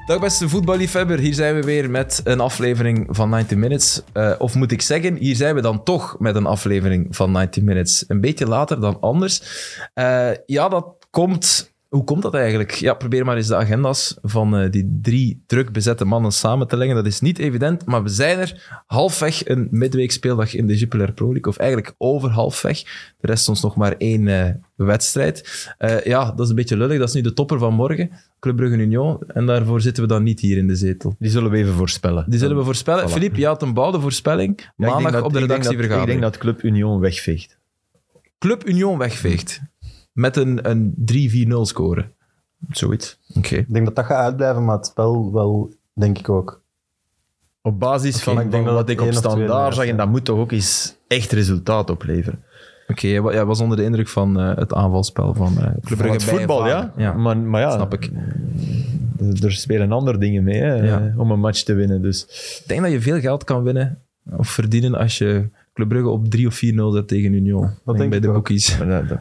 Dag beste voetballiefhebber, hier zijn we weer met een aflevering van 90 Minutes. Of moet ik zeggen, hier zijn we dan toch met een aflevering van 90 Minutes. Een beetje later dan anders. Ja, dat komt... Hoe komt dat eigenlijk? Ja, probeer maar eens de agenda's van die 3 druk bezette mannen samen te leggen. Dat is niet evident, maar we zijn er halfweg een midweekspeeldag in de Jupiler Pro League. Of eigenlijk over halfweg. Er rest ons nog maar 1 wedstrijd. Ja, dat is een beetje lullig. Dat is nu de topper van morgen. Club Brugge Union. En daarvoor zitten we dan niet hier in de zetel. Die zullen we even voorspellen. Die zullen we voorspellen. Philippe, je had een bouwde voorspelling. Maandag op de redactievergadering. Ik denk dat Club Union wegveegt. Club Union wegveegt. Met een 3-4-0 score. Zoiets. Oké. Ik denk dat dat gaat uitblijven, maar het spel wel, denk ik ook. Op basis van wat ik op standaard zag, en dat moet toch ook eens echt resultaat opleveren. Oké, jij was onder de indruk van het aanvalspel van Club Brugge. Het voetbal, ja. Maar ja, snap ik. Er spelen andere dingen mee hè, om een match te winnen. Dus. Ik denk dat je veel geld kan winnen of verdienen als je Club Brugge op 3 of 4-0 zet tegen Union. Dat denk bij de bookies.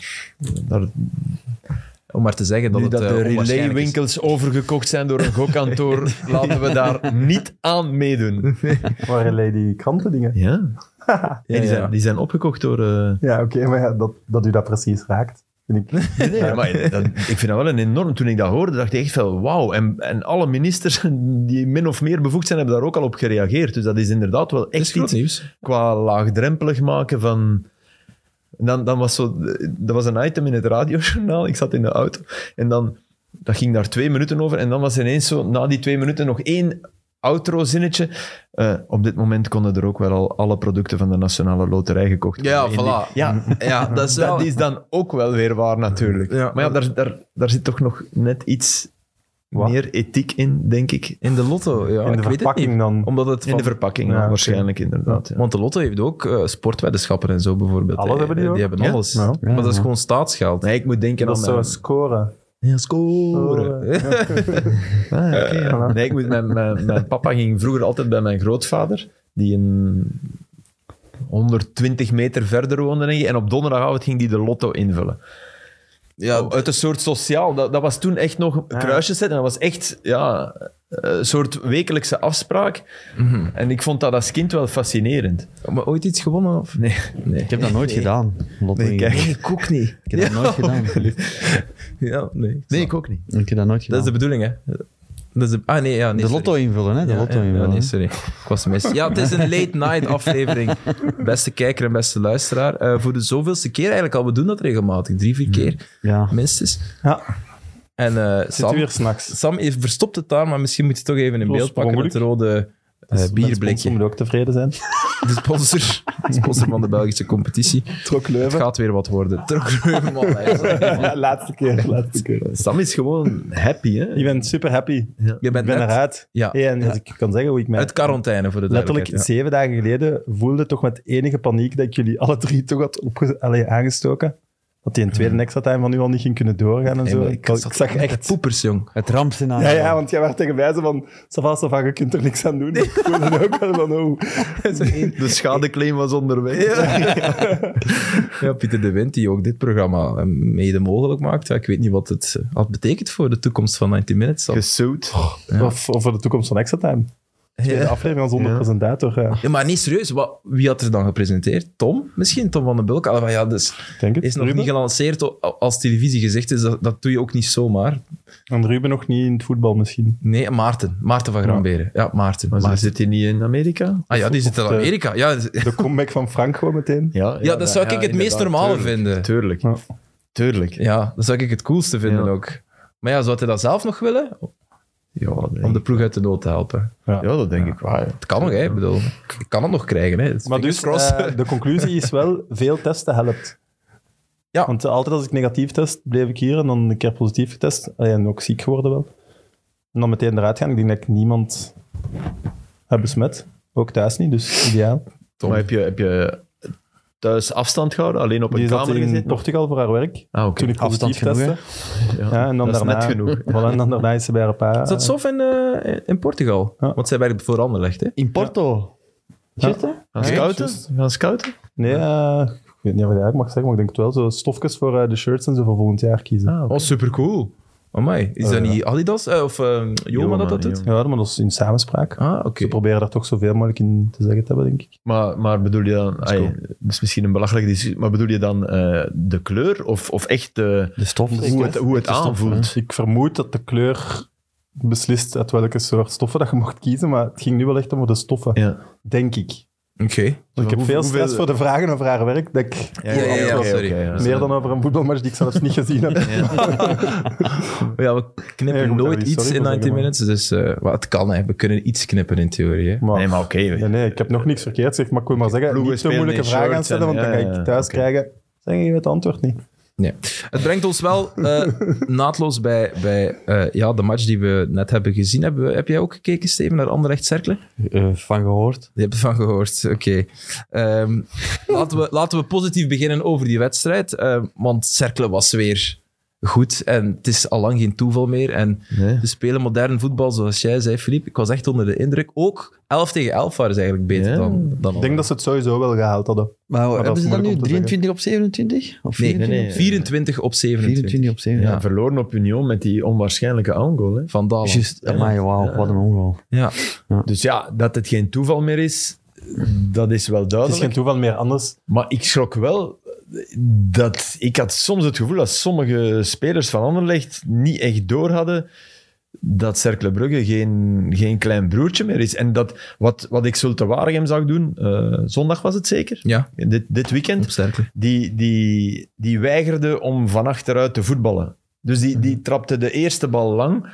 Om maar te zeggen dat nu het dat de relaywinkels overgekocht zijn door een gokkantoor, laten we daar niet aan meedoen. Waar relay die krantendingen? Ja. Die zijn opgekocht door... Ja, oké, maar ja, dat u dat precies raakt. Vind ik. Nee, maar ik vind dat wel een enorm... Toen ik dat hoorde, dacht ik echt wel wauw. En alle ministers die min of meer bevoegd zijn, hebben daar ook al op gereageerd. Dus dat is inderdaad wel echt iets nieuws. Qua laagdrempelig maken van... Dan dat was een item in het radiojournaal. Ik zat in de auto. En dan... Dat ging daar 2 minuten over. En dan was ineens zo, na die 2 minuten, nog 1 outro-zinnetje. Op dit moment konden er ook wel al alle producten van de Nationale Loterij gekocht worden. Ja, voilà. Ja, Dat is dan ook wel weer waar, natuurlijk. Ja, maar ja, daar zit toch nog net iets meer ethiek in, denk ik. In de lotto, ja. In de verpakking dan? Omdat het in de verpakking, waarschijnlijk, inderdaad. Ja. Want de lotto heeft ook sportweddenschappen en zo, bijvoorbeeld. Alles hebben die ook? Die hebben alles. Ja. Maar dat is gewoon staatsgeld. Nee, ik moet denken dat aan... Dat is zo scoren. Ja, scoren. Okay. Nee, mijn papa ging vroeger altijd bij mijn grootvader, die 120 meter verder woonde, denk ik, en op donderdagavond ging die de lotto invullen. Ja, uit een soort sociaal... Dat was toen echt nog kruisjes zetten. En dat was echt een soort wekelijkse afspraak. Mm-hmm. En ik vond dat als kind wel fascinerend. Maar ooit iets gewonnen? Of? Nee. Ik heb dat nooit gedaan. Nee, ik ook niet. Ik heb dat nooit gedaan. Ja, nee. Nee, ik ook niet. Ik heb dat nooit gedaan. Dat is de bedoeling, hè? Dat is de lotto invullen, hè? Nee, sorry. Ik was mis. Ja, het is een late-night aflevering. Beste kijker en beste luisteraar. Voor de zoveelste keer eigenlijk al. We doen dat regelmatig. 3-4 keer. Ja. Minstens. Ja. En Sam heeft verstopt het daar, maar misschien moet je toch even in beeld pakken met het rode bierblikje. moet ook tevreden zijn. De sponsor van de Belgische competitie. Trok Leuven. Het gaat weer wat worden. Trok Leuven, man. Laatste keer. Sam is gewoon happy, hè? Je bent super happy. Ja. Je bent eruit. Ja. Hey, en als ik kan zeggen hoe ik mij... Uit quarantaine, voor de letterlijk 7 dagen geleden voelde toch met enige paniek dat ik jullie alle 3 toch had aangestoken. Dat die een tweede extra time van u al niet ging kunnen doorgaan en zo. Ik zag echt poepers, jong. Het rampscenario. Ja, want jij werd tegen mij zo van... Sava, je kunt er niks aan doen. Ik voelde ook wel van... Oh. De schadeclaim was onderweg. Ja, Pieter de Wind, die ook dit programma mede mogelijk maakt. Ja, ik weet niet wat het betekent voor de toekomst van 90 Minutes. Gesuit. Of voor de toekomst van Extra Time. De aflevering zonder presentator. Ja, maar niet serieus. Wie had er dan gepresenteerd? Tom? Misschien Tom van den Bulk? Ja, dus is nog niet gelanceerd als televisie gezegd is. Dat doe je ook niet zomaar. En Ruben nog niet in het voetbal misschien? Nee, Maarten van Gramberen. Ja, Maarten. Maar zit hij niet in Amerika? Ah ja, die zit in Amerika. Ja. De comeback van Frank gewoon meteen. Ja, dat zou ik het meest normale vinden. Tuurlijk. Ja, dat zou ik het coolste vinden ook. Maar ja, zou hij dat zelf nog willen? Ja, om de ploeg uit de nood te helpen. Ja, dat denk ik wel. Het kan nog, hè. Ik bedoel, ik kan het nog krijgen. Hè. Maar dus, de conclusie is wel, veel testen helpt. Ja. Want altijd als ik negatief test, bleef ik hier en dan een keer positief getest. En ook ziek geworden wel. En dan meteen eruit gaan. Ik denk dat ik niemand heb besmet. Ook thuis niet, dus ideaal. Maar heb je thuis afstand gehouden? Alleen op een kamer gezeten? In Portugal voor haar werk. Toen ik positief testte. Ja, en dan dat daarna, is net genoeg. En dan daarna is ze bij haar pa. Is dat Sof in Portugal? Ja. Want zij werkt voor Anderlecht, hè? In Porto? Gaan scouten? Nee, ik weet niet of ik dat mag zeggen, maar ik denk het wel. Zo stofjes voor de shirts en zo voor volgend jaar kiezen. Oh, supercool. Amai. Is dat niet Adidas of Joma dat doet? Joma. Ja, maar dat is in samenspraak. Oké. Ze proberen daar toch zoveel mogelijk in te zeggen te hebben, denk ik. Maar bedoel je dan... dat is misschien een belachelijke discussie, maar bedoel je dan de kleur of echt De stof. hoe het aanvoelt? Ik vermoed dat de kleur beslist uit welke soort stoffen dat je mocht kiezen, maar het ging nu wel echt om de stoffen, Ja. denk ik. Oké. Want ik heb veel stress voor de vragen over haar werk, dat ik Sorry. meer dan over een voetbalmatch die ik zelfs niet gezien heb. Ja, we knippen Nee, je moet nooit daar niet iets sorry in voor 90 zeggen, minutes, dus het kan. Hè. We kunnen iets knippen in theorie. Hè. Maar, Nee, maar oké. nee, ik heb nog niks verkeerd gezegd, maar ik wil maar zeggen, Ploegen niet te spelen moeilijke in vragen shirts aanstellen, want dan ga en- ik thuis oké. krijgen. Zeg je het antwoord niet? Nee. Het brengt ons wel naadloos bij de match die we net hebben gezien. Heb jij ook gekeken, Steven, naar Anderlecht Cercle? Van gehoord. Je hebt ervan gehoord, oké. Laten we positief beginnen over die wedstrijd. Want Cercle was weer goed en het is al lang geen toeval meer. En Nee. we spelen modern voetbal, zoals jij zei, Philippe. Ik was echt onder de indruk. Ook 11 tegen 11 waren ze eigenlijk beter Ja. dan Ik denk dat ze het sowieso wel gehaald hadden. Maar dat hebben is ze dan nu moeilijk om te 23 op 27? Of Nee, 24 op 24 op 27. 24 op 27. Ja, verloren op Union met die onwaarschijnlijke aangoal. Hè. Van Dalen. Juist, amai, wauw, wat een ongeval. Ja. Dus ja, dat het geen toeval meer is, dat is wel Het is duidelijk. geen toeval meer anders. Maar ik schrok wel dat... Ik had soms het gevoel dat sommige spelers van Anderlecht niet echt door hadden dat Cercle Brugge geen klein broertje meer is. En dat wat ik Zulte Waregem zag doen, zondag was het zeker? Ja, Dit op weekend. Cercle. Die weigerde om van achteruit te voetballen. Dus die trapte de eerste bal lang...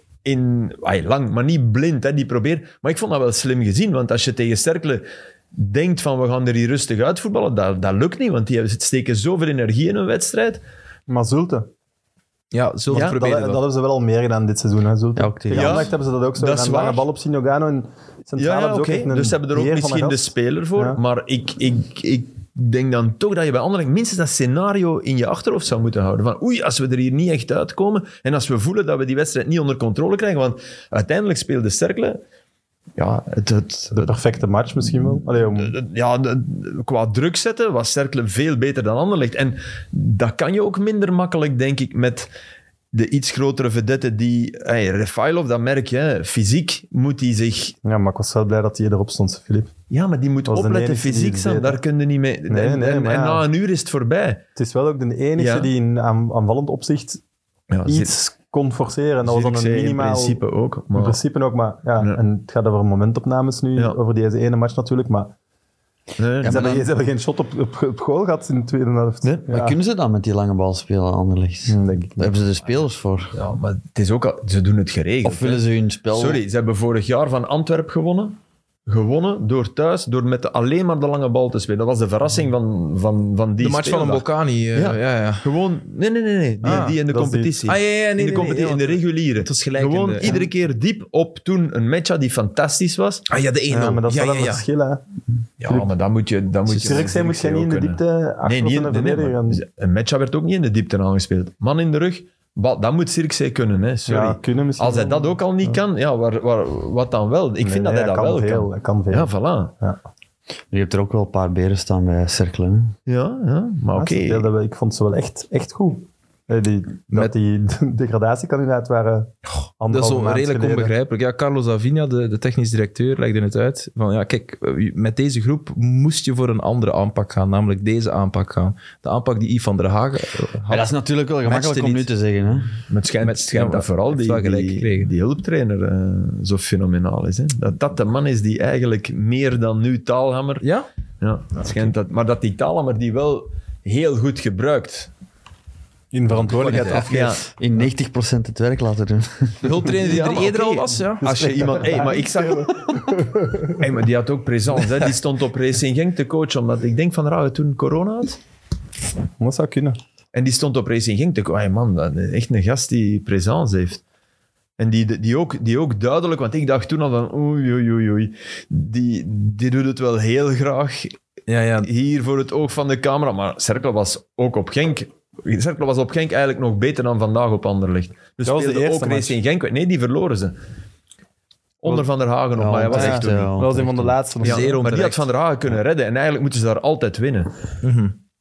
lang, maar niet blind. Hè. Die probeert... Maar ik vond dat wel slim gezien, want als je tegen Cercle denkt van we gaan er hier rustig uit voetballen, dat lukt niet, want die steken zoveel energie in een wedstrijd. Maar Zulte, Ja, zullen we Ja, het dat proberen. hebben ze wel al meer gedaan dit seizoen. Hè, Zulte. Ja, ook tegen Tegen Ja, Anderlecht hebben ze dat ook zo dat is gedaan. Lange waar. bal op Sinogano en centraal hebben ze ook echt een Dus ze hebben er ook beheer van misschien een de gast. speler voor. Ja. Maar ik denk dan toch dat je bij Anderlecht minstens dat scenario in je achterhoofd zou moeten houden. Van oei, als we er hier niet echt uitkomen en als we voelen dat we die wedstrijd niet onder controle krijgen. Want uiteindelijk speelde Cercle... Ja, De perfecte match misschien wel. Allee, qua druk zetten was Cercle veel beter dan Anderlecht. En dat kan je ook minder makkelijk, denk ik, met de iets grotere vedette die... Refailov, dat merk je. Hè. Fysiek moet hij zich... ja, maar ik was wel blij dat hij erop stond, Filip. Ja, maar die moet was de opletten enige die fysiek het staan. deed, Daar hè. kun je niet mee... Nee, en maar ja. na een uur is het voorbij. Het is wel ook de enige Ja. die in aanvallend opzicht Ja, iets kon forceren. En dat was dan een Zirkzee minimaal... in principe ook. In Maar, principe ook, maar ja, Ja. en het gaat over momentopnames nu, Ja. over deze ene match natuurlijk, maar nee, ze hebben geen shot op goal gehad in de tweede helft. Nee, Ja. Maar kunnen ze dan met die lange bal spelen, Anderlecht? Denk ik. Daar hebben ze de spelers voor. ja, maar het is ook al, ze doen het geregeld. Of willen ze hun spel... Sorry, ze hebben vorig jaar van Antwerp gewonnen door thuis, door alleen maar de lange bal te spelen. Dat was de verrassing van die De match van een speeldag. Bocani. Ja. Gewoon... Nee. Die in de dat is die- competitie. Nee, in de competitie, in de reguliere. Het was gelijk Gewoon in de- iedere keer diep op toen een match had die fantastisch was. Ah ja, de 1-0. Ja, maar dat is wel een ja. verschil, hè. Ja, maar dan moet je... Zirkzee moet je niet in de diepte achter Nee, niet zijn in de verdediger gaan. diepte. Een match werd ook niet in de diepte aangespeeld. Man in de rug, dat moet Zirkzee kunnen. Hè. Sorry. Ja, kunnen misschien Als hij wel. dat ook al niet kan, ja, wat dan wel? Ik vind dat hij dat wel kan. Hij kan veel. Ja, voilà. Je hebt er ook wel een paar beren staan bij Cercle. Hè? Ja, maar oké. Ze speelden wel- Ik vond ze wel echt goed. Die degradatiekandidaat waren Dat is zo maand redelijk geleden. onbegrijpelijk. Ja, Carlos Avinha, de technisch directeur, legde het uit. Van ja, kijk, met deze groep moest je voor een andere aanpak gaan, namelijk deze aanpak gaan. De aanpak die Yves van der Hagen had. Maar dat is natuurlijk wel gemakkelijk om nu niet. te zeggen. Hè? Maar het schijnt, Met- schijnt ja, dat vooral heeft wel gelijk gekregen. die hulptrainer zo fenomenaal is. Hè? Dat de man is die eigenlijk meer dan nu Taalhammer... Ja? Ja, het schijnt dat, maar dat die Taalhammer die wel heel goed gebruikt. In verantwoordelijkheid Ja. afgeeft. In 90% het werk laten doen. De hulptrainer die Ja, er maar eerder oké. al was, ja. Als je iemand... maar ik zag... maar die had ook présence. Hè? Die stond op Racing Genk te coachen, omdat ik denk van Rauwe toen corona had. Dat zou kunnen. En die stond op Racing Genk te coachen. Man, dat is echt een gast die présence heeft. En die ook duidelijk, want ik dacht toen al van oei. Die doet het wel heel graag Ja. hier voor het oog van de camera. Maar Cercle was ook op Genk. Cercle was op Genk eigenlijk nog beter dan vandaag op Anderlecht. Dus Dat was de speelde eerste ook Racing Genk. Nee, die verloren ze. Onder Van der Hagen nog, maar hij was echt toen niet. Dat was een van de laatste. Ja, Zeer maar die onterecht. had Van der Hagen kunnen redden. En eigenlijk moeten ze daar altijd winnen.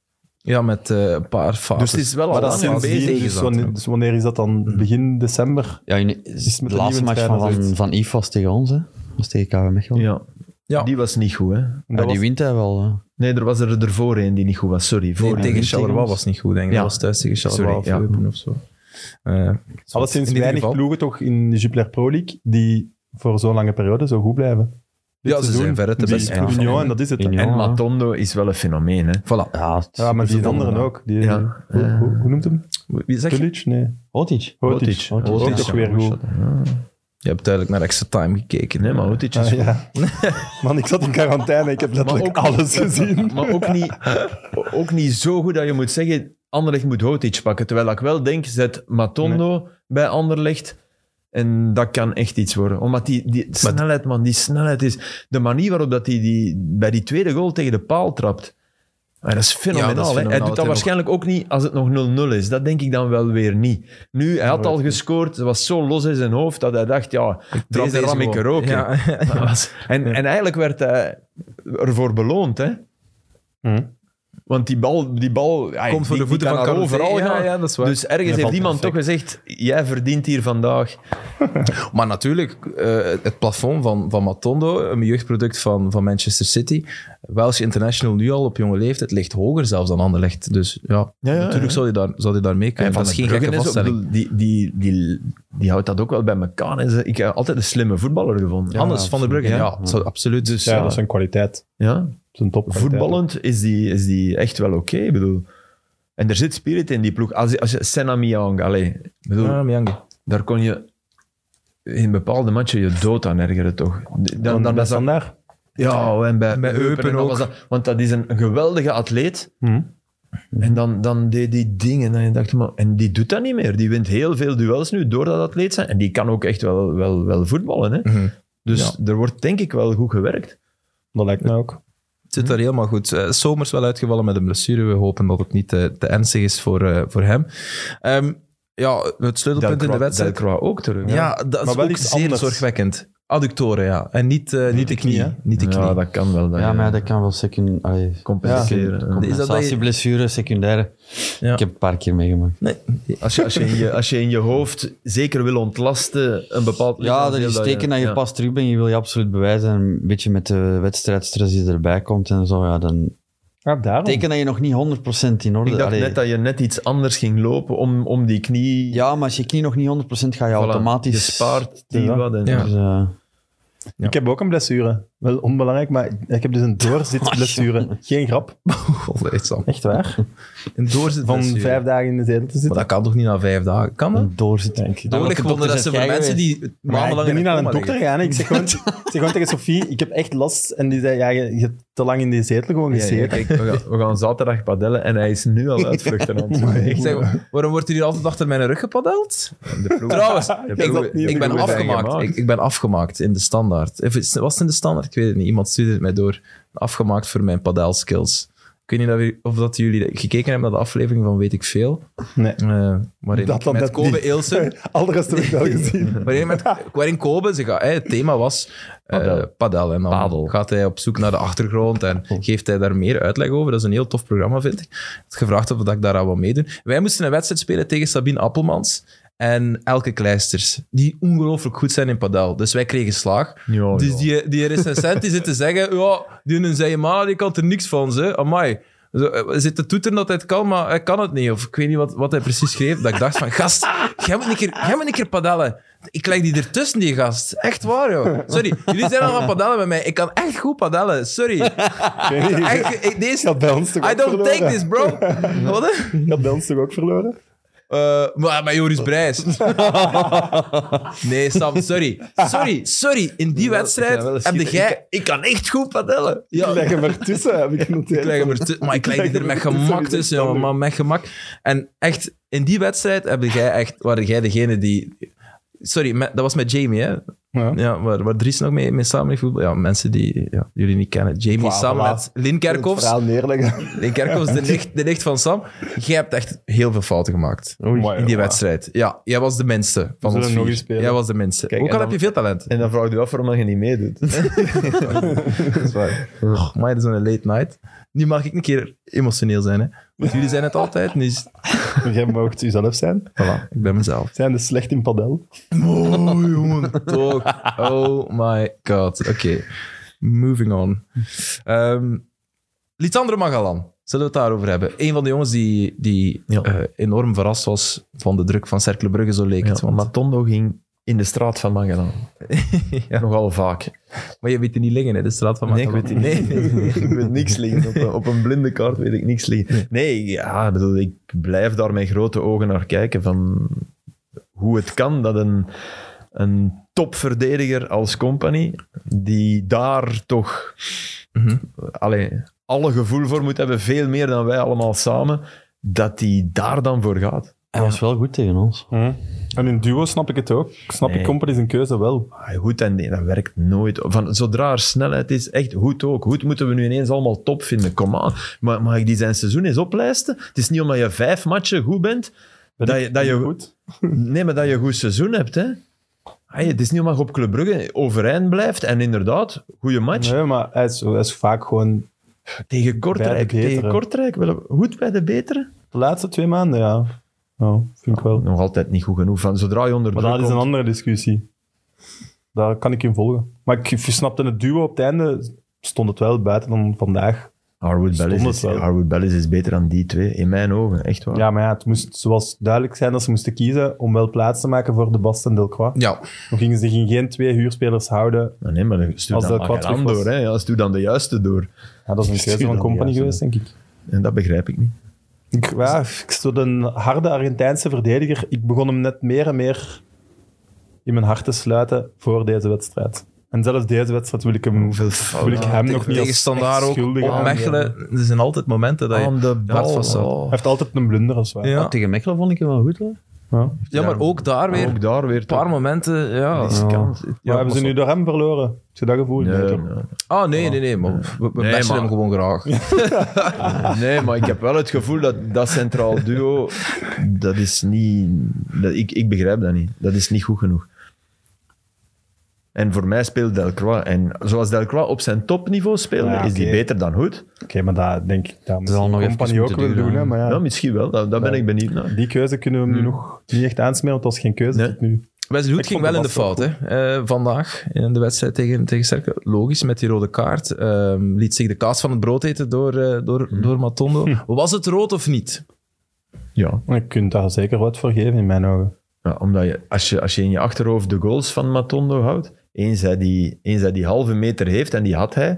Ja, met een paar fases. Dus het is wel Maar al dat is lang sindsdien, bezig. dus wanneer is dat dan? Begin december? Ja, met de de laatste nieuwe match trainer van Yves was tegen ons, hè. Was tegen KV Mechelen. Ja. Ja. Die was niet goed, hè? En dat die was- wint hij wel. Nee, er was er ervoor een die niet goed was. Sorry. Nee, Voor tegen niet Charleroi tegen was niet goed, denk ik. Ja. Dat was thuis tegen Charleroi of Sorry, ja. Eupen of zo. Alleszins in ieder weinig geval. ploegen toch in de Jupiler Pro League die voor zo'n lange periode zo goed blijven. Dit Ja, ze seizoen, zijn verre de die beste. Union, en dat is het. hè. Union. En Ja. Matondo is wel een fenomeen, hè? Voilà. Ja, Ja, maar die anderen ook. Die, Ja. hoe noemt hem? Wie zeg je? Tulic? Nee. Hotic. Hotic. Ook Hotic. weer goed. Je hebt duidelijk naar extra time gekeken. Nee, maar Hotic is Ah, goed. ja. Man, ik zat in quarantaine. Ik heb letterlijk Maar ook- alles gezien. Maar ook niet zo goed dat je moet zeggen, Anderlecht moet Hotic pakken. Terwijl ik wel denk, zet Matondo bij Anderlecht en dat kan echt iets worden. Omdat die snelheid, man, die snelheid is... De manier waarop dat hij bij die tweede goal tegen de paal trapt, maar dat is fenomenaal. Ja, dat is hè. Hij fenomenaal doet dat dat hij waarschijnlijk ook niet als het nog 0-0 is. Dat denk ik dan wel weer niet. Nu, hij had al gescoord, het was zo los in zijn hoofd dat hij dacht, ja, trap deze ram ik gewoon. er ook in. Ja. Dat was- en eigenlijk werd hij ervoor beloond, hè. Want die bal ja, Komt voor die- de voeten die van kan Carothé. overal gaan. Ja, dat is waar. Dus ergens heeft valt iemand toch perfect. gezegd, jij verdient hier vandaag. Maar natuurlijk, het plafond van Matondo, een jeugdproduct van Manchester City, Welsh International nu al op jonge leeftijd, ligt hoger zelfs dan Anderlecht. Dus ja, Ja, natuurlijk zou hij daar mee kunnen. Dat is geen gekke vaststelling. Die houdt dat ook wel bij elkaar. En ik heb altijd een slimme voetballer gevonden. Hannes van der Brugge, ja, absoluut. Dus Ja, dat is een kwaliteit. ja, Dat is een top. voetballend is die echt wel oké. Ik bedoel, en er zit spirit in die ploeg. Als je Senna Miang, ik bedoel, Ja, Miangi. daar kon je in bepaalde matchen je dood aan ergeren, toch? Dan bij was dat- Standaard. Ja, en bij Eupen Eupen ook. was dat, want dat is een geweldige atleet. En dan deed die dingen. En je dacht, maar, en die doet dat niet meer. Die wint heel veel duels nu door dat atleet zijn. En die kan ook echt wel voetballen. Hè? Mhm. Dus er wordt denk ik wel goed gewerkt. Dat lijkt mij ook. Het zit daar helemaal goed. Somers wel uitgevallen met een blessure. We hopen dat het niet te ernstig is voor hem. Ja, het sleutelpunt in de wedstrijd. Delcroix ook terug. hè? Ja, dat is Maar wel ook iets zeer anders. zorgwekkend. Adductoren, ja. En niet de knie. hè? Niet de knie. Ja, dat kan wel. Ja, maar dat kan wel secundair. compenseren. Ja. Compensatieblessure, secundaire. Ja. Ik heb een paar keer meegemaakt. Nee. Als je in je hoofd zeker wil ontlasten, een bepaald Ja, dat lichaamsdeel is teken dat je ja. pas terug bent. Je wil je absoluut bewijzen. En een beetje met de wedstrijdstress die erbij komt en zo. Ja, dan Ja, daarom. teken dat je nog niet 100% in orde Ik dacht Allee, net dat je net iets anders ging lopen om die knie... Ja, maar als je knie nog niet 100% ga je Voilà, automatisch... Je spaart die Ja. wat. En, Ja. Dus, Ja. Ik heb ook een blessure. Wel onbelangrijk, maar ik heb dus een doorzitblessure. Geen grap. Godsam. Echt waar. Een doorzit Van 5 dagen in de zetel te Maar zitten. dat kan toch niet na 5 dagen? Kan dat? een doorzit. Denk ik. Dodelijk welke gevonden dat dokter ze voor bent jij mensen die Maar ik maandenlang ben niet in naar een coma dokter liggen. gegaan. Ik zeg gewoon tegen Sophie, ik heb echt last. En die zei, ja, je hebt te lang in die zetel gewoon Ja, ja, gezeten. kijk, we gaan zaterdag padellen en hij is nu al uitvluchten aan het maken. Ik zeg, waarom wordt hier altijd achter mijn rug gepadeld? Trouwens, ik ben afgemaakt. Ik ben afgemaakt in de standaard. Was het in de standaard? Ik weet het niet. Iemand stuurde het mij door. Afgemaakt voor mijn padelskills. Ik weet niet of dat jullie gekeken hebben naar de aflevering van Weet ik Veel. Nee. Waarin Dat dan met net Kobe niet. Eelsen... Al de rest heb ik wel gezien. waarin Kobe zich... het thema was padel. En dan Padel. gaat hij op zoek naar de achtergrond en geeft hij daar meer uitleg over. Dat is een heel tof programma, vind ik. Ik had gevraagd of ik daar aan wil meedoen. Wij moesten een wedstrijd spelen tegen Sabine Appelmans en Elke Kleisters, die ongelooflijk goed zijn in padel. Dus wij kregen slaag. Ja, Dus die recensent die zit te zeggen, ja, die zei, maar die kan er niks van, ze. Amai. Hij zit te toeteren dat hij het kan, maar hij kan het niet. Of ik weet niet wat hij precies schreef. Dat ik dacht van, gast, jij moet een keer padellen. Ik leg die ertussen, die gast. Echt waar, joh. Sorry, jullie zijn al aan het padellen met mij. Ik kan echt goed padellen, sorry. Echt, Ik had bij ons toch ook I don't verloren? take this, bro. Wat? Hè? Ik had bij ons toch ook verloren? Maar met Joris Brijs. Nee, Sam, sorry. Sorry. In die wedstrijd heb jij... Ik kan echt goed padellen. Ik leg hem ertussen, heb ik genoteerd. Ik leg hem maar ik leg die er met gemak tussen, jongen, maar met gemak. En echt, in die wedstrijd waren jij degene die... Sorry, dat was met Jamie, hè? Ja, waar Dries nog mee samen heeft voetbal. Ja, mensen die jullie niet kennen. Jamie samen met Lin Het Kerkhoffs. verhaal neerleggen. Lin Kerkhoffs, de nicht van Sam. Jij hebt echt heel veel fouten gemaakt in die wedstrijd. Ja, jij was de minste van ons zullen nog eens 4. spelen. Jij was de minste. Kijk, Ook en al dan- heb je veel talent. En dan vraag je af waarom je niet meedoet. Dat is waar. Maar dat is een late night. Nu mag ik een keer emotioneel zijn, hè. Jullie zijn het altijd. Nu is... Jij mag jezelf zijn. Voilà, ik ben mezelf. Zijn dus slecht in padel. Oh, jongen. Toch. Oh my god. Oké. Moving on. Lisandro Magalan. Zullen we het daarover hebben? Een van de jongens die enorm verrast was van de druk van Cercle Brugge, zo leek het. Ja, Matondo ging in de straat van Magalan. Ja. Nogal vaak. Maar je weet het niet liggen, hè, de straat van Magalan. Nee, ik weet het niet. Nee. Ik weet niks liggen. Op een blinde kaart weet ik niks liggen. Nee, ja, bedoel, ik blijf daar met grote ogen naar kijken van hoe het kan dat een topverdediger als Company, die daar toch alle gevoel voor moet hebben, veel meer dan wij allemaal samen, dat die daar dan voor gaat. Hij was wel goed tegen ons. En in duo snap ik het ook. Ik Company zijn keuze wel. Hoed en dat werkt nooit. Zodra er snelheid is, echt Hoed ook. Hoed moeten we nu ineens allemaal top vinden. Kom aan. Mag ik die zijn seizoen eens oplijsten? Het is niet omdat je 5 matchen goed bent, dat je goed. Nee, maar dat je een goed seizoen hebt, hè. Het is niet omdat je op Club Brugge overeind blijft en inderdaad, goede match. Nee, maar hij is vaak gewoon... Tegen Kortrijk wel goed bij de betere. De laatste 2 maanden, ja. Vind ik wel. Nog altijd niet goed genoeg. Zodra je onder Maar druk dat is een komt... andere discussie. Daar kan ik in volgen. Maar ik snapte het duo op het einde, stond het wel buiten dan vandaag. Harwood Bellis is beter dan die twee, in mijn ogen, echt waar. Ja, maar het moest zoals duidelijk zijn dat ze moesten kiezen om wel plaats te maken voor de Bast en Delcroix. Ja. Dan gingen ze geen 2 huurspelers houden. Nee, maar stuur Als dan Delcroix terug Magalan was. door. Hè. Ja, stuur dan de juiste door. Ja, dat is een keuze van Company geweest, denk ik. En dat begrijp ik niet. Ik stond een harde Argentijnse verdediger. Ik begon hem net meer en meer in mijn hart te sluiten voor deze wedstrijd. En zelfs deze wedstrijd wil ik hem nog niet tegen Standaard ook schuldig op Mechelen. Er zijn altijd momenten dat je Aan de hard bal. vastzat. Hij heeft altijd een blunder, als waar. Ja. Tegen Mechelen vond ik hem wel goed, hoor. Ja. Maar ook daar weer Ook daar weer een paar momenten. Ja. Maar hebben ze nu door hem verloren? Heb je dat gevoel? Nee, toch? Nee. Maar we bashen hem gewoon graag. Nee, maar ik heb wel het gevoel dat centraal duo, dat is niet... Ik begrijp dat niet. Dat is niet goed genoeg. En voor mij speelt Delcroix. En zoals Delcroix op zijn topniveau speelde, is die beter dan Hoed. Oké, maar dat denk ik dat zal nog Company even ook moeten wil duren, doen. Hè, maar ja. Ja, misschien wel. Daar ben ik benieuwd naar. Die keuze kunnen we hem nu nog niet echt aansmeren, want dat was geen keuze tot nu. Wesley Hoed Ik ging vond wel in de de fout hè? Vandaag in de wedstrijd tegen Cercle. Logisch, met die rode kaart. Liet zich de kaas van het brood eten door Matondo. Was het rood of niet? Ja. Je kunt daar zeker wat voor geven, in mijn ogen. Ja, omdat je, als je in je achterhoofd de goals van Matondo houdt, eens hij die halve meter heeft, en die had hij,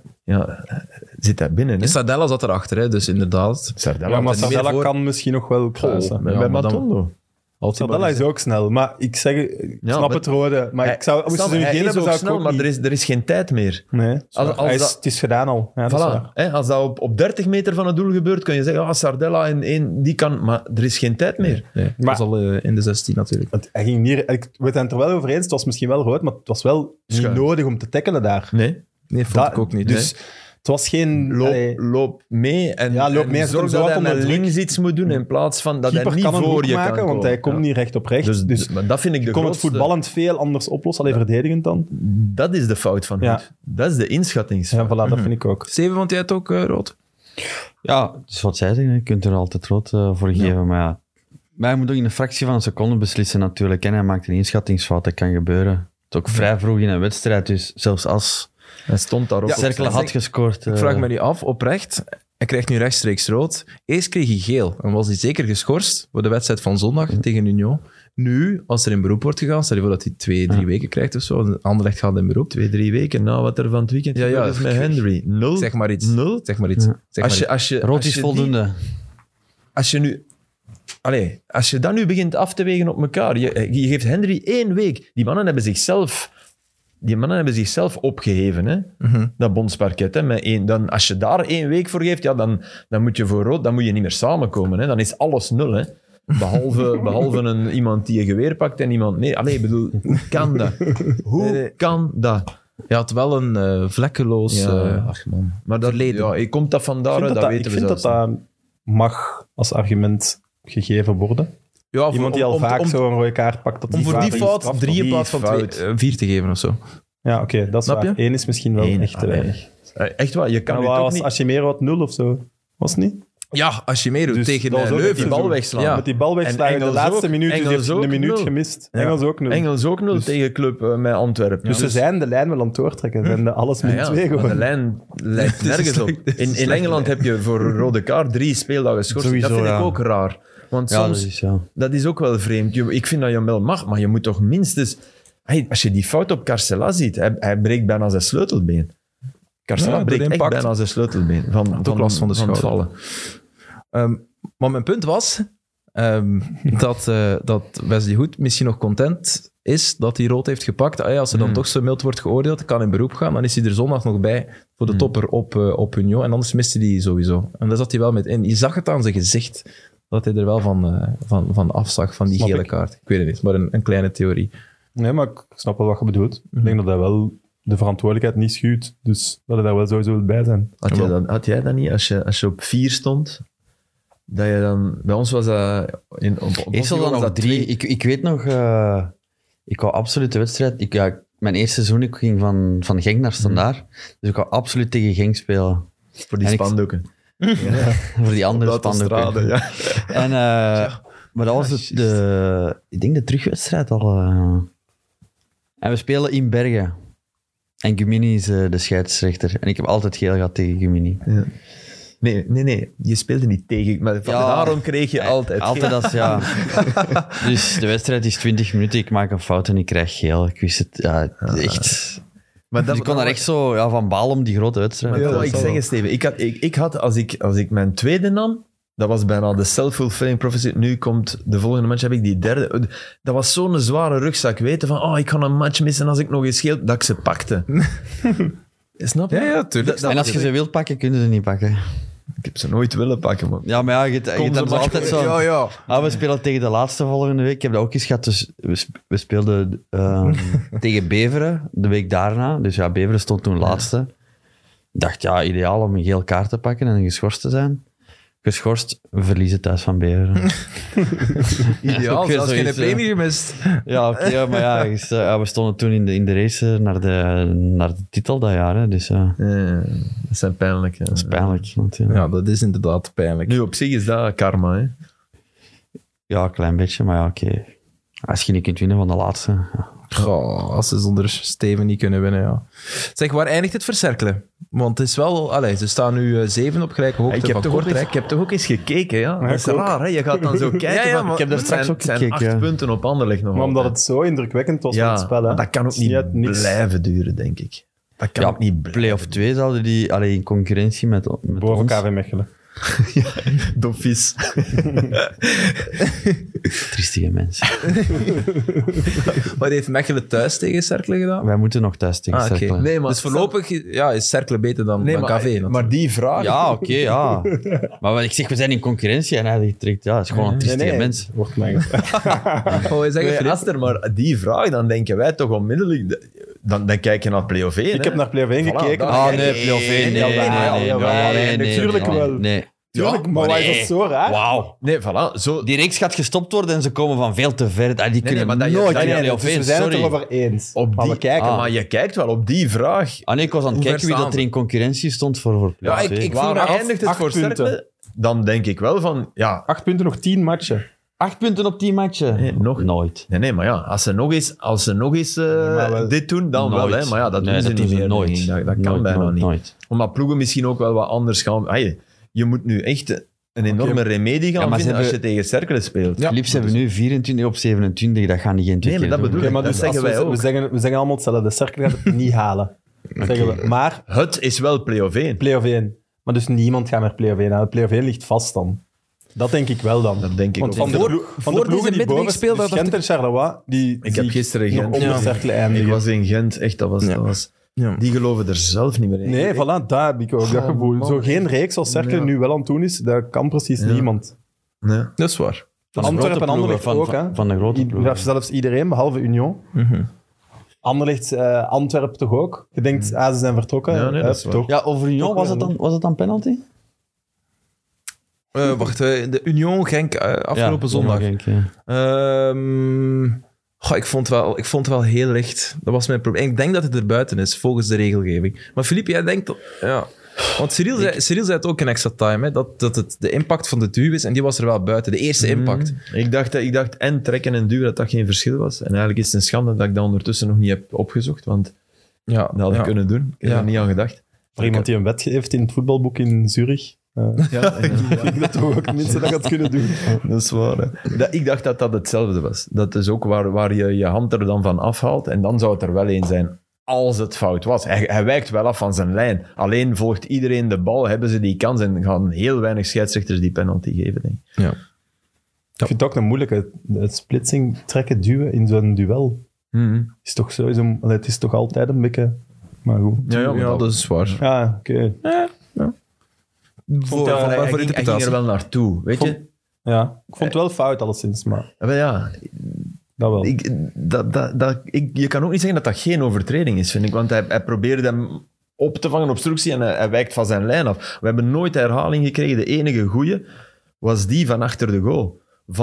zit hij binnen. Hè? Sardella zat erachter, hè? Dus inderdaad. Sardella, Ja, maar niet meer Sardella voor- kan misschien nog wel kruisen. bij maar dan- Matondo. Sardella is ook snel, maar ik zeg, ik snap maar- het rode. Maar ik zou, moesten ze nu hij geen is hebben, ook zou ik snel, ook maar niet... er is geen tijd meer. Nee, Als het is gedaan al. Ja, dat is Voilà. waar. Hè, als dat op 30 meter van het doel gebeurt, kun je zeggen, Sardella in 1, die kan... Maar er is geen tijd meer. Nee, het Maar- was al in de 16 natuurlijk. Hij ging niet, we zijn het er wel over eens, het was misschien wel rood, maar het was wel niet Schuin. nodig om te tackelen daar. Nee, vond Dat- ik ook niet. Dus het was geen... Loop mee en, Ja, loop mee en zorg zo dat hard hij onder met druk. links iets moet doen in plaats van dat hij keeper niet kan een voor hoek je maken, kan want komen. hij komt Ja. niet recht op recht. Dus maar dat vind ik de je kon het grootste... voetballend veel anders oplossen, alleen verdedigend dan. Dat is de fout van Ja. Hoed. Dat is de inschattingsfout. Ja, voilà, dat vind ik ook. Steven, vond jij het ook rood? Ja, dus wat zij zeggen, je kunt er altijd rood voor geven, maar ja. Maar hij moet ook in een fractie van een seconde beslissen natuurlijk. En hij maakt een inschattingsfout, dat kan gebeuren. Het is ook vrij vroeg in een wedstrijd, dus zelfs als Hij stond daar ook op. Cercle had gescoord... Ik vraag me nu af, oprecht. Hij krijgt nu rechtstreeks rood. Eerst kreeg hij geel. En was hij zeker geschorst voor de wedstrijd van zondag tegen Union. Nu, als er in beroep wordt gegaan, stel je voor dat hij 2-3 weken krijgt of zo. Anderlecht gaat in beroep. 2-3 weken na wat er van het weekend gebeurd is met Henry. 0. Zeg maar iets. Nul. Zeg maar iets. Zeg maar iets. Rood is voldoende. Als je nu... als je dat nu begint af te wegen op elkaar, je geeft Henry 1 week. Die mannen hebben zichzelf opgeheven, hè? Dat bondsparket. Hè? Met dan, als je daar 1 week voor geeft, ja, dan moet je voor rood, dan moet je niet meer samenkomen. Hè? Dan is alles 0. Hè? Behalve iemand die een geweer pakt en iemand... Nee, ik bedoel, hoe kan dat? Hoe kan dat? Je had wel een vlekkeloos... Ach man. Maar dat, verleden. komt dat vandaar? Ik Dat weten vind we dat zelfs dat mag als argument gegeven worden. Ja, Iemand die al vaak zo'n rode kaart pakt. Dat om voor die fout straf 3 in plaats van fout. 4 te geven of zo. Ja, oké, dat is Snap waar. je? 1 is misschien wel Eén, echt te weinig. Echt waar, je kan Maar nu wat toch was, niet... als je meer had, 0 of zo. Was het niet? Ja, als je meedoet Dus tegen dat was ook Leuven. Die bal wegslaan. Ja. Met die bal wegslagen in de Engels laatste ook. minuut. Dus Engels heeft ook een minuut 0. gemist. Ja. Engels ook 0. Engels ook 0 Dus- tegen club met Antwerpen. Dus ze zijn de lijn wel aan het doortrekken. Ze zijn de alles min 2 maar gewoon. de lijn lijkt nergens op. In Engeland heb je voor een rode kaart 3 speeldagen schorsing. Sowieso, Dat vind ik ja. ook raar. Want Ja, soms, dat is ook wel vreemd. Ik vind dat je hem wel mag, maar je moet toch minstens... Hey, als je die fout op Carcela ziet, hij breekt bijna zijn sleutelbeen. Carcela Ja, door breekt echt impact. bijna zijn sleutelbeen. Van ook last van de het schouder. vallen. Maar mijn punt was dat Wesley Hoed misschien nog content is dat hij rood heeft gepakt. Als er dan toch zo mild wordt geoordeeld, kan in beroep gaan, dan is hij er zondag nog bij voor de topper op Union. En anders miste hij sowieso. En daar zat hij wel met in. Je zag het aan zijn gezicht, dat hij er wel van afzag, van die Snap gele ik. kaart. Ik weet het niet, maar een kleine theorie. Nee, maar ik snap wel wat je bedoelt. Ik denk dat hij wel de verantwoordelijkheid niet schuwt. Dus dat hij daar wel sowieso wil bij zijn. Had jij dat niet, als je op 4 stond, dat je dan... Bij ons was dat... Eerst was dat nog 3. Ik weet nog... ik wou absoluut de wedstrijd... mijn eerste seizoen, ik ging van Genk naar Standaard. Dus ik wou absoluut tegen Genk spelen. Voor die En ik- spandoeken. Voor die andere Op de spandoeken. autostrade, ja. En, maar dat was ik denk de terugwedstrijd al. En we spelen in Bergen. En Gumini is de scheidsrechter. En ik heb altijd geel gehad tegen Gumini. Ja. Nee. Je speelde niet tegen... Maar daarom kreeg je altijd... Altijd als, ja. Dus de wedstrijd is 20 minuten. Ik maak een fout en ik krijg geel. Ik wist het, ja, echt... Maar Dus ik kon daar echt zo van balen om die grote wedstrijd. Maar dat wil dat ik zal zeggen, Steven. Ik had, als ik mijn tweede nam, dat was bijna de self-fulfilling prophecy. Nu komt de volgende match, heb ik die derde. Dat was zo'n zware rugzak. Weten van, ik ga een match missen als ik nog eens geel... Dat ik ze pakte. Snap je? Ja, tuurlijk. En als je ze wilt pakken, kunnen ze niet pakken. Ik heb ze nooit willen pakken, man. Ja, maar ja, je hebt dat altijd zo... Ja. We spelen tegen de laatste volgende week. Ik heb dat ook eens gehad. Dus we speelden tegen Beveren de week daarna. Dus ja, Beveren stond toen laatste. Ik dacht, ja, ideaal om een geel kaart te pakken en geschorst te zijn. Geschorst, we verliezen thuis van Beveren. Ideaal, Ook weer zelfs geen zoiets, premie gemist. Ja, oké, maar ja, we stonden toen in de race naar de titel dat jaar. Hè, dus ja, Dat zijn pijnlijk. dat is pijnlijk. Want, Ja, dat is inderdaad pijnlijk. Nu, op zich is dat karma, hè. ja, een klein beetje, maar ja, oké. Als je niet kunt winnen van de laatste... Ja. Goh, als ze zonder Steven niet kunnen winnen, ja. Zeg, waar eindigt het vercerkelen? Want het is wel... ze staan nu 7 op gelijke hoogte Ik heb, van toch ook eens, Kortrijk. ik heb toch ook eens gekeken, ja. Dat is ik ook. raar, hè. Je gaat dan zo kijken. Ja, van, maar ik heb daar straks ook het zijn gekeken, 8 ja. punten op Anderlecht nog Maar omdat altijd. het zo indrukwekkend was van het spel. Hè. maar dat kan ook Het is niet uit niks. blijven duren, denk ik. Dat kan Ja, ook niet blijven. Play-off 2 zouden die in concurrentie met Boven ons. KV Mechelen. Doffies. Triestige mensen. Maar heeft Mechelen thuis tegen Cercle gedaan? Wij moeten nog thuis tegen Oké. Cercle. Nee, maar, Dus voorlopig is Cercle beter dan KV. natuurlijk. maar die vraag... Ja, oké, ja. Maar wat ik zeg, we zijn in concurrentie en hij trekt, ja, het is gewoon een triestige mens. Wordt mij gevraagd. Oh, je zegt Nee, Filip? Aster, maar die vraag, dan denken wij toch onmiddellijk... Dan kijk je naar Play-off 1. Ik heb naar Play-off 1 Voilà, gekeken. daar- Ah, nee, nee, play-off 1, nee, Natuurlijk wel. Nee. Tuurlijk, maar why is dat zo raar? Wauw. Nee, voilà. Zo, Die reeks gaat gestopt worden en ze komen van veel te ver. Die kunnen maar dat je- nooit dat in je- play-off Dus 1, we zijn het sorry. erover eens. op Maar die, we kijken. Maar je kijkt wel op die vraag. Ah nee, ik was aan het Hoe ver kijken wie staan dat er ze? in concurrentie stond voor Ja, play-off 2. ik vroeg Waar me af... eindigt het 8 voor punten. Cercle? Dan denk ik wel van... Ja, 8 punten, nog 10 matchen. 8 punten op 10 matchen? Nee, nog. Nooit. nee, maar ja, als ze nog eens maar wel- dit doen, dan wel. Hè. Maar ja, dat doen ze niet meer. nooit. denk ik. Dat kan Nooit, bijna nooit, niet. Nooit. Omdat ploegen misschien ook wel wat anders gaan... Hey, je moet nu echt een enorme remedie gaan Ja, maar ze vinden als je hebben- tegen Cercle speelt. Ja. Philips hebben nu 24 op 27, dat gaan die geen twee Nee, maar keer dat doen. bedoel Oké, ik. maar dat dus zeggen als wij ook. we zeggen allemaal hetzelfde. De Cercle gaat het niet halen. Zeggen we. Maar Het is wel play-off 1. Play-off 1. Maar dus niemand gaat meer Play-off 1 halen. Play-off 1 ligt vast dan. Dat denk ik wel dan. Dat denk ik Want ook. van de, Voor- van voor de ploegen deze die boven midweek speelde dus dat Gent en Charleroi, die Ik zie heb gisteren nog Gent. onder Ja. Cercle Ik eindigen. was in Gent, echt, dat was... Ja. Dat was Ja. die geloven er zelf niet meer in. Nee, voilà, daar heb ik ook dat gevoel. man. Zo geen reeks als Cercle Ja. nu wel aan het doen is, dat kan precies Ja. niemand. Nee. Dat is waar. Van de Antwerpen grote en Anderlecht ploegen, ook, hè. van de grote ploegen. Ja, zelfs iedereen, behalve Union. Anderlecht, Antwerpen toch ook? Je denkt, ze zijn vertrokken. Ja, nee, dat is waar. toch? Ja, over Union, Toch wel. was het dan penalty? Wacht, de Union Genk afgelopen zondag. Union Genk, ja. Ik vond het wel heel licht. Dat was mijn probleem. Ik denk dat het er buiten is, volgens de regelgeving. Maar Filip, jij denkt... Ja. Want Cyril zei het ook in extra time, hè, dat het de impact van de duw is en die was er wel buiten. De eerste impact. Ik dacht en trekken en duwen dat geen verschil was. En eigenlijk is het een schande dat ik dat ondertussen nog niet heb opgezocht, want dat had ik kunnen doen. Ik heb er niet aan gedacht. Voor iemand die een wet geeft in het voetbalboek in Zurich... ik denk dat toch ook tenminste dat had kunnen doen. Dat is waar. Hè. Ik dacht dat dat hetzelfde was. Dat is ook waar je je hand er dan van afhaalt en dan zou het er wel één zijn. Als het fout was. Hij wijkt wel af van zijn lijn. Alleen volgt iedereen de bal, hebben ze die kans en gaan heel weinig scheidsrechters die penalty geven, denk ik. Ja. Ik vind het ook een moeilijke. Het splitsing, trekken, duwen in zo'n duel. Is toch sowieso... Het is toch altijd een beetje... Maar goed. Ja, dat is waar. Ja, oké. Hij ging er wel naartoe, weet je? Ja, ik vond het wel fout alleszins, maar... Ja, dat wel. Je kan ook niet zeggen dat dat geen overtreding is, vind ik. Want hij probeerde hem op te vangen, obstructie, en hij wijkt van zijn lijn af. We hebben nooit herhaling gekregen. De enige goeie was die van achter de goal.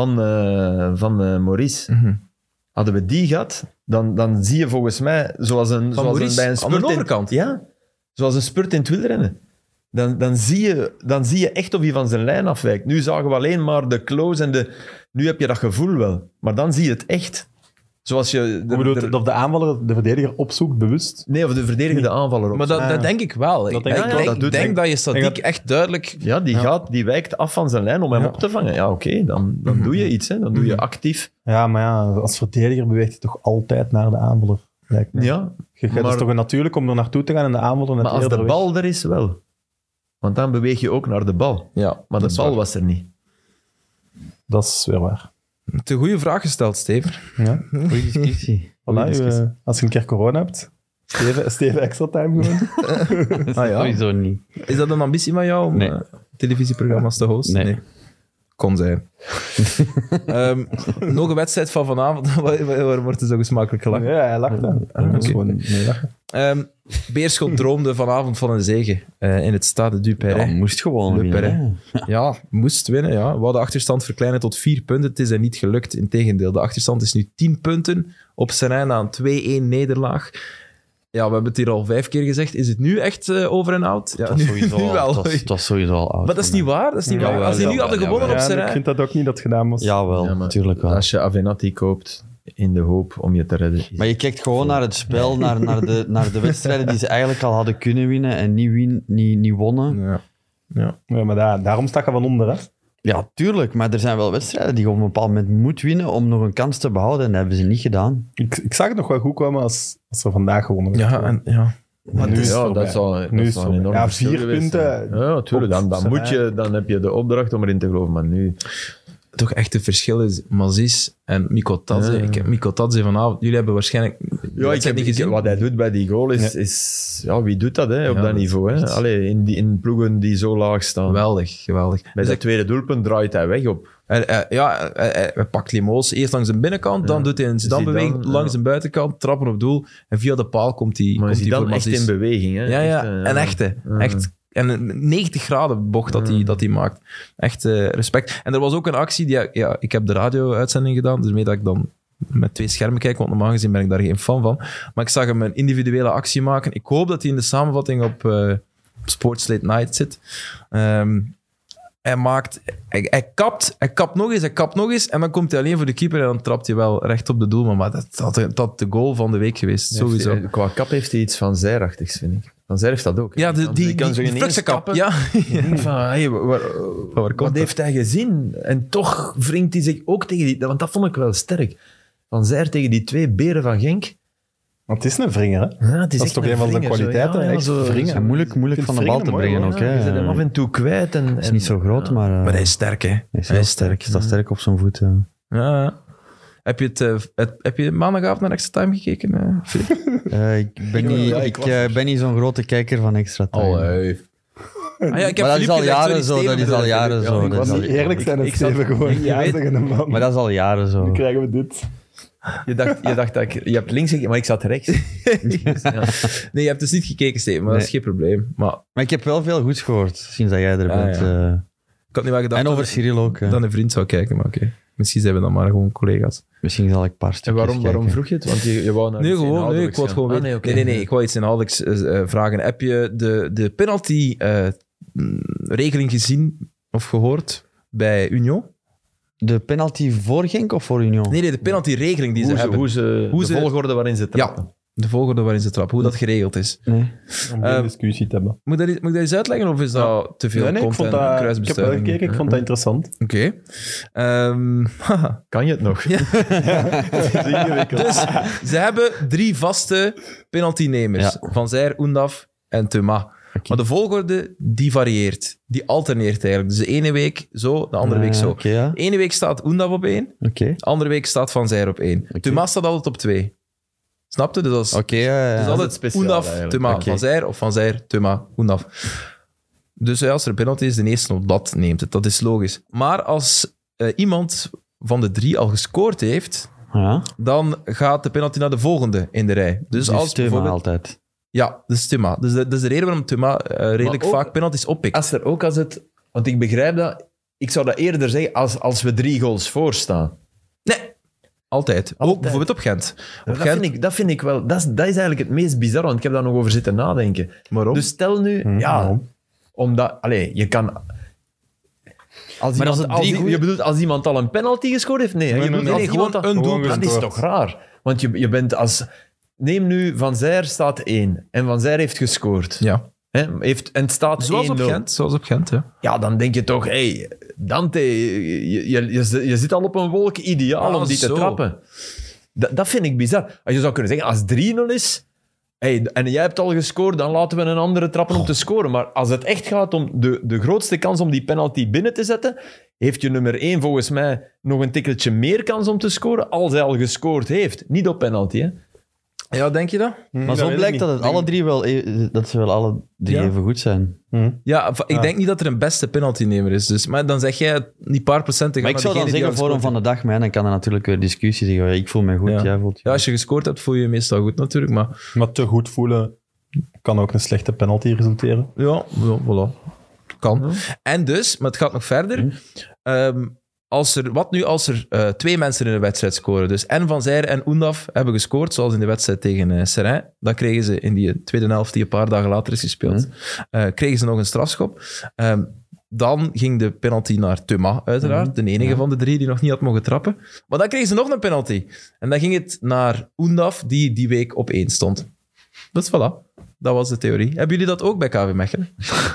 Van Maurice. Hadden we die gehad, dan zie je volgens mij... bij een spurt aan de overkant. Ja, zoals een spurt in het wielrennen. Dan zie je echt of hij van zijn lijn afwijkt. Nu zagen we alleen maar de close en de... Nu heb je dat gevoel wel. Maar dan zie je het echt. Zoals je... Hoe bedoelt het? Of de aanvaller de verdediger opzoekt, bewust? Nee, of de verdediger de aanvaller Maar dat denk ik wel. Ik denk dat je statiek echt duidelijk... Ja, die wijkt af van zijn lijn om hem op te vangen. Ja, oké, dan doe je iets. Hè. Dan doe je actief. Ja, maar ja, als verdediger beweegt je toch altijd naar de aanvaller. Lijkt me. Ja. Het is toch natuurlijk om er naartoe te gaan en de aanvaller net maar als de bal er is, wel. Want dan beweeg je ook naar de bal. Ja, maar de bal was er niet. Dat is weer waar. Het is een goede vraag gesteld, Steven. Ja. Goeie discussie. Als je een keer corona hebt, Steven extra time gewoon. Sowieso niet. Is dat een ambitie van jou om televisieprogramma's te hosten? Nee. Kon zijn. Nog een wedstrijd van vanavond. Waarom wordt het zo gesmakelijk gelachen? Ja, hij lacht dan. Dat is gewoon lachen. Beerschot droomde vanavond van een zege in het Stade du Perret. Ja, moest gewoon winnen. Ja, moest winnen. Ja. We hadden achterstand verkleinen tot 4 punten. Het is er niet gelukt. Integendeel, de achterstand is nu 10 punten op Serijn na een 2-1 nederlaag. Ja, we hebben het hier al 5 keer gezegd. Is het nu echt over en out? Ja, het was sowieso al out. Maar dat is niet waar. Dat is niet waar. Als die nu hadden gewonnen op Serijn... Ik vind dat ook niet dat het gedaan was. Jawel, natuurlijk wel. Als je Avenatti koopt in de hoop om je te redden... Maar je kijkt gewoon naar het spel, naar de wedstrijden die ze eigenlijk al hadden kunnen winnen en niet wonnen. Ja, maar daarom stak je van onder, hè? Ja, tuurlijk. Maar er zijn wel wedstrijden die je op een bepaald moment moet winnen om nog een kans te behouden. En dat hebben ze niet gedaan. Ik zag het nog wel goed komen als er vandaag gewonnen werd. Maar nu is het dat zal een enorm 4 punten. Ja, tuurlijk. Dan heb je de opdracht om erin te geloven. Maar nu... Toch echt het verschil is Mazis en Mikko Tadze. Ja. Ik heb Mikko Tadze vanavond... Jullie hebben waarschijnlijk... Ja, ik heb niet gezien. Wat hij doet bij die goal is wie doet dat op dat niveau? Hè? Allee, in ploegen die zo laag staan. Geweldig. Bij dat tweede doelpunt draait hij weg op. Hij pakt Limoos eerst langs de binnenkant, dan doet hij een Zidane-beweging langs de buitenkant, trappen op doel en via de paal komt hij Maar Zidane voor echt Mazis. in beweging. Hè? Een echte. Echt. En een 90 graden bocht dat hij maakt. Echt respect. En er was ook een actie, ik heb de radio-uitzending gedaan, dus mee dat ik dan met 2 schermen kijk, want normaal gezien ben ik daar geen fan van. Maar ik zag hem een individuele actie maken. Ik hoop dat hij in de samenvatting op Sports Late Night zit. Hij kapt nog eens en dan komt hij alleen voor de keeper en dan trapt hij wel recht op de doel. Maar dat had de goal van de week geweest, sowieso. Qua kap heeft hij iets van Zijrachtigs, vind ik. Van Zij heeft dat ook. Ja, die flukse kap. Ja. Wat heeft hij gezien? En toch wringt hij zich ook tegen die... Want dat vond ik wel sterk. Van Zijr tegen die 2 beren van Genk. Want het is een vringer, hè? Ja, het is dat is toch een van zijn kwaliteiten. Echt moeilijk van de bal te brengen ook. Je zet hem af en toe kwijt. Hij is niet zo groot, maar hij is sterk, hè? Hij is sterk. Hij staat sterk op zijn voeten. Ja. Heb je maandagavond naar Extra Time gekeken, Filip? Ik ben niet zo'n grote kijker van Extra Time. Ik heb maar dat is al jaren zo. Ik was niet eerlijk zijn, het Steven gewoon tegen een man. Maar dat is al jaren zo. Nu krijgen we dit. Je dacht dat je hebt links gekeken, maar ik zat rechts. Nee, je hebt dus niet gekeken, Steven, maar dat is geen probleem. Maar ik heb wel veel goeds gehoord, sinds dat jij er bent. Ik had niet wel gedacht en over Cyril ook. Dan een vriend zou kijken, maar oké. Misschien zijn we dan maar gewoon collega's. Misschien zal ik een paar En stukjes waarom kijken. vroeg je het? Want je wou naar Nee, iets gewoon. Nee, inhoudelijks ik wou het gaan. gewoon weten. oké. Nee, ik wou iets inhoudelijks vragen. Heb je de penalty-regeling gezien of gehoord bij Union? De penalty voor Genk of voor Union? Nee, de penalty-regeling die ze hebben. Hoe Hoe de ze- volgorde waarin ze trappen. De volgorde waarin ze trappen, hoe dat geregeld is. Nee. Om geen discussie te hebben. Moet ik dat eens uitleggen of is dat te veel Nee, ik content vond dat... Ik heb wel kruisbestuiving? gekeken, ik vond dat interessant. Oké. Haha. Kan je het nog? Dus ze hebben 3 vaste penaltynemers. Ja. Van Zijr, Oendaf en Thomas. Maar de volgorde, die varieert. Die alterneert eigenlijk. Dus de ene week zo, de andere week zo. Oké, ja. De ene week staat Oendaf op 1, Oké. de andere week staat Van Zijr op 1. Thomas staat altijd op 2. Snap je? Dus dat is, Oké, ja. dus is altijd het speciaal Oendaf, eigenlijk. Thomas, Oké. Van Zijr of Van Zijr, Thomas, Oendaf. Dus ja, als er een penalty is, de eerste op dat neemt het. Dat is logisch. Maar als iemand van de 3 al gescoord heeft, Ja. dan gaat de penalty naar de volgende in de rij. Dus als Thema bijvoorbeeld... altijd. Ja, dat is Thomas. Dus dat is de reden waarom Thomas redelijk ook- vaak penalties oppikt. Als het... Want ik begrijp dat... Ik zou dat eerder zeggen als we 3 goals voorstaan. Nee, altijd. Ook bijvoorbeeld op Gent. Op Gent, Dat vind ik wel... Dat is eigenlijk het meest bizar, want ik heb daar nog over zitten nadenken. waarom? Dus stel nu... waarom? Omdat... Allee, je kan... Als Maar iemand, als het 3 goeie- je bedoelt als iemand al een penalty gescoord heeft? Nee, hè? Je bedoelt als gewoon iemand al- een doelpunt. Dat is toch raar? Want je bent als... Neem nu, Van Zijr staat 1 en Van Zijr heeft gescoord. ja. Hè? En het staat 1-0. Zoals op Gent, ja. Ja, dan denk je toch, hey, Dante, je zit al op een wolk ideaal Ah, om die zo. te trappen. Dat vind ik bizar. Als je zou kunnen zeggen, als 3-0 is, hey, en jij hebt al gescoord, dan laten we een andere trappen om te scoren. Maar als het echt gaat om de grootste kans om die penalty binnen te zetten, heeft je nummer 1 volgens mij nog een tikkeltje meer kans om te scoren als hij al gescoord heeft. Niet op penalty, hè. Ja, denk je dat? Maar zo blijkt dat het alle 3 wel... Dat ze wel alle 3 Ja. even goed zijn. Ja, ik denk niet dat er een beste penaltynemer is. Dus, maar dan zeg jij, die paar procenten gaan Maar ik zou naar dan degene die zeggen al vorm gescoord van de dag, maar ja, dan kan er natuurlijk weer discussie zeggen. Ja, ik voel me goed, Ja. jij voelt je Ja, als je gescoord hebt, voel je je meestal goed natuurlijk. Maar Maar te goed voelen kan ook een slechte penalty resulteren. ja, voilà. Kan. En dus, maar het gaat nog verder. Als er 2 mensen in een wedstrijd scoren, dus en Van Zijr en Oendaf hebben gescoord, zoals in de wedstrijd tegen Seraing, dan kregen ze in die tweede helft, die een paar dagen later is gespeeld, kregen ze nog een strafschop. Dan ging de penalty naar Thomas, uiteraard, de enige van de 3 die nog niet had mogen trappen. Maar dan kregen ze nog een penalty. En dan ging het naar Oendaf, die week op 1 stond. Dus voilà, dat was de theorie. Hebben jullie dat ook bij KV Mechelen?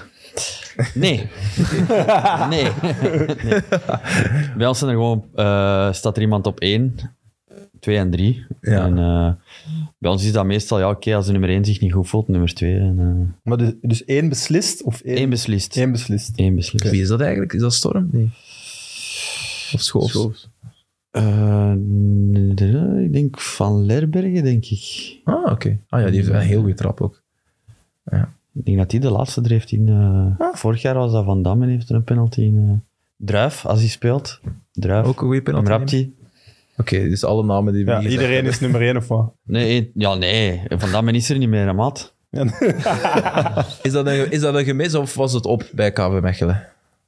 Nee. Nee. Bij ons zijn er gewoon, staat er iemand op 1, 2 en 3. Ja. En bij ons is dat meestal, ja oké, als de nummer 1 zich niet goed voelt, nummer 2. En, Maar dus 1 beslist of 1 beslist. 1 beslist. 1 beslist. Wie is dat eigenlijk? Is dat Storm? Nee. Of Schoofs? Ik denk Van Lerbergen, denk ik. Ah, oké. Ah ja, die heeft een heel goede trap ook. Ik denk dat hij de laatste er heeft in... Vorig jaar was dat Van Damme, heeft er een penalty in. Druif, als hij speelt. Druif. Ook een goede penalty. Mrapti. Oké, dus alle namen die we Ja, niet iedereen gezegd is nummer 1 of wat? Nee, Van Damme is er niet meer, hè, maat. hebben. Is dat een gemis of was het op bij KV Mechelen?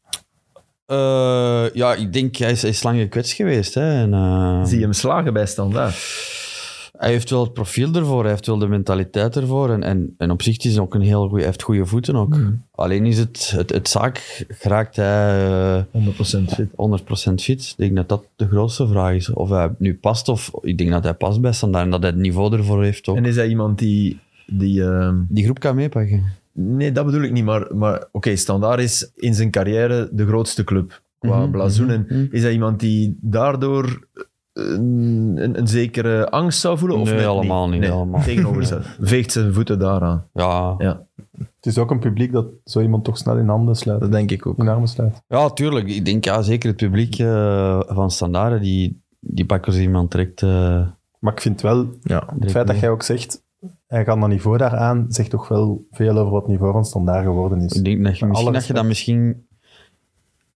Ja, ik denk, hij is lang gekwetst geweest. Hè, en, Zie je hem slagen bij Standaard? Hij heeft wel het profiel ervoor, hij heeft wel de mentaliteit ervoor. En op zich is hij ook een heel goeie, hij heeft goede voeten ook. Alleen is het zaak, geraakt hij 100% fit. 100% fit? Ik denk dat dat de grootste vraag is. Of hij nu past, of ik denk dat hij past bij Standaard en dat hij het niveau ervoor heeft ook. En is hij iemand die Die groep kan meepakken. nee, dat bedoel ik niet, maar oké, Standaard is in zijn carrière de grootste club qua blazoen. En is hij iemand die daardoor een zekere angst zou voelen? Of Nee, net allemaal niet, Nee, allemaal. tegenovergesteld. Veegt zijn voeten daaraan. Ja, Ja. Het is ook een publiek dat zo iemand toch snel in handen sluit. Dat denk ik ook. In armen sluit. ja, tuurlijk. Ik denk, ja, zeker het publiek van Standaard, die pakken ze iemand direct... Maar ik vind wel, Ja. het feit dat jij ook zegt, hij gaat dat niveau daar aan, zegt toch wel veel over wat het niveau van Standaard geworden is. Ik denk dat je, Alle misschien, respect. dat je dat misschien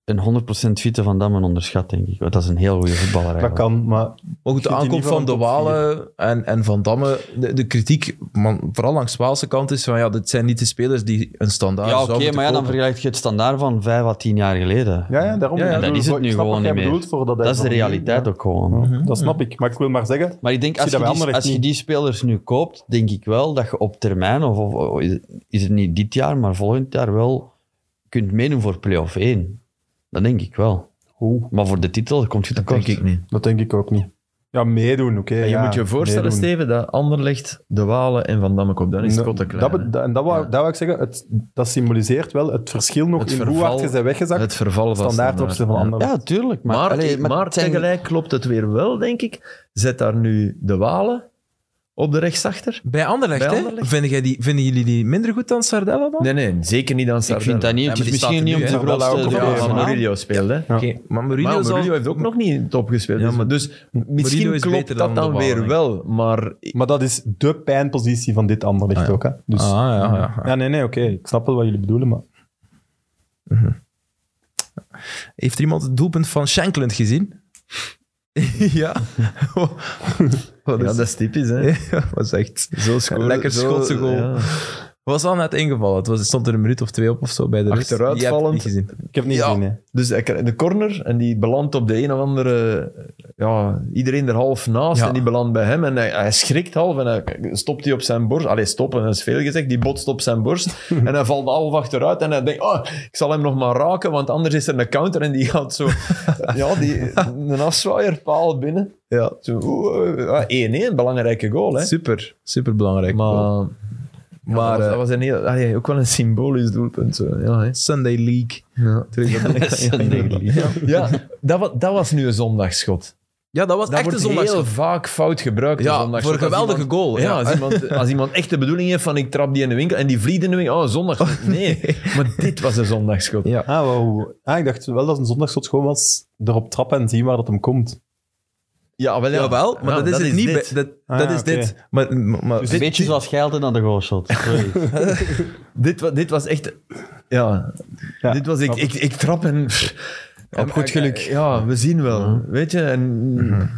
een 100% fitte Van Damme onderschat, denk ik. Want dat is een heel goede voetballer Dat eigenlijk. kan, maar... Maar goed, de aankoop van De Walen en Van Damme, de kritiek, vooral langs de Waalse kant, is van dit zijn niet de spelers die een standaard Ja, zouden oké, moeten maar dan kopen. vergelijk je het standaard van 5 à 10 jaar geleden. Ja, daarom. Ja, En dat is het nu gewoon niet meer. Dat is de realiteit ook gewoon. Dat snap ik. Maar ik wil maar zeggen... Maar ik denk, als je die spelers nu koopt, denk ik wel dat je op termijn, of is het niet dit jaar, maar volgend jaar wel, kunt meedoen voor play-off 1. Dat denk ik wel. Maar voor de titel komt je tekort. denk ik niet. Dat denk ik ook niet. Ja, meedoen, oké. Je moet je voorstellen, meedoen. Steven, dat Anderlecht, De Walen en Van Damme koopt. Dan is het kot te klein. Dat wou ik zeggen. Dat symboliseert wel het verschil nog Het in hoe verval- hard je bent weggezakt. Het vervallen van Standaard opzet van Anderlecht. Ja, tuurlijk. Maar Maar tegelijk klopt het weer wel, denk ik. Zet daar nu De Walen op de rechtsachter. Bij Anderlecht, Bij hè? Anderlecht? Vinden jullie die minder goed dan Sardella dan? Nee, zeker niet aan ik Sardella. vind dat niet. Ja, Het maar is die staat misschien niet er om nu, de hè. grootste... Ja, Ja, maar Murillo speelde. Hè. Ja. Oké, maar Mourinho, Maar zal... Murillo heeft ook nog niet top gespeeld. Ja, maar dus Mourinho misschien is klopt beter dat dan dan De weer Walen, wel. Maar Maar dat is de pijnpositie van dit Anderlecht Ah, ja. ook. Hè. Dus, ja. nee, oké. Ik snap wel wat jullie bedoelen, maar... Heeft er iemand het doelpunt van Shankland gezien? Ja. ja, dat is typisch. Hè. Dat was echt Zo scoren, lekker zo- Schotse goal. ja. Was al net ingevallen. Het stond er een minuut of 2 op of zo bij de rust. Achteruitvallend. Die heb ik niet gezien. Ik heb het niet Ja. gezien, nee. Dus hij krijgt de corner en die belandt op de een of andere... Ja, iedereen er half naast Ja. en die belandt bij hem. En hij schrikt half en hij stopt die op zijn borst. Allee, stoppen, dat is veel gezegd. Die botst op zijn borst en hij valt half achteruit. En hij denkt, ik zal hem nog maar raken, want anders is er een counter. En die gaat zo... een afzwaaierpaal binnen. Ja. Zo, 1-1, belangrijke goal. Hè. Super belangrijk. Maar dat was een heel, ook wel een symbolisch doelpunt. Zo. Ja, hè. Sunday League. Ja. Ja. Ja, dat was nu een zondagsschot. Ja, dat was Dat echt een wordt zondagsschot. heel vaak fout gebruikt. Ja, een zondagsschot. voor een geweldige Als iemand- goal. Ja, Ja. als iemand echt de bedoeling heeft van ik trap die in de winkel en die vliegt in de winkel. Zondagsschot. Nee, maar dit was een zondagsschot. Ja. Ik dacht wel dat een zondagschot gewoon was erop trappen en zien waar dat hem komt. Ja, wel, ja. Jawel, maar Ja, dat is het niet. dit. Dat Ah, is oké. dit. Maar Dus Een beetje zoals Geilten aan de goalshot. Sorry. Dit was echt... Ja, Ja, dit was... snap Ik trap en... Op goed geluk. Ja, we zien wel. Weet je, en...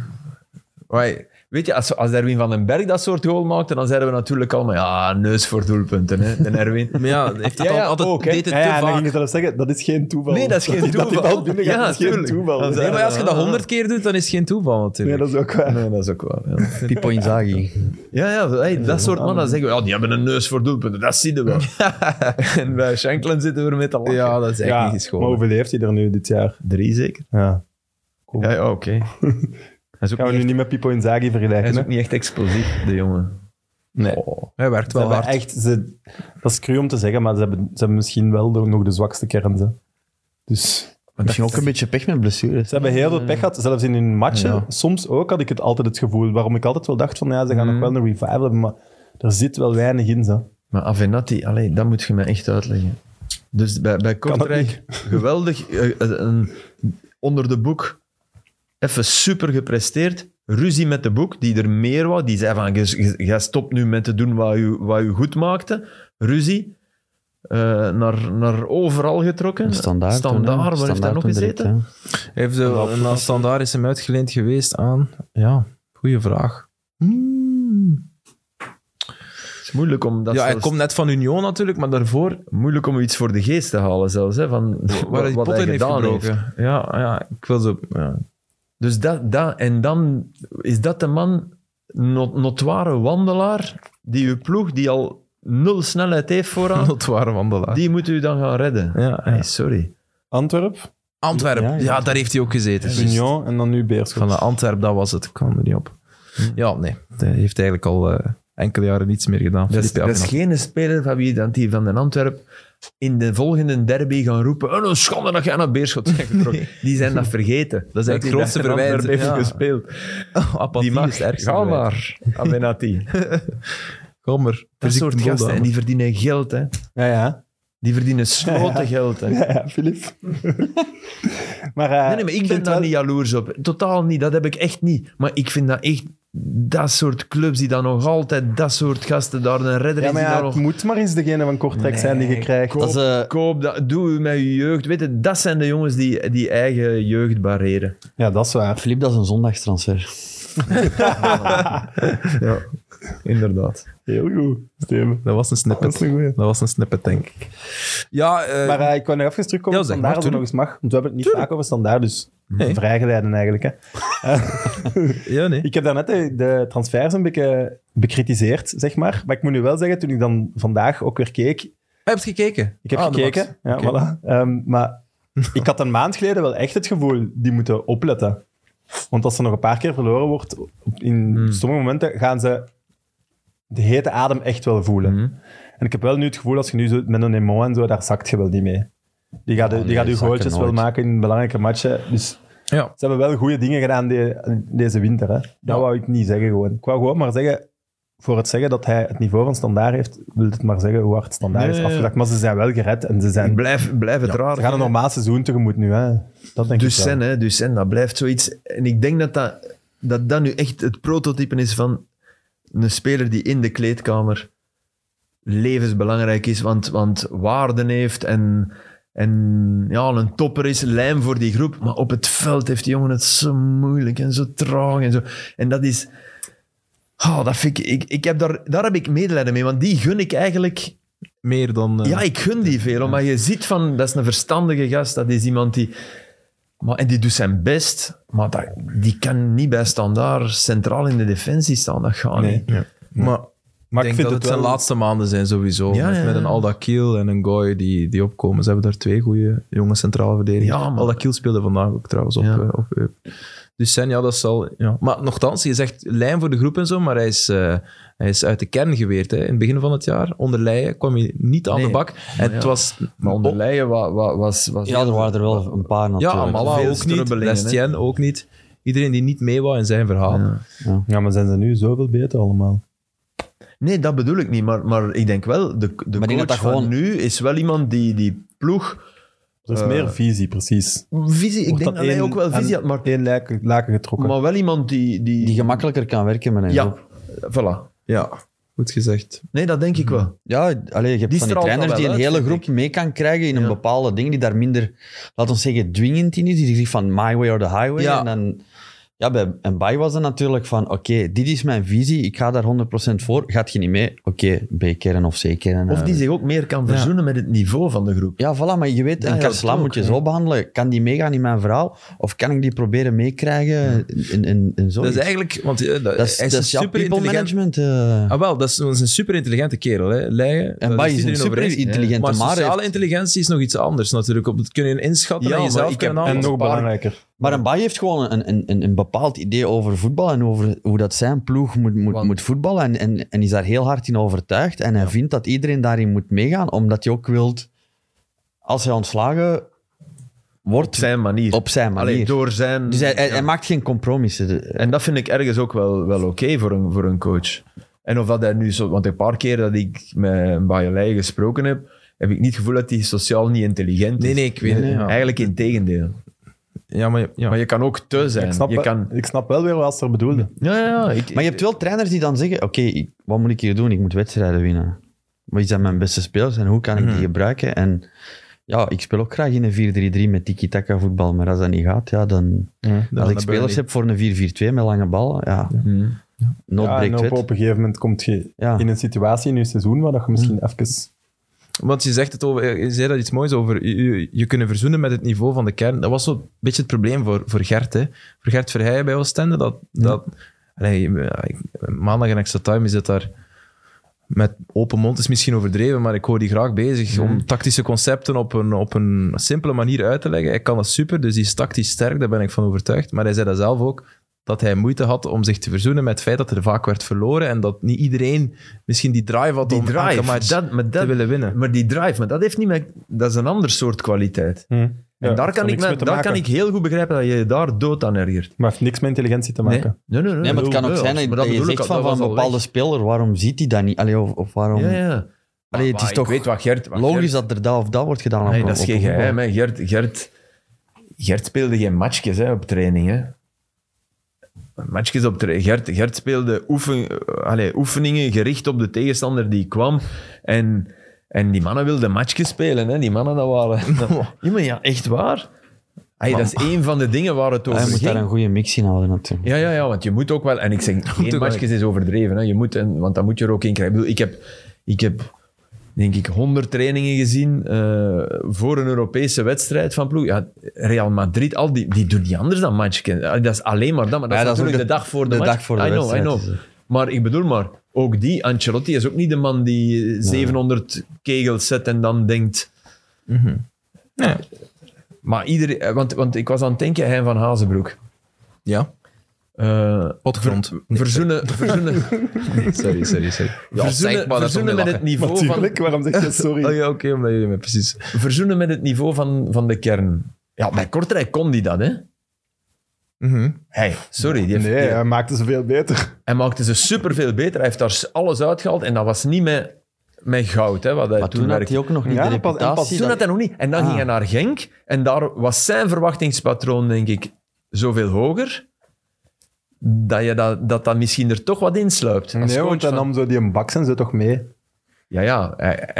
Weet je, als Erwin van den Berg dat soort goal maakte, dan zeiden we natuurlijk allemaal, ja, neus voor doelpunten, hè, de Erwin. Maar ja, heeft het Ja, altijd ook, hè. deed het Ja, te en dan vaak. ging je zelfs zeggen, dat is geen toeval. Nee, dat is geen Dat die toeval. bal binnen gaat, Ja, dat is geen tuurlijk. toeval. Dan Nee, maar als je dat 100 keer doet, dan is het geen toeval natuurlijk. Nee, dat is ook waar. Nee, dat is ook waar. Ja, Pippo Inzaghi. dat soort mannen zeggen we, die hebben een neus voor doelpunten, dat zie je wel. En bij Shankland zitten we met te lachen. Ja, dat is echt Ja, niet maar geschoren. hoeveel heeft hij er nu dit jaar? 3 zeker? Ja. Ja, oké. Hij is ook Gaan we nu niet niet met Pippo Inzaghi hij vergelijken, is hè? ook niet echt explosief, de jongen. Nee. Hij werkt Ze wel hebben hard. echt, dat is cru om te zeggen, maar ze hebben misschien wel nog de zwakste kern. Hè. Dus Misschien ook een beetje pech met blessures. ze hebben heel veel pech gehad, zelfs in hun matchen. Ja. Soms ook had ik altijd het gevoel, waarom ik altijd wel dacht van, ja, ze gaan nog wel een revival hebben, maar er zit wel weinig in. Zo. Maar Avenatti, dat moet je me echt uitleggen. Dus bij Kortrijk, geweldig, onder de boek, even super gepresteerd. Ruzie met de boek, die er meer wou. Die zei van, jij stopt nu met te doen wat u goed maakte. Ruzie. Naar overal getrokken. Standaard. Waar heeft hij nog gezeten? Hij heeft na standaard is hem uitgeleend geweest aan... Ja, goede vraag. Het is moeilijk om dat Ja, hij zelfs- komt net van Union natuurlijk, maar daarvoor... moeilijk om iets voor de geest te halen zelfs. Hè, van Waar hij wat pot hij in heeft gedaan heeft. gebroken. Ja, ik wil zo... Ja. Dus en dan is dat de man, notoire wandelaar, die uw ploeg, die al 0 snelheid heeft vooraan, Notoire wandelaar. die moet u dan gaan redden. Ja. Hey, sorry. Antwerp, Antwerpen, Ja. daar heeft hij ook gezeten. Union en dan nu Beerschot. Van de Antwerpen, dat was het. Ik kwam er niet op. Ja, nee. Hij heeft eigenlijk al enkele jaren niets meer gedaan. Dat is Philippe Avenatti. geen speler van wie die van den Antwerp in de volgende derby gaan roepen een schande dat jij naar Beerschot bent getrokken. Die zijn dat vergeten. Dat is eigenlijk het grootste die bij verwijt. Antwerpen heeft Ja. gespeeld. Apathie Die mag, is het ergste ga verwijt. maar, Avenatti. Kom maar. Dat Verziek soort de boel gasten, dan. en die verdienen geld, hè. Ja. Die verdienen sloten geld, hè. Ja, Filip. Maar, Nee, maar ik ben daar niet jaloers op. Totaal niet, dat heb ik echt niet. Maar ik vind dat echt dat soort clubs die dan nog altijd dat soort gasten daar een redder Ja, is maar die ja, daar het nog... moet maar eens degene van Kortrijk zijn die je krijgt. Koop dat, doe met je jeugd. Weet je, dat zijn de jongens die eigen jeugd barreren. Ja, dat is waar. Filip, dat is een zondagstransfer. Ja, inderdaad. Heel goed, Steven. Dat was een snippet. Dat is een goeie. Dat was een snippet, denk ik. Ja, Maar ik kan nog even terugkomen Ja, op zeg standaard, maar, als het nog eens mag. Want we hebben het niet vaak over standaard, dus Nee. vrijgeleiden eigenlijk. Hè. ja, nee. Ik heb daarnet de transfers een beetje bekritiseerd, zeg maar. Maar ik moet nu wel zeggen, toen ik dan vandaag ook weer keek... Je hebt gekeken? Ik heb de gekeken, Max. ja, Oké. voilà. Maar ik had een maand geleden wel echt het gevoel, die moeten opletten. Want als er nog een paar keer verloren wordt, in sommige momenten gaan ze de hete adem echt wel voelen. En ik heb wel nu het gevoel, als je nu zo met een Emo en zo, daar zakt je wel niet mee. Die gaat nee, die zakken goaltjes wel nooit. maken in belangrijke matchen. Dus Ja. ze hebben wel goede dingen gedaan deze winter. Hè. Dat wou ik niet zeggen gewoon. Ik wou gewoon maar zeggen, voor het zeggen dat hij het niveau van Standaard heeft, wil het maar zeggen hoe hard Standaard is Nee, afgezakt. Maar ze zijn wel gered en ze Blijf het raar. gaan een normaal seizoen tegemoet nu. Hè. Dat denk ik wel. Ducen, dat blijft zoiets. En ik denk dat nu echt het prototype is van een speler die in de kleedkamer levensbelangrijk is, want waarden heeft en ja, een topper is, lijm voor die groep. Maar op het veld heeft die jongen het zo moeilijk en zo traag en zo. En dat is... Oh, dat vind ik heb daar heb ik medelijden mee, want die gun ik eigenlijk... Meer dan... Ja, ik gun die veel, maar je ziet van, dat is een verstandige gast, dat is iemand die... en die doet zijn best, maar die kan niet bij Standaard centraal in de defensie staan, dat gaat niet. Ja. Maar Maar ik ik denk vind dat het zijn laatste maanden zijn sowieso. Ja, met een Alda Kiel en een Goy die opkomen. Ze hebben daar 2 goede jonge centrale verdedigers. Ja, maar- Alda Kiel speelde vandaag ook trouwens op. Ja. Dus ja, dat zal... Ja. Maar nogthans, je zegt lijn voor de groep en zo, maar hij is uit de kern geweerd. Hè. In het begin van het jaar, onder Leijen, kwam hij niet aan Nee. de bak. En Ja. het was... Maar onder Leijen was Ja, er waren er wel een paar Ja, natuurlijk. Amala Veel ook niet, strubbelingen, hè. Lestien ook niet. Iedereen die niet mee wou in zijn verhaal. Ja. Ja, maar zijn ze nu zoveel beter allemaal? Nee, dat bedoel ik niet, maar ik denk wel, de ik denk coach dat dat van gewoon- nu is wel iemand die ploeg... Er is meer visie, precies. Visie, ik Wordt denk dat hij één- ook wel visie aan had, maar, één laken getrokken. maar wel iemand Die gemakkelijker kan werken met een Ja, groep. voilà. Ja, goed gezegd. Nee, dat denk ik wel. Ja, je hebt Die van die straalt trainers dat die wel een uit, hele vind groep mee kan krijgen in een Ja. bepaalde ding die daar minder, laten we zeggen, dwingend in is. Die zegt van my way or the highway. Ja. En dan, ja, bij Mbaye was het natuurlijk van oké, dit is mijn visie, ik ga daar 100% voor. Gaat je niet mee? Oké, B-kern of C-kern. Of die zich ook meer kan verzoenen met het niveau van de groep. Ja, voilà, maar je weet, Ja, een ja, Karslan dat moet je ook, zo behandelen. Kan die meegaan in mijn verhaal? Of kan ik die proberen meekrijgen in zo? Dat is eigenlijk... Want dat is, hij is dat een is ja, super people intelligent... management. Ah, wel, dat is een super intelligente kerel. Hè. Leijen, En daar Baye is een iedereen over super eens. intelligente, Maar maar sociale heeft- intelligentie is nog iets anders natuurlijk. Op het kunnen inschatten Ja, en maar jezelf ik kunnen heb- En aanpassen. nog belangrijker. Maar een Baye heeft gewoon een bepaald idee over voetbal en over hoe dat zijn ploeg moet voetballen. En is daar heel hard in overtuigd. En hij vindt dat iedereen daarin moet meegaan, omdat hij ook wilt, als hij ontslagen wordt, Op zijn manier. op zijn manier. Allee, door zijn... Dus hij ja. maakt geen compromissen. En dat vind ik ergens ook wel oké voor een coach. En of dat hij nu zo... Want een paar keer dat ik met Bajelij gesproken heb ik niet het gevoel dat hij sociaal niet intelligent is. Nee, ik weet het. Ja. Eigenlijk in tegendeel. Ja, maar... Ja. Maar je kan ook te zijn. Ik snap wel weer wat ze er bedoelde. Ja. Maar je hebt wel trainers die dan zeggen, oké, wat moet ik hier doen? Ik moet wedstrijden winnen. Wie zijn mijn beste spelers en hoe kan ik die gebruiken? En ja, ik speel ook graag in een 4-3-3 met tiki-taka voetbal, maar als dat niet gaat, ja, dan... Als ik spelers heb voor een 4-4-2 met lange bal, ja, nood Ja, en breekt op wet. een gegeven moment kom je Ja. in een situatie in je seizoen waar dat je misschien even... Want je zegt het over... Je zei dat iets moois over je kunnen verzoenen met het niveau van de kern. Dat was zo'n beetje het probleem voor Gert. Hè. Voor Gert Verheijen bij Oostende. Maandag in Extra Time is het daar... Met open mond is misschien overdreven, maar ik hoor die graag bezig om tactische concepten op een simpele manier uit te leggen. Hij kan dat super, dus die is tactisch sterk, daar ben ik van overtuigd. Maar hij zei dat zelf ook, dat hij moeite had om zich te verzoenen met het feit dat er vaak werd verloren en dat niet iedereen misschien die drive had om elke match te willen winnen. Maar die drive, maar dat heeft niet met... Dat is een ander soort kwaliteit. En daar kan ik heel goed begrijpen dat je je daar dood aan ergert. Maar het heeft niks met intelligentie te maken. Nee. Nee, maar het kan ook zijn dat je zegt van een bepaalde speler, waarom ziet hij dat niet? Allee, of waarom... Ja. Allee, het is toch Ik weet wat Gert... logisch dat er dat of dat wordt gedaan. Nee, op- dat is op geen een voetbal. geheim. Hè. Gert speelde geen matchjes op training. Hè. matchjes op Gert speelde oefeningen gericht op de tegenstander die kwam. En die mannen wilden matchjes spelen. Hè. Die mannen, dat waren... Ja, echt waar. Dat is één van de dingen waar het over Hij moet ging. daar een goede mix in houden natuurlijk. Ja, want je moet ook wel... En ik zeg, geen matchjes is overdreven. Hè. Je moet, want dan moet je er ook in krijgen. Ik heb denk ik 100 trainingen gezien voor een Europese wedstrijd van ploeg. Ja, Real Madrid, die doen niet anders dan matchjes. Dat is alleen maar dat. Maar dat is natuurlijk de dag voor de match. Dag voor de wedstrijd. I know. Maar ik bedoel ook die Ancelotti is ook niet de man die 700 kegels zet en dan denkt... Nee. Maar iedereen... Want ik was aan het denken, Hein van Hazenbroek. Ja. Potgrond. Verzoenen... Sorry. Ja, verzoenen met het niveau van... Natuurlijk, waarom zeg je sorry? Oh ja, oké, omdat jullie me precies... Verzoenen met het niveau van de kern. Ja, bij Kortrijk kon die dat, hè? Hey, sorry. Hij maakte ze veel beter. Hij maakte ze superveel beter. Hij heeft daar alles uitgehaald en dat was niet met goud. Hè, wat hij Maar toen had hij ook nog niet Ja, de pas- reputatie. Toen had hij nog niet. En dan ging hij naar Genk en daar was zijn verwachtingspatroon, denk ik, zoveel hoger dat misschien er toch wat insluipt. Als Nee, coach want hij van- nam zo die een bak en ze toch mee. Ja,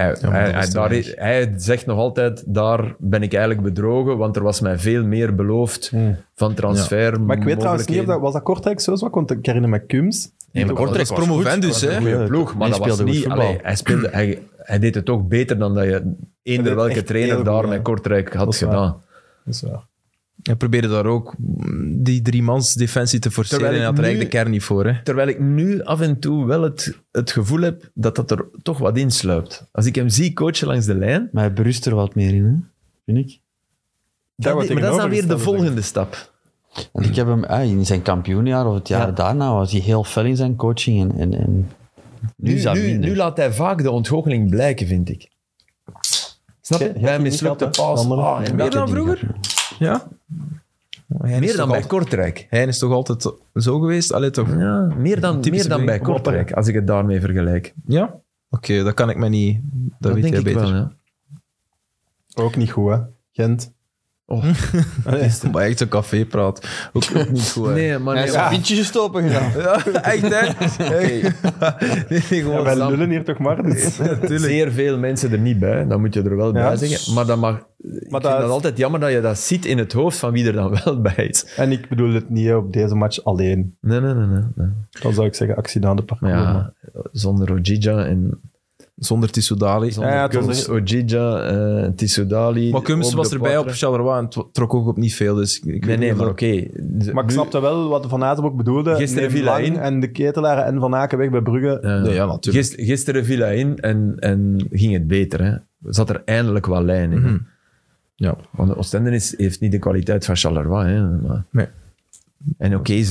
hij zegt nog altijd, daar ben ik eigenlijk bedrogen, want er was mij veel meer beloofd van transfer. Maar ik weet trouwens niet of dat... Was dat Kortrijk zo zwak? Want ik herinner me Kums. Nee, maar Kortrijk was promovendus, hè? een goede ploeg, maar Hij dat was speelde goed niet... voetbal. Allee, hij deed het toch beter dan dat je eender deed welke echt trainer heel daar goed, met ja. Kortrijk had Dat is waar. gedaan. Dat is waar. Hij probeerde daar ook die driemans defensie te forceren Terwijl en ik had er eigenlijk nu- de kern niet voor. Hè? Terwijl ik nu af en toe wel het gevoel heb dat er toch wat insluipt. Als ik hem zie coachen langs de lijn, Maar hij berust er wat meer in, hè? Vind ik. maar dat is dan weer de tegenovergestelde, volgende stap. Want ik heb hem in zijn kampioenjaar of het jaar daarna was hij heel fel in zijn coaching. En nu is dat minder. Nu laat hij vaak de ontgoocheling blijken, vind ik. Snap je? Je hebt Bij een hem niet mislukte gehad, hè? paas. Andere. En Meer dat- dan vroeger? Ja. meer dan bij Kortrijk. Hij is toch altijd zo geweest? Allee, toch? Ja, meer dan Typische bij brengen. Kortrijk, als ik het daarmee vergelijk. Ja? Oké, dat kan ik me niet... Dat weet denk jij ik beter. wel, ja. Ook niet goed, hè? Gent. Maar echt zo'n cafépraat. Ook niet goed. hè. Nee, maar Hij nee, is pintjes open gedaan. Ja, echt, hè? Nee, gewoon Ja, wij Sam. lullen hier toch maar. Dus. zeer veel mensen er niet bij, dat moet je er wel bij Ja. zeggen. Maar ik vind dat altijd jammer dat je dat ziet in het hoofd van wie er dan wel bij is. En ik bedoel het niet op deze match alleen. Nee. Dan zou ik zeggen accident de Maar parcours. ja, zonder Ojija en Zonder Tissoudali. zonder Ja, het was Kums, Ojija, Tissoudali. Maar Kums ook was de erbij op Poitre. Charleroi en trok ook op niet veel. Dus ik weet Nee, niet maar of oké. Maar ik snapte wel wat Van Azenbroek bedoelde. Gisteren Neem viel hij Lang in. en de Ketelaar en Van Aken weg bij Brugge. Ja, natuurlijk. Gisteren viel hij in en ging het beter. Hè. Zat er eindelijk wat lijn in. Hè. Ja. Want Oostende heeft niet de kwaliteit van Charleroi. Hè, maar... Nee. En oké,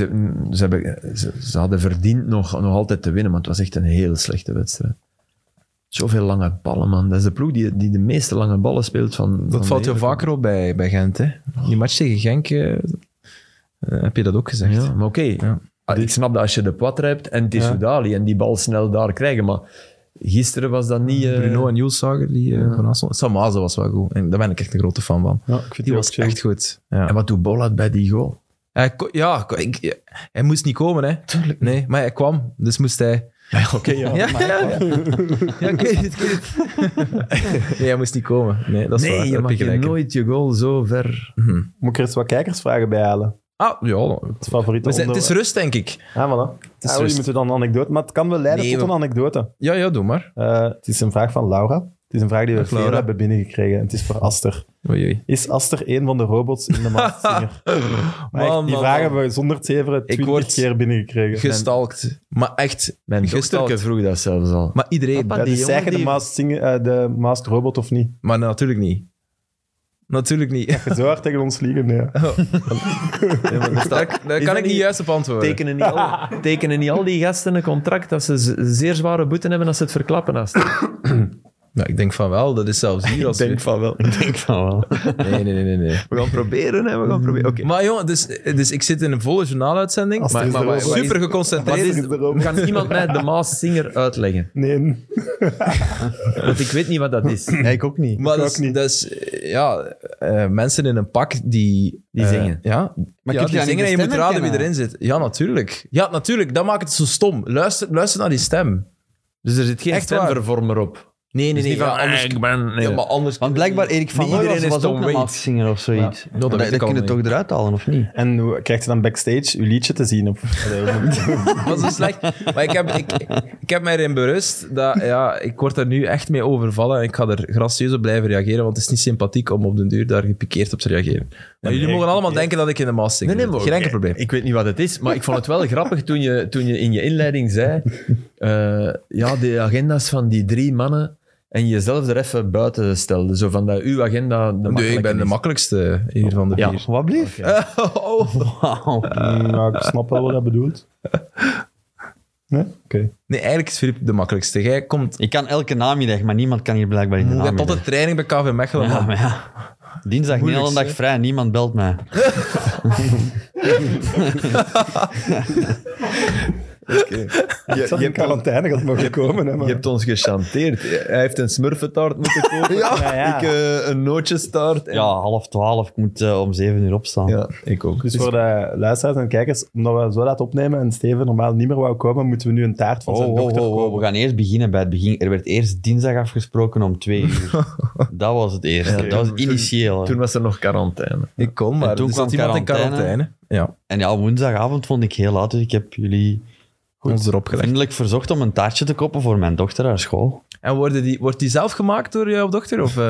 ze hadden verdiend nog altijd te winnen, maar het was echt een heel slechte wedstrijd. Zoveel lange ballen, man. Dat is de ploeg die de meeste lange ballen speelt van... Dat valt je de hele vaker op bij Gent. Hè? Die match tegen Genk heb je dat ook gezegd. Ja, maar oké. Ja. Ik snap dat als je de Poitre hebt en Tissoudali en die bal snel daar krijgen, maar gisteren was dat niet... Bruno en Jules Sager, die van Assel. Samaze was wel goed. En daar ben ik echt een grote fan van. Ja, ik vind Die ook was chill. echt goed. Ja. En wat doet Bolat bij die goal? Hij moest niet komen, hè. Nee, maar hij kwam. Dus moest hij... Oké, ja. Ja, ik weet het. Nee, hij moest niet komen. Nee, dat is waar. Nee, je Daar heb mag je gelijk in. nooit je goal zo ver... Moet ik er eens wat kijkersvragen bij halen? Ah, ja. Het favoriete Het is rust, denk ik. Ah, voilà. is Je rust. moet dan een anekdote, maar het kan wel leiden Nee, tot een anekdote. Ja, doe maar. Het is een vraag van Laura. Het is een vraag die we Dag, veel Laura. hebben binnengekregen. En het is voor Aster. Oei. Is Aster een van de robots in de Masked Singer? Maar echt, die vraag hebben we zonder het zeveren 20 word keer binnengekregen. Gestalkt. Maar echt Mijn gestalkt. dochterke vroeg dat zelfs al. Maar iedereen. Papa, Ja, die dus jongen zeg je de die- Masked Singer, de Masked Robot of niet? Maar natuurlijk niet. Natuurlijk niet. Zo hard tegen ons liegen, nee. Daar kan ik niet juist op antwoorden. Tekenen niet al die gasten een contract dat ze zeer zware boeten hebben als ze het verklappen? Ja, ik denk van wel. Dat is zelfs hier als... Ik denk van wel. Ik denk van wel. Nee. We gaan proberen, hè. We gaan proberen. Oké. Maar jongen, dus ik zit in een volle journaaluitzending. Als het is erover. Super Wat geconcentreerd. is, kan iemand mij de Maas Singer uitleggen? Nee. Want ik weet niet wat dat is. Nee, ik ook niet. Maar ook niet. mensen in een pak die zingen. Ja, Maar ja, kun je die aan zingen die en je moet stem raden wie herkennen? erin zit. Ja, natuurlijk. Ja, natuurlijk. Dat maakt het zo stom. Luister naar die stem. Dus er zit geen Echt waar. stemvervormer op. Nee, Dus niet van, ik ben... Nee. Ja, maar anders... Want blijkbaar Erik van Niet Looy iedereen was is ook Tom een Waits. maskzinger of zoiets. Ja, dat weet ik dat al kun je niet. toch eruit halen, of niet? En hoe krijgt je dan backstage uw liedje te zien? Dat was zo slecht. Maar ik heb mij erin berust dat ik word daar nu echt mee overvallen en ik ga er gracieus op blijven reageren, want het is niet sympathiek om op den duur daar gepikeerd op te reageren. Maar jullie mogen allemaal denken dat ik in de Maas zing. Nee, maar Geen enkel probleem. Ik weet niet wat het is, maar ik vond het wel grappig toen je in je inleiding zei de agenda's van die 3 mannen en jezelf er even buiten stelde. Zo van dat uw agenda de Nee, ik ben de is. makkelijkste hier van de 4. Ja. Wat blieft? Wauw. Nou, ik snap wel wat dat bedoelt. Nee? Oké. Nee, eigenlijk is Filip de makkelijkste. Jij komt Ik kan elke namiddag, maar niemand kan hier blijkbaar in de je hebt tot namiddag. de training bij KV Mechelen. Ja, man. maar ja. Dinsdag, de hele dag vrij, niemand belt mij. Ik zat in quarantaine, dat mogen komen. Hè, maar... Je hebt ons gechanteerd. Hij heeft een smurfentaart moeten kopen. ja. Ik een nootjestaart. En... Ja, 11:30, ik moet om 7 uur opstaan. Ja, ik ook. Dus voor de luisteraars en kijkers, omdat we zo laat opnemen en Steven normaal niet meer wou komen, moeten we nu een taart van zijn dochter kopen. We gaan eerst beginnen bij het begin. Er werd eerst dinsdag afgesproken om 2 uur. Dat was het eerste. Ja, dat was toen- initieel. hè. Toen was er nog quarantaine. Ik kon, maar En toen er zat kwam iemand in quarantaine. quarantaine. Ja, En ja, woensdagavond vond ik heel laat, dus ik heb jullie ons erop gelegd. vriendelijk verzocht om een taartje te kopen voor mijn dochter haar school. En wordt die zelf gemaakt door jouw dochter? Of,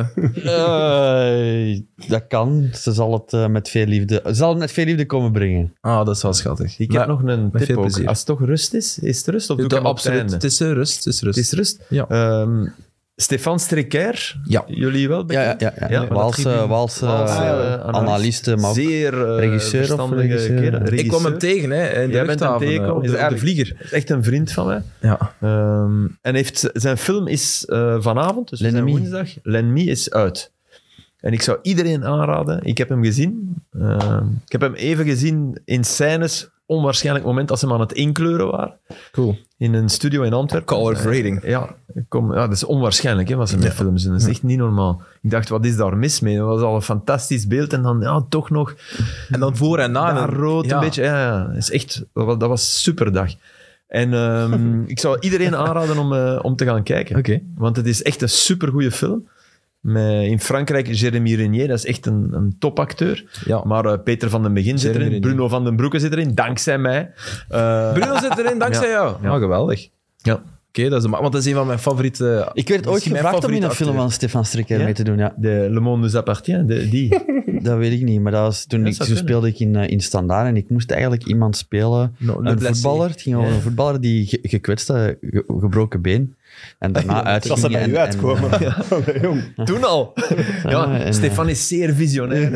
Dat kan. Ze zal het met veel liefde komen brengen. Ah, dat is wel schattig. Ik heb nog een met tip veel ook. plezier. Als het toch rust is het rust? Of doe ik Ja, hem op het absoluut. einde? Het is rust. Het is rust. Het is rust. Ja. Stefan Stricker, Ja. jullie wel bekend? Ja. Ja, Waalse analist, analiste, maar ook zeer regisseur of verstandige regisseur. kerel. Ik Ik kwam hem Regisseur. tegen hè, in de Jij bent hem luchthaven, tegengekomen. op Is de eigenlijk- vlieger. is echt een vriend van mij. Ja. En zijn film is vanavond, dus L'Ennemi. woensdag. L'Ennemi is uit. En ik zou iedereen aanraden. Ik heb hem gezien. Ik heb hem even gezien in scènes. Onwaarschijnlijk moment als ze hem aan het inkleuren waren. Cool. In een studio in Antwerpen. Call of rating. Ja, dat is onwaarschijnlijk hè, wat ze met films doen. Dat is echt niet normaal. Ik dacht, wat is daar mis mee? Dat was al een fantastisch beeld. En dan toch nog En dan voor en na. daar rood Ja. een beetje. Ja. Dat is echt, dat was superdag. En ik zou iedereen aanraden om te gaan kijken. Oké. Want het is echt een supergoeie film. Met in Frankrijk Jérémy Renier, dat is echt een topacteur. Ja. Maar Peter van den Begin zit Jérémy erin, Renier. Bruno van den Broeke zit erin, dankzij mij. Bruno zit erin dankzij jou. Ja. Oh, geweldig. Ja. Oké, dat is want dat is een van mijn favoriete... Ik werd ooit Misschien mijn gevraagd om in een favoriete film acteur. van Stefan Stricker Ja? mee te doen. Ja. De Le Monde nous appartient, die. Dat weet ik niet, maar dat was toen Dat zou kunnen. speelde ik in Standaard en ik moest eigenlijk iemand spelen, Le een Blessé. voetballer. Het ging over een voetballer die gekwetst had, gebroken been. En daarna Dat uitging. ze bij u uitkomen. Jong. Toen al. Ja, en, Stefan is zeer visionair.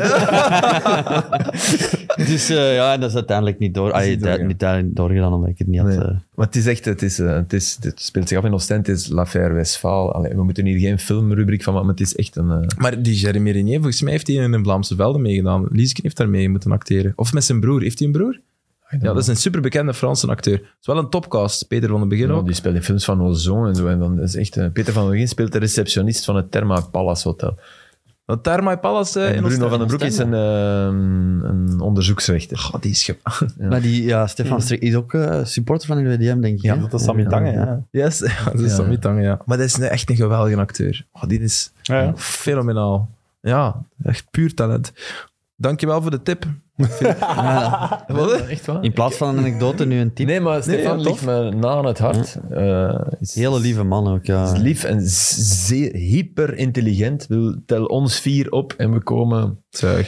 Dus en dat is uiteindelijk niet door. Niet doorgedaan omdat ik het niet had. Nee. Maar het is echt, het speelt zich af in Oostende, het is L'Affaire Westphal. Allee, we moeten hier geen filmrubriek van maken, maar het is echt een... Maar die Jérémy Renier, volgens mij heeft hij in een Vlaamse Velden meegedaan. Liesken heeft daar mee moeten acteren. Of met zijn broer. Heeft hij een broer? Ja, dat is een superbekende Franse acteur. Het is wel een topcast. Peter van den Begin Ja, ook. die speelt in films van Ozon en zo. En dan is echt, Peter van den Begin speelt de receptionist van het Therma Palace Hotel. Dat Thermae Palace En in Bruno Oostende. van den Broek is een onderzoeksrechter. Oh, die is Maar Stefan Stricker is ook supporter van LWDM, denk ik. Ja, hè? Dat is Sammy Tange, ja. Yes, ja, dat is Sammy Tange, ja. Maar dat is echt een geweldige acteur. Oh, die is Ja. fenomenaal. Ja, echt puur talent. Dankjewel voor de tip. Wat? Echt waar? In plaats van een anekdote nu een tip. Nee, maar Stefan ja, ligt me na aan het hart. Is Hele lieve man ook, ja. is lief en zeer hyper intelligent. Tel ons 4 op en we komen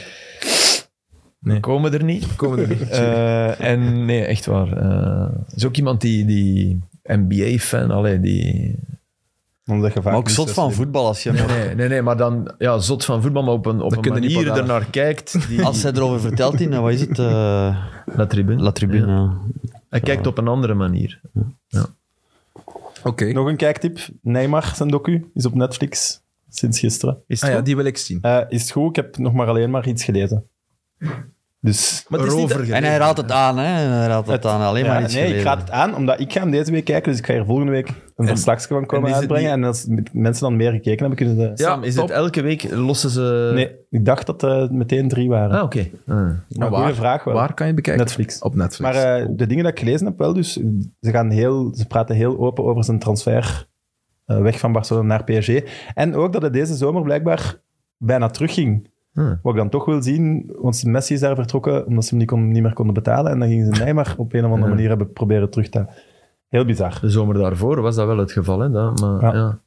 er niet. Komen er niet. En nee, echt waar. Is ook iemand die NBA-fan, die... Omdat je vaak Maar ook niet zot zo van slim- voetbal als je Nee, maar dan zot van voetbal, maar op een kun je niet manier padellen. ernaar kijkt. Die, Als hij erover vertelt in, wat is het? La Tribune. La Tribune, Ja. ja. Hij kijkt op een andere manier. Oké. Nog een kijktip. Neymar, zijn docu, is op Netflix sinds gisteren. Is het Ja, goed? die wil ik zien. Is het goed? Ik heb nog maar alleen maar iets gelezen. Dus... Maar het is niet... En hij raadt het aan, hè. Hij raadt het aan. Alleen maar iets nee, ik gelezen. raad het aan, omdat ik ga hem deze week kijken, dus ik ga hier volgende week een verslagje van komen is het uitbrengen. En als mensen dan meer gekeken hebben, kunnen ze... Sam, is het elke week lossen ze... Nee, ik dacht dat het meteen 3 waren. Ah, oké. Maar goede vraag wel. Waar kan je bekijken? Netflix. Op Netflix. Maar de dingen dat ik gelezen heb wel, dus ze praten heel open over zijn transfer weg van Barcelona naar PSG. En ook dat het deze zomer blijkbaar bijna terugging. Wat ik dan toch wil zien, want Messi is daar vertrokken omdat ze hem niet meer konden betalen. En dan gingen ze Neymar op een of andere manier hebben proberen terug te... Heel bizar. De zomer daarvoor was dat wel het geval, hè? Maar, Ja.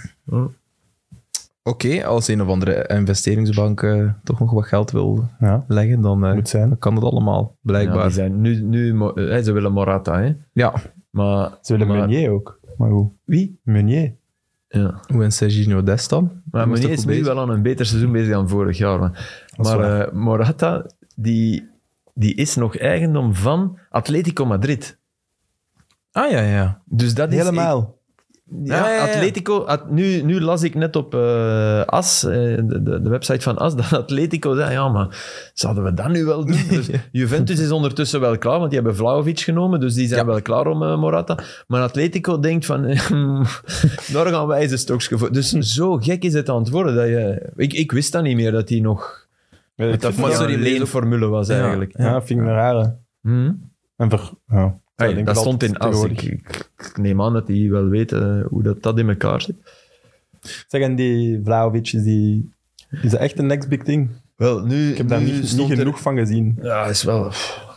Oké, als een of andere investeringsbank toch nog wat geld wil Ja, leggen, dan moet zijn. kan dat allemaal, Ja, blijkbaar. die zijn ze willen Morata, hè? Ja, Maar, Ze willen maar- Meunier ook. Maar hoe? Wie? Meunier. Ja. hoe en Serginho Dest dan? Maar Die was Meunier toch is goed nu bezig? wel aan een beter seizoen bezig dan vorig jaar. Dat is Maar Morata, die is nog eigendom van Atletico Madrid. Ah, ja. Dus dat is... Helemaal. Ja, Atletico... Nu las ik net op AS, de website van AS, dat Atletico zei, ja, maar zouden we dat nu wel doen? Dus Juventus is ondertussen wel klaar, want die hebben Vlahovic genomen, dus die zijn wel klaar om Morata. Maar Atletico denkt van, daar gaan wij eens een stokje voor. Dus zo gek is het aan het worden. Dat je, ik wist dat niet meer, dat hij nog... Ik Dat vind een leenformule was eigenlijk. Ja, vind ik een rare. En Hey, ik denk dat stond in AS. tegenwoordig. Ik neem aan dat die wel weten hoe dat in elkaar zit. Zeg, en die Vlahovic, is dat echt een next big thing? Wel, nu, Ik heb daar niet genoeg van gezien. Ja, is wel...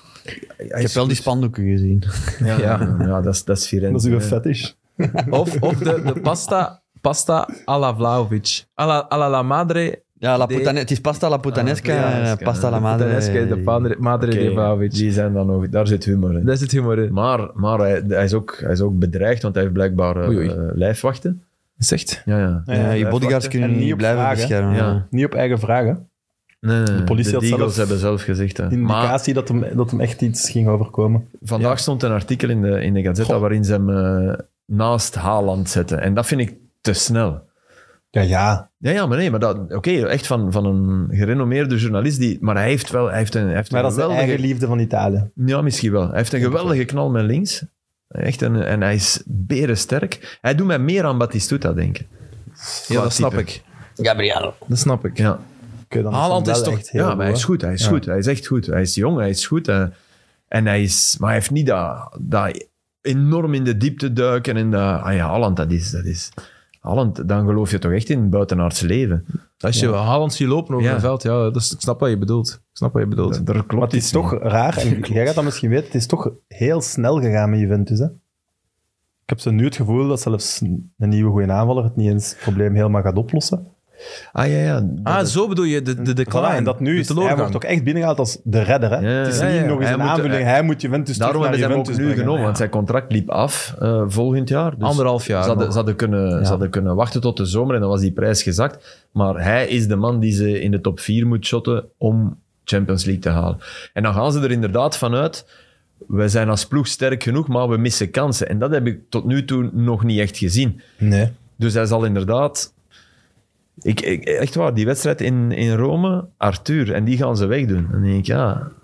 Ik heb wel die spandoeken gezien. Ja, dat is Firenze. Dat is uw hè. fetish. Of de pasta à la Vlahovic. À la madre... Ja, het is pasta alla puttanesca, puttanesca, pasta alla madre. Puttanesca, de madre Oké, de Vlahovic. die zijn dan nog... Daar zit humor in. Dat is het humor in. Maar hij is ook bedreigd, want hij heeft blijkbaar Oei, oei. lijfwachten. Zegt. Ja. Ja, je bodyguards En kunnen niet niet op blijven vragen. beschermen. Ja. Niet op eigen vragen. Nee, De politie had Eagles zelf hebben zelf gezegd. Hè. Maar Indicatie dat hem echt iets ging overkomen. vandaag stond een artikel in de Gazzetta waarin ze hem naast Haaland zetten. En dat vind ik te snel. Ja. Ja, maar dat... Oké, echt van een gerenommeerde journalist. Maar hij heeft Maar dat is de geweldige... eigen liefde van Italië. Ja, misschien wel. Hij heeft een geweldige knal met links. Echt en hij is berensterk. Hij doet mij meer aan Batistuta denken. Ja, dat snap type. ik. Gabriel. Dat snap ik. Ja, Oké, dan Haaland hem is wel toch- echt heel ja maar hij is goed. Hij is Ja. goed. Hij is echt goed. Hij is jong, hij is goed. En hij heeft niet dat enorm in de diepte duiken. En Haaland, dat is... Haaland, dan geloof je toch echt in buitenaards leven. Als je Haaland ziet lopen over Ja. een veld, ja, ik snap wat je bedoelt. Daar klopt Maar het is iets toch niet. raar, en jij gaat dat misschien weten, het is toch heel snel gegaan met Juventus. Hè? Ik heb zo nu het gevoel dat zelfs een nieuwe goede aanvaller het niet eens het probleem helemaal gaat oplossen. Ja. Zo bedoel je de decline. Voilà, en dat nu de is, hij teleurgang. wordt ook echt binnengehaald als de redder. Hè? Ja, het is ja, niet ja. nog eens Hij een moet- aanvulling, hij moet Juventus Daarom terug hebben naar ze hem ook Juventus nu brengen. genomen, want zijn contract liep af volgend jaar. Dus 1,5 jaar Ze nog. hadden kunnen wachten tot de zomer en dan was die prijs gezakt. Maar hij is de man die ze in de top 4 moet shotten om Champions League te halen. En dan gaan ze er inderdaad vanuit, we zijn als ploeg sterk genoeg, maar we missen kansen. En dat heb ik tot nu toe nog niet echt gezien. Nee. Dus hij zal inderdaad... echt waar, die wedstrijd in Rome, Arthur, en die gaan ze wegdoen. Dan denk ik,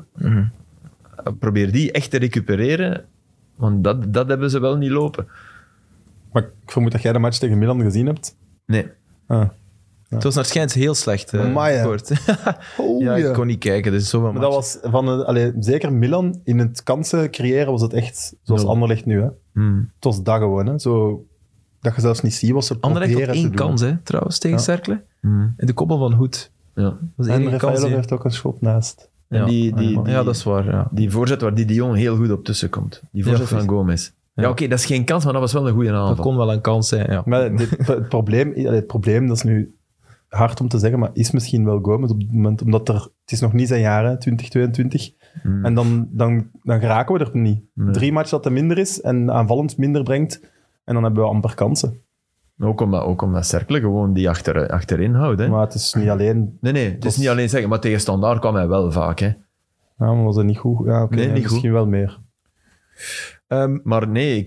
probeer die echt te recupereren, want dat hebben ze wel niet lopen. Maar ik vermoed dat jij de match tegen Milan gezien hebt. Nee. Ah. Het was naar schijnt heel slecht. Amai, hè. gehoord. Ja, ik kon niet kijken. Dus zoveel Maar dat was zeker Milan, in het kansen creëren was het echt zoals Nul. Anderlecht nu. Hè? Het was dat gewoon. Hè? Zo, dat je zelfs niet ziet wat ze Anderlecht proberen had te 1 doen. kans, hè, trouwens, tegen Ja. Cercle. En de koppel van Hoed. Ja. Dat was de En enige kans. Rafael heeft ook een schot naast. En Ja. Ja, dat is waar. Ja. die voorzet waar die de Jong heel goed op tussen komt. Die voorzet Ja, van Gomez. Ja, Ja. oké, dat is geen kans, maar dat was wel een goede aanval. Dat kon wel een kans zijn, ja. Maar het probleem, dat is nu hard om te zeggen, maar is misschien wel Gomez op het moment, omdat het is nog niet zijn jaar, hè, 2022. En dan geraken we er niet. Nee. 3 matchen dat er minder is en aanvallend minder brengt. En dan hebben we amper kansen. Ook omdat Cercle gewoon die achterin houdt. Hè. Maar het is niet alleen... Nee, het is niet alleen zeggen, maar tegen Standaard kwam hij wel vaak. Hè. Ja, maar was het niet goed? Ja, oké, Nee, niet misschien goed. wel meer. Maar nee,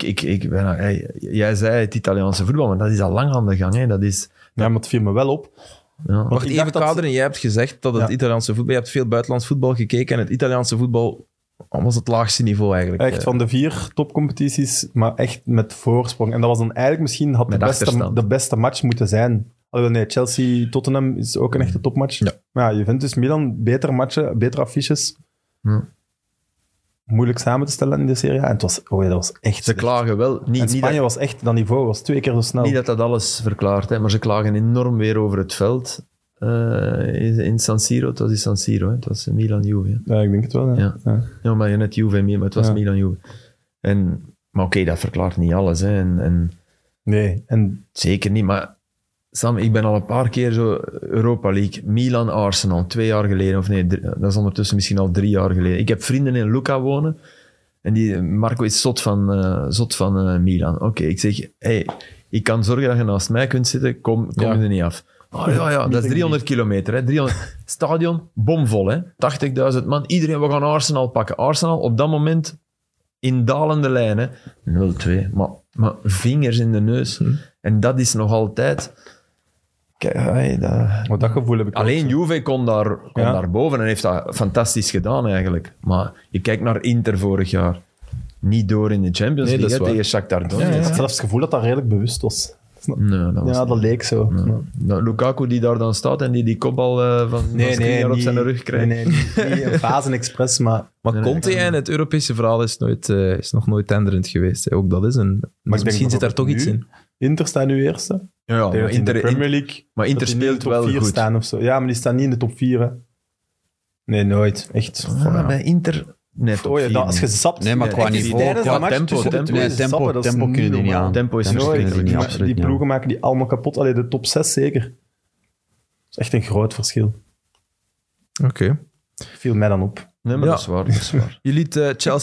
jij zei het Italiaanse voetbal, maar dat is al lang aan de gang. Hè. Dat is... Ja, maar het viel me wel op. Ja. Wacht, ik even dacht dat- kaderen. Jij hebt gezegd dat het Ja. Italiaanse voetbal... Je hebt veel buitenlands voetbal gekeken en het Italiaanse voetbal was het laagste niveau eigenlijk. Echt van de 4 topcompetities, maar echt met voorsprong. En dat was dan eigenlijk misschien Met achterstand. de beste match moeten zijn. Alhoewel, nee, Chelsea-Tottenham is ook een echte topmatch. Ja. Maar ja, Juventus-Milan, betere matchen, betere affiches. Ja. Moeilijk samen te stellen in de Serie A. En het was, dat was echt Ze slecht. klagen wel. En Niet Spanje dat, was echt, dat niveau was 2 keer zo snel. niet dat alles verklaart, hè, maar ze klagen enorm weer over het veld. In San Siro, het was in San Siro, hè. Het was Milan-Juve. Ja, ik denk het wel. Ja. Ja. Ja. Ja, maar je net Juve meer, maar het was Ja. Milan-Juve. Maar oké, dat verklaart niet alles. Hè. En Nee, en zeker niet, maar Sam, ik ben al een paar keer zo Europa League, Milan-Arsenal, 2 jaar geleden, of nee, dat is ondertussen misschien al 3 jaar geleden. Ik heb vrienden in Lucca wonen en Marco is zot van Milan. Oké, ik zeg, hey, ik kan zorgen dat je naast mij kunt zitten, kom je er niet af. Oh ja, dat is 300 kilometer. Hè. 300. Stadion, bomvol, hè. 80.000 man. Iedereen, we gaan Arsenal pakken. Arsenal op dat moment in dalende lijn, hè. 0-2. Maar vingers in de neus. En dat is nog altijd... Kijk, maar dat gevoel heb ik ook. alleen Juve kon Ja. daar boven en heeft dat fantastisch gedaan eigenlijk. Maar je kijkt naar Inter vorig jaar. Niet door in de Champions Nee, dat League is hè, waar. tegen Shakhtar Ik Donetsk. had zelfs het gevoel dat dat redelijk bewust was. Nee, dat was Ja, niet. dat leek zo. Ja. Ja. Nou, Lukaku die daar dan staat en die kopbal van Skriniar op zijn rug krijgt. Nee, niet een fase expres, maar... Maar Nee, Conte nee. en het Europese verhaal is nog nooit tenderend geweest. Hè. Ook dat is een... Maar ik misschien denk zit daar toch iets in. Inter staat nu eerste. Ja, Ik denk dat in de Premier League... maar Inter dat die nu in speelt de top wel 4 goed. staan of zo. Ja, maar die staan niet in de top 4. Hè. Nee, nooit. Echt. Ja, bij Inter net op Oh ja, vier dat, als je niet. zapt... Nee, maar echt qua die niveau, tijdens qua de match tempo, tussen de tempo. twee Nee, tempo zappen, dat is kun je niet niet normaal. aan. Tempo is Tempo verschrikkelijk. kun je niet Die- absoluut die niet ploegen maken die allemaal kapot. Allee, de top 6 zeker. Dat is echt een groot verschil. Oké. Viel mij dan op. Nee, maar Ja. dat is waar. Dat is waar. Je liet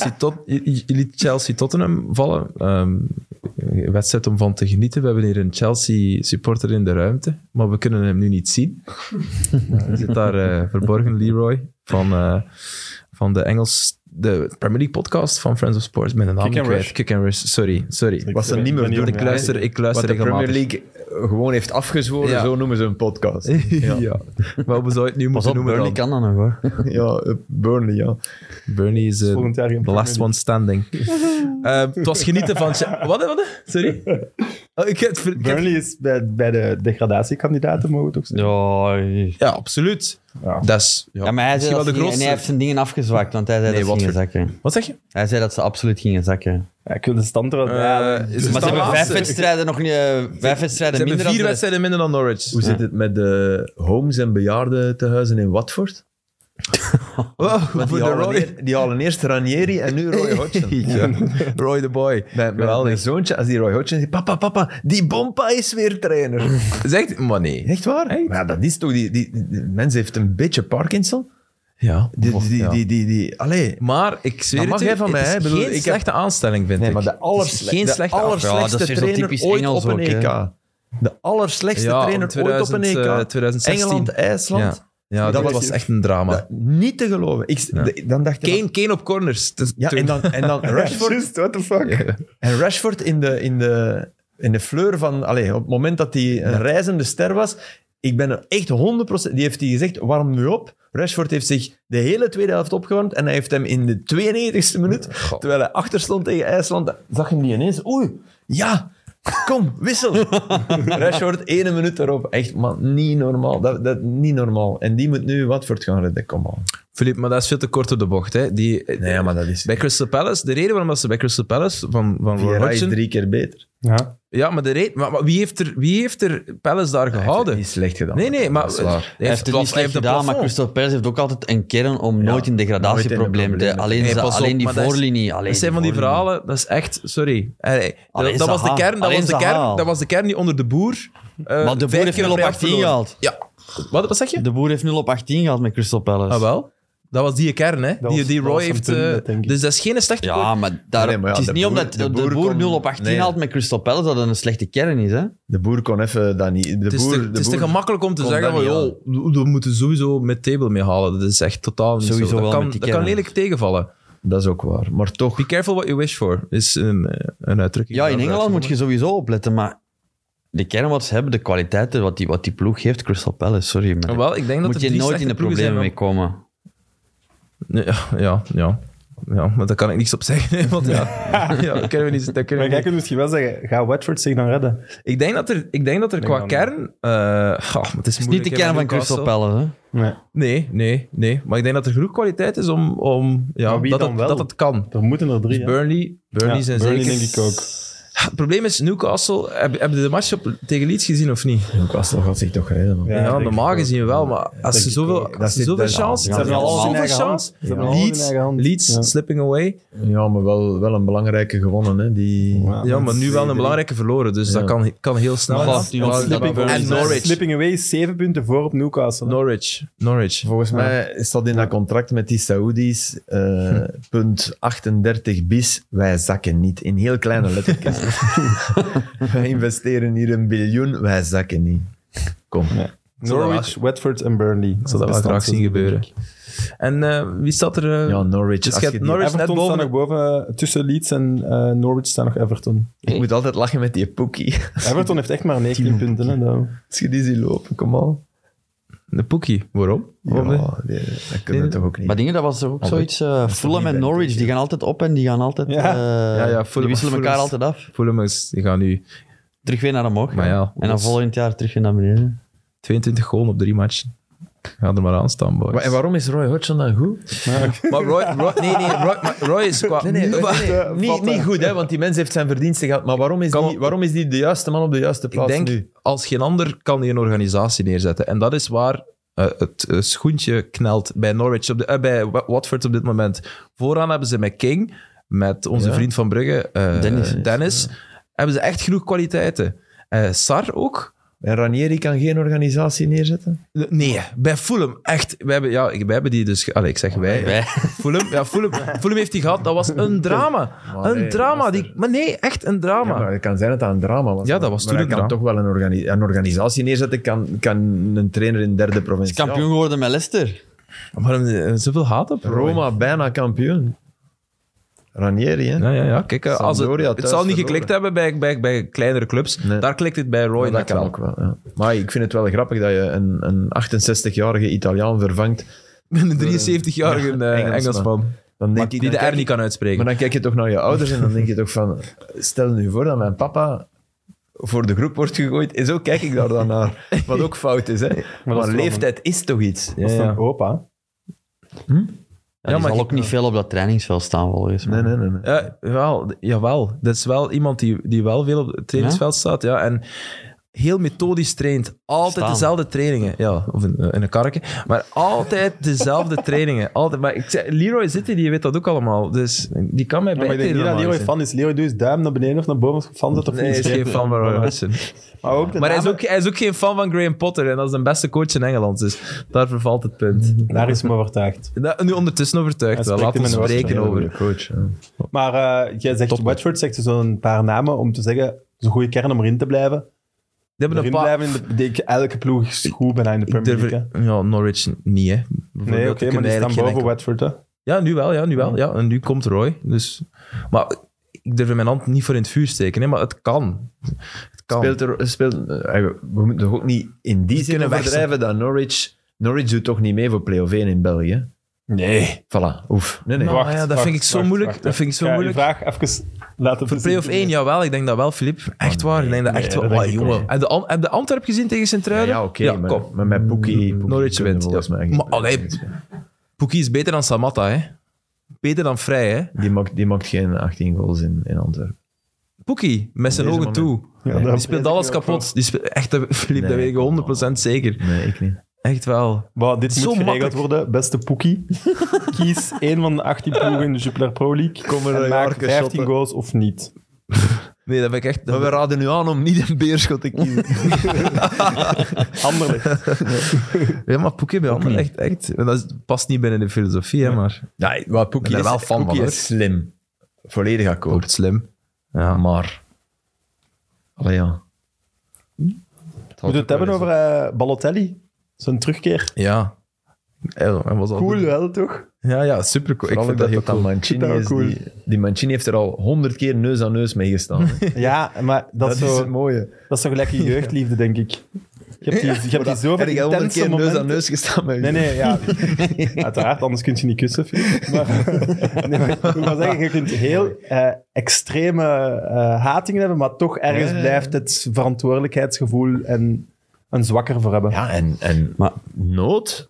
Chelsea-Tottenham vallen. Een wedstrijd om van te genieten. We hebben hier een Chelsea-supporter in de ruimte, maar we kunnen hem nu niet zien. Er zit daar verborgen Leroy van de Premier League podcast van Friends of Sports. Met een naam Kick and kwijt. Rush. Kick and Rush, sorry. Wat ze niet meer doen. Ik luister Wat de Premier regelmatig. League gewoon heeft afgezworen, Ja. zo noemen ze een podcast. Ja. Maar we zouden het nu Pas moeten op, noemen Burnley dan. kan dat nog hoor. Ja, Burnley, ja. Burnley is Volgend jaar geen the Premier last League. one standing. Het was genieten van... Wat? Sorry? Oh, ik heb Burnley is bij de degradatiekandidaten, mogen we toch zeggen. Ja, Ja, absoluut. Ja. Dat is ja, maar hij misschien zei wel dat de en grootste... hij heeft zijn dingen afgezwakt, want hij zei Nee, dat ze gingen Watford. zakken. Wat zeg je? Hij zei dat ze absoluut gingen zakken. Ja, ik wil de stand er wel... Is Maar het ze de hebben laatste? 5 wedstrijden nog niet... 5 wedstrijden Ze hebben minder 4 dan wedstrijden minder dan Norwich. Hoe zit het met de homes- en bejaardentehuizen in Watford? Oh, Want voor de Roy. die halen eerst Ranieri en nu Roy Hodgson. Ja, Roy the boy. Mijn zoontje, als die Roy Hodgson zegt, papa, die Bompa is weer trainer. Zegt, maar nee. Echt waar? Maar ja, dat is toch... Die mens heeft een beetje Parkinson. Ja. Allee. Maar ik zweer Dat mag het jij van het mij, is hè. Bedoel, geen ik heb- slechte aanstelling, vind Nee, ik. maar de Het is geen slechte Ja, dat allerslechtste is weer zo trainer typisch ooit Engels op een ook, hè. EK. De allerslechtste Ja, trainer in ooit op een EK. 2016. Engeland, IJsland. Ja, dat was echt een drama. Dat- niet te geloven. Dan dacht ik... Kane op corners. Ja, en dan Rashford. Just, what the fuck? En Rashford in de fleur van... Allee, op het moment dat hij een reizende ster was... Ik ben er echt 100%... Die heeft hij gezegd, warm nu op. Rashford heeft zich de hele tweede helft opgewarmd en hij heeft hem in de 92e minuut, terwijl hij achter stond tegen IJsland, zag hem die ineens... Oei, ja, kom, wissel. Rashford, 1 minuut erop. Echt, man, niet normaal. Dat niet normaal. En die moet nu Watford gaan redden, kom aan. Philippe, maar dat is veel te kort door de bocht. Hè. Nee, maar dat is... Bij Crystal Palace, de reden waarom dat ze bij Crystal Palace van Roy Vieira is Hodgson... 3 keer beter. Ja. Ja, maar, maar wie heeft er Palace daar gehouden? Niet slecht gedaan. Nee, maar... Dat is waar. Hij heeft het niet slecht gedaan, maar Crystal Palace heeft ook altijd een kern om nooit in degradatieproblemen nooit in te... de Alleen, Nee, pas op, alleen die maar dat is- voorlinie. Dat zijn van die verhalen, dat is echt... Sorry. Alleen Dat was de Zaha. kern, Alleen Zaha. dat was de kern die onder de boer... Maar de boer heeft 0 op 18 gehaald. Ja. Wat zeg je? De boer heeft 0 op 18 gehaald met Crystal Palace. Ah, wel. Dat was die kern, hè. Dat Die was Roy hem heeft... toen, denk ik. Dus dat is geen slechte... Ja, maar, daar, Nee, maar ja, het is de niet boer- omdat de de boer boer kon- 0 op 18 nee. haalt met Crystal Palace dat het een slechte kern is. Hè? De boer kon even dat niet... Het is te gemakkelijk om te kon zeggen dat van, niet we moeten sowieso met table mee halen. Dat is echt totaal niet Sowieso zo. wel Dat met die kan kern. lelijk tegenvallen. dat is ook waar. Maar toch... Be careful what you wish for, is een uitdrukking. Ja, in Engeland moet je sowieso opletten, maar de kern wat ze hebben, de kwaliteiten, wat die ploeg geeft, Crystal Palace, sorry, maar Wel, ik denk dat moet er je 3 nooit in de slechte ploegen problemen mee komen. Ja, maar daar kan ik niks op zeggen. Hè, want dat kunnen we niet. Dat kunnen Maar we jij niet. kunt misschien wel zeggen, ga Watford zich dan redden? Ik denk dat er qua dan- kern... maar het is Het is niet de kern van Crystal Palace, hè? Nee. Nee. Maar ik denk dat er genoeg kwaliteit is om Maar wie dan wel? dat het kan. Er moeten er 3, Dus Burnley zijn Burnley zeker... denk ik ook. Het probleem is, Newcastle... Heb je de match tegen Leeds gezien of niet? Newcastle gaat zich toch redden. Man. Ja, Ja, denk normaal ik gezien wel, maar als denk ze ik zoveel, ook. als ze zit zoveel daar- chance... Ze Ze hebben alles in zoveel eigen hand. chance. Ze hebben alles in eigen hand. Leeds Ja. slipping away. Ja, maar wel een belangrijke gewonnen. Hè. Die... Ja, maar nu wel een belangrijke verloren, dus Ja. dat kan heel snel Maar gaan. die nog Slipping, En Norwich. Slipping away is 7 punten voor op Newcastle. Norwich. Volgens mij staat in dat contract met die Saoedi's punt 38 bis, wij zakken niet. In heel kleine lettertjes. Wij investeren hier $1 biljoen, wij zakken niet. Kom. Ja. Norwich, Watford en Burnley. Ik zal dat wel graag zien gebeuren. En wie staat er? Ja, Norwich. Dus als je je hebt die- Norwich net Everton staat boven. nog boven. Tussen Leeds en Norwich staat nog Everton. Ik moet altijd lachen met die Pookie. Everton heeft echt maar 19 punten. Hè, dat- Als je die ziet lopen, kom aan. De Pookie. Waarom? Waarom niet? Ja, dat kunnen we toch ook niet. Maar dingen, dat was er ook Ja, zoiets... Fulham niet en bij Norwich, deze. die gaan altijd op en die gaan altijd... Ja. Ja, die wisselen elkaar altijd af. Fulham die gaan nu Terug weer naar omhoog. Maar ja, en dan dat is- volgend jaar terug weer naar beneden. 22 goals op 3 matchen. Ga er maar aan staan, boys. En waarom is Roy Hodgson dan goed? Maar Roy is qua... Niet goed, hè, want die mens heeft zijn verdiensten gehad. Maar waarom is die de juiste man op de juiste Ik plaats denk, nu? als geen ander kan hij een organisatie neerzetten. En dat is waar het schoentje knelt bij Norwich, bij Watford op dit moment. Vooraan hebben ze met King, met onze Ja. vriend van Brugge, Dennis. hebben ze echt genoeg kwaliteiten. Sar ook. En Ranieri kan geen organisatie neerzetten? Nee, bij Fulham, echt. Wij hebben die dus... Allee, ik zeg wij. Fulham heeft die gehad. Dat was een drama. Maar nee, drama. dat is Maar nee, echt een drama. Ja, maar het kan zijn dat dat een drama was. Ja, dat was maar toen hij een kan drama. toch wel een organisatie neerzetten. Kan een trainer in derde Is provincie. kampioen geworden met Leicester. Waarom zoveel haat op Roy? Roma bijna kampioen. Ranieri, hè? Ja. Kijk, Sampdoria het thuis zal niet verloren. geklikt hebben bij kleinere clubs. Nee. Daar klikt het bij Roy Maar dat net kan wel. ook wel. Ja. Maar ik vind het wel grappig dat je een 68-jarige Italiaan vervangt. Een 73-jarige Engelsman. Engelsman. Dan denk Die ik, de dan R niet kan uitspreken. Maar dan kijk je toch naar je ouders en dan denk je toch van... Stel nu voor dat mijn papa voor de groep wordt gegooid. En zo kijk ik daar dan naar. Wat ook fout is, hè. Maar dat is wel leeftijd is toch iets. Dat is een opa. Ja, die maar zal ik- ook niet veel op dat trainingsveld staan, volgens mij. Nee. Jawel. Dat is wel iemand die wel veel op het trainingsveld staat. Ja, en heel methodisch traint. Altijd Staan. dezelfde trainingen. Ja, of in een karretje. Maar altijd dezelfde trainingen. Altijd. Maar ik zeg, Leroy City, die weet dat ook allemaal. Dus die kan mij Ja, maar ik denk niet dat Leroy fan is. Leroy doet eens duim naar beneden of naar boven als fan zet of Nee, hij is geen fan van Roy Hodgson. Maar, ook de Maar hij namen- is ook geen fan van Graham Potter. En dat is de beste coach in Engeland. Dus daar vervalt het punt. Daar is me overtuigd. Nu ondertussen overtuigd. Hij Wel. Laten we spreekt in mijn spreken woorden. over. Coach, ja. Maar jij zegt Watford, zegt zo'n paar namen om te zeggen, het is een goede kern om erin te blijven. Die hebben Erin een paar... blijven, denk ik, elke ploeg is goed bijna in de Premier League. hè. Ja, Norwich niet, hè. Nee, Bijvoorbeeld, oké, die maar die kunnen staan eigenlijk boven geen enkel- Watford. Hè. Ja, nu wel. Ja, en nu komt Roy. Dus... Maar ik durf mijn hand niet voor in het vuur steken, hè, maar het kan. Het kan. We moeten toch ook niet in die zin kunnen overdrijven dat Norwich doet toch niet mee voor play-off 1 in België? Nee. Voilà, oef. Nee. Nou, dat vind ik zo moeilijk. Dat vind ik zo Ik ga moeilijk. je vraag even laten Voor play-off 1, jawel. Ik denk dat wel, Filip. Echt waar. Ik denk dat echt nee, wel. dat denk ik Jongen. wel. Heb je Antwerp gezien tegen Sint-Truiden? Ja, oké, maar met Pookie Norwich wint. volgens mij. Maar allee, Pookie is beter dan Samatta, hè. Beter dan Vrij, hè. Die maakt geen 18 goals in Antwerpen. Pookie, met zijn Deze ogen toe. Ja, Die speelt alles kapot. Die speelt, echt, Filip, dat weet ik 100% zeker. Nee, ik niet. Echt wel. Maar dit Zo moet geregeld makkelijk. worden. Beste Pookie. Kies één van de 18 ploegen in de Jupiler Pro League. Kom er En een maak jarke 15 shotten. goals of niet. Nee, dat ben ik echt... Maar we raden nu aan om niet een beerschot te kiezen. Anderlecht. Ja, maar Pookie bij anderen echt... Dat past niet binnen de filosofie, hè, maar... Nee, wat Pookie Ik ben er wel fan Pookie van, is slim. Volledig akkoord. Ook slim. Ja. Maar... Allee, ja. We moeten het hebben over Balotelli. Zijn terugkeer. Ja. Hij was al Cool goed. wel, toch? Ja, super cool. Ik Vooral vind dat heel dat cool. Mancini dat is. cool. Die Mancini heeft er al 100 keer neus aan neus mee gestaan. hè. Ja, maar dat is is zo... het mooie. Dat is zo gelijk je jeugdliefde, denk ik. Je hebt die zoveel Heb je 100 intense keer neus momenten... aan neus gestaan met Nee, ja. Uiteraard, anders kun je niet kussen, Filip. Maar ik wil maar zeggen, je kunt heel extreme hatingen hebben, maar toch ergens blijft het verantwoordelijkheidsgevoel en een zwakker voor hebben. Ja, en Maar- nood?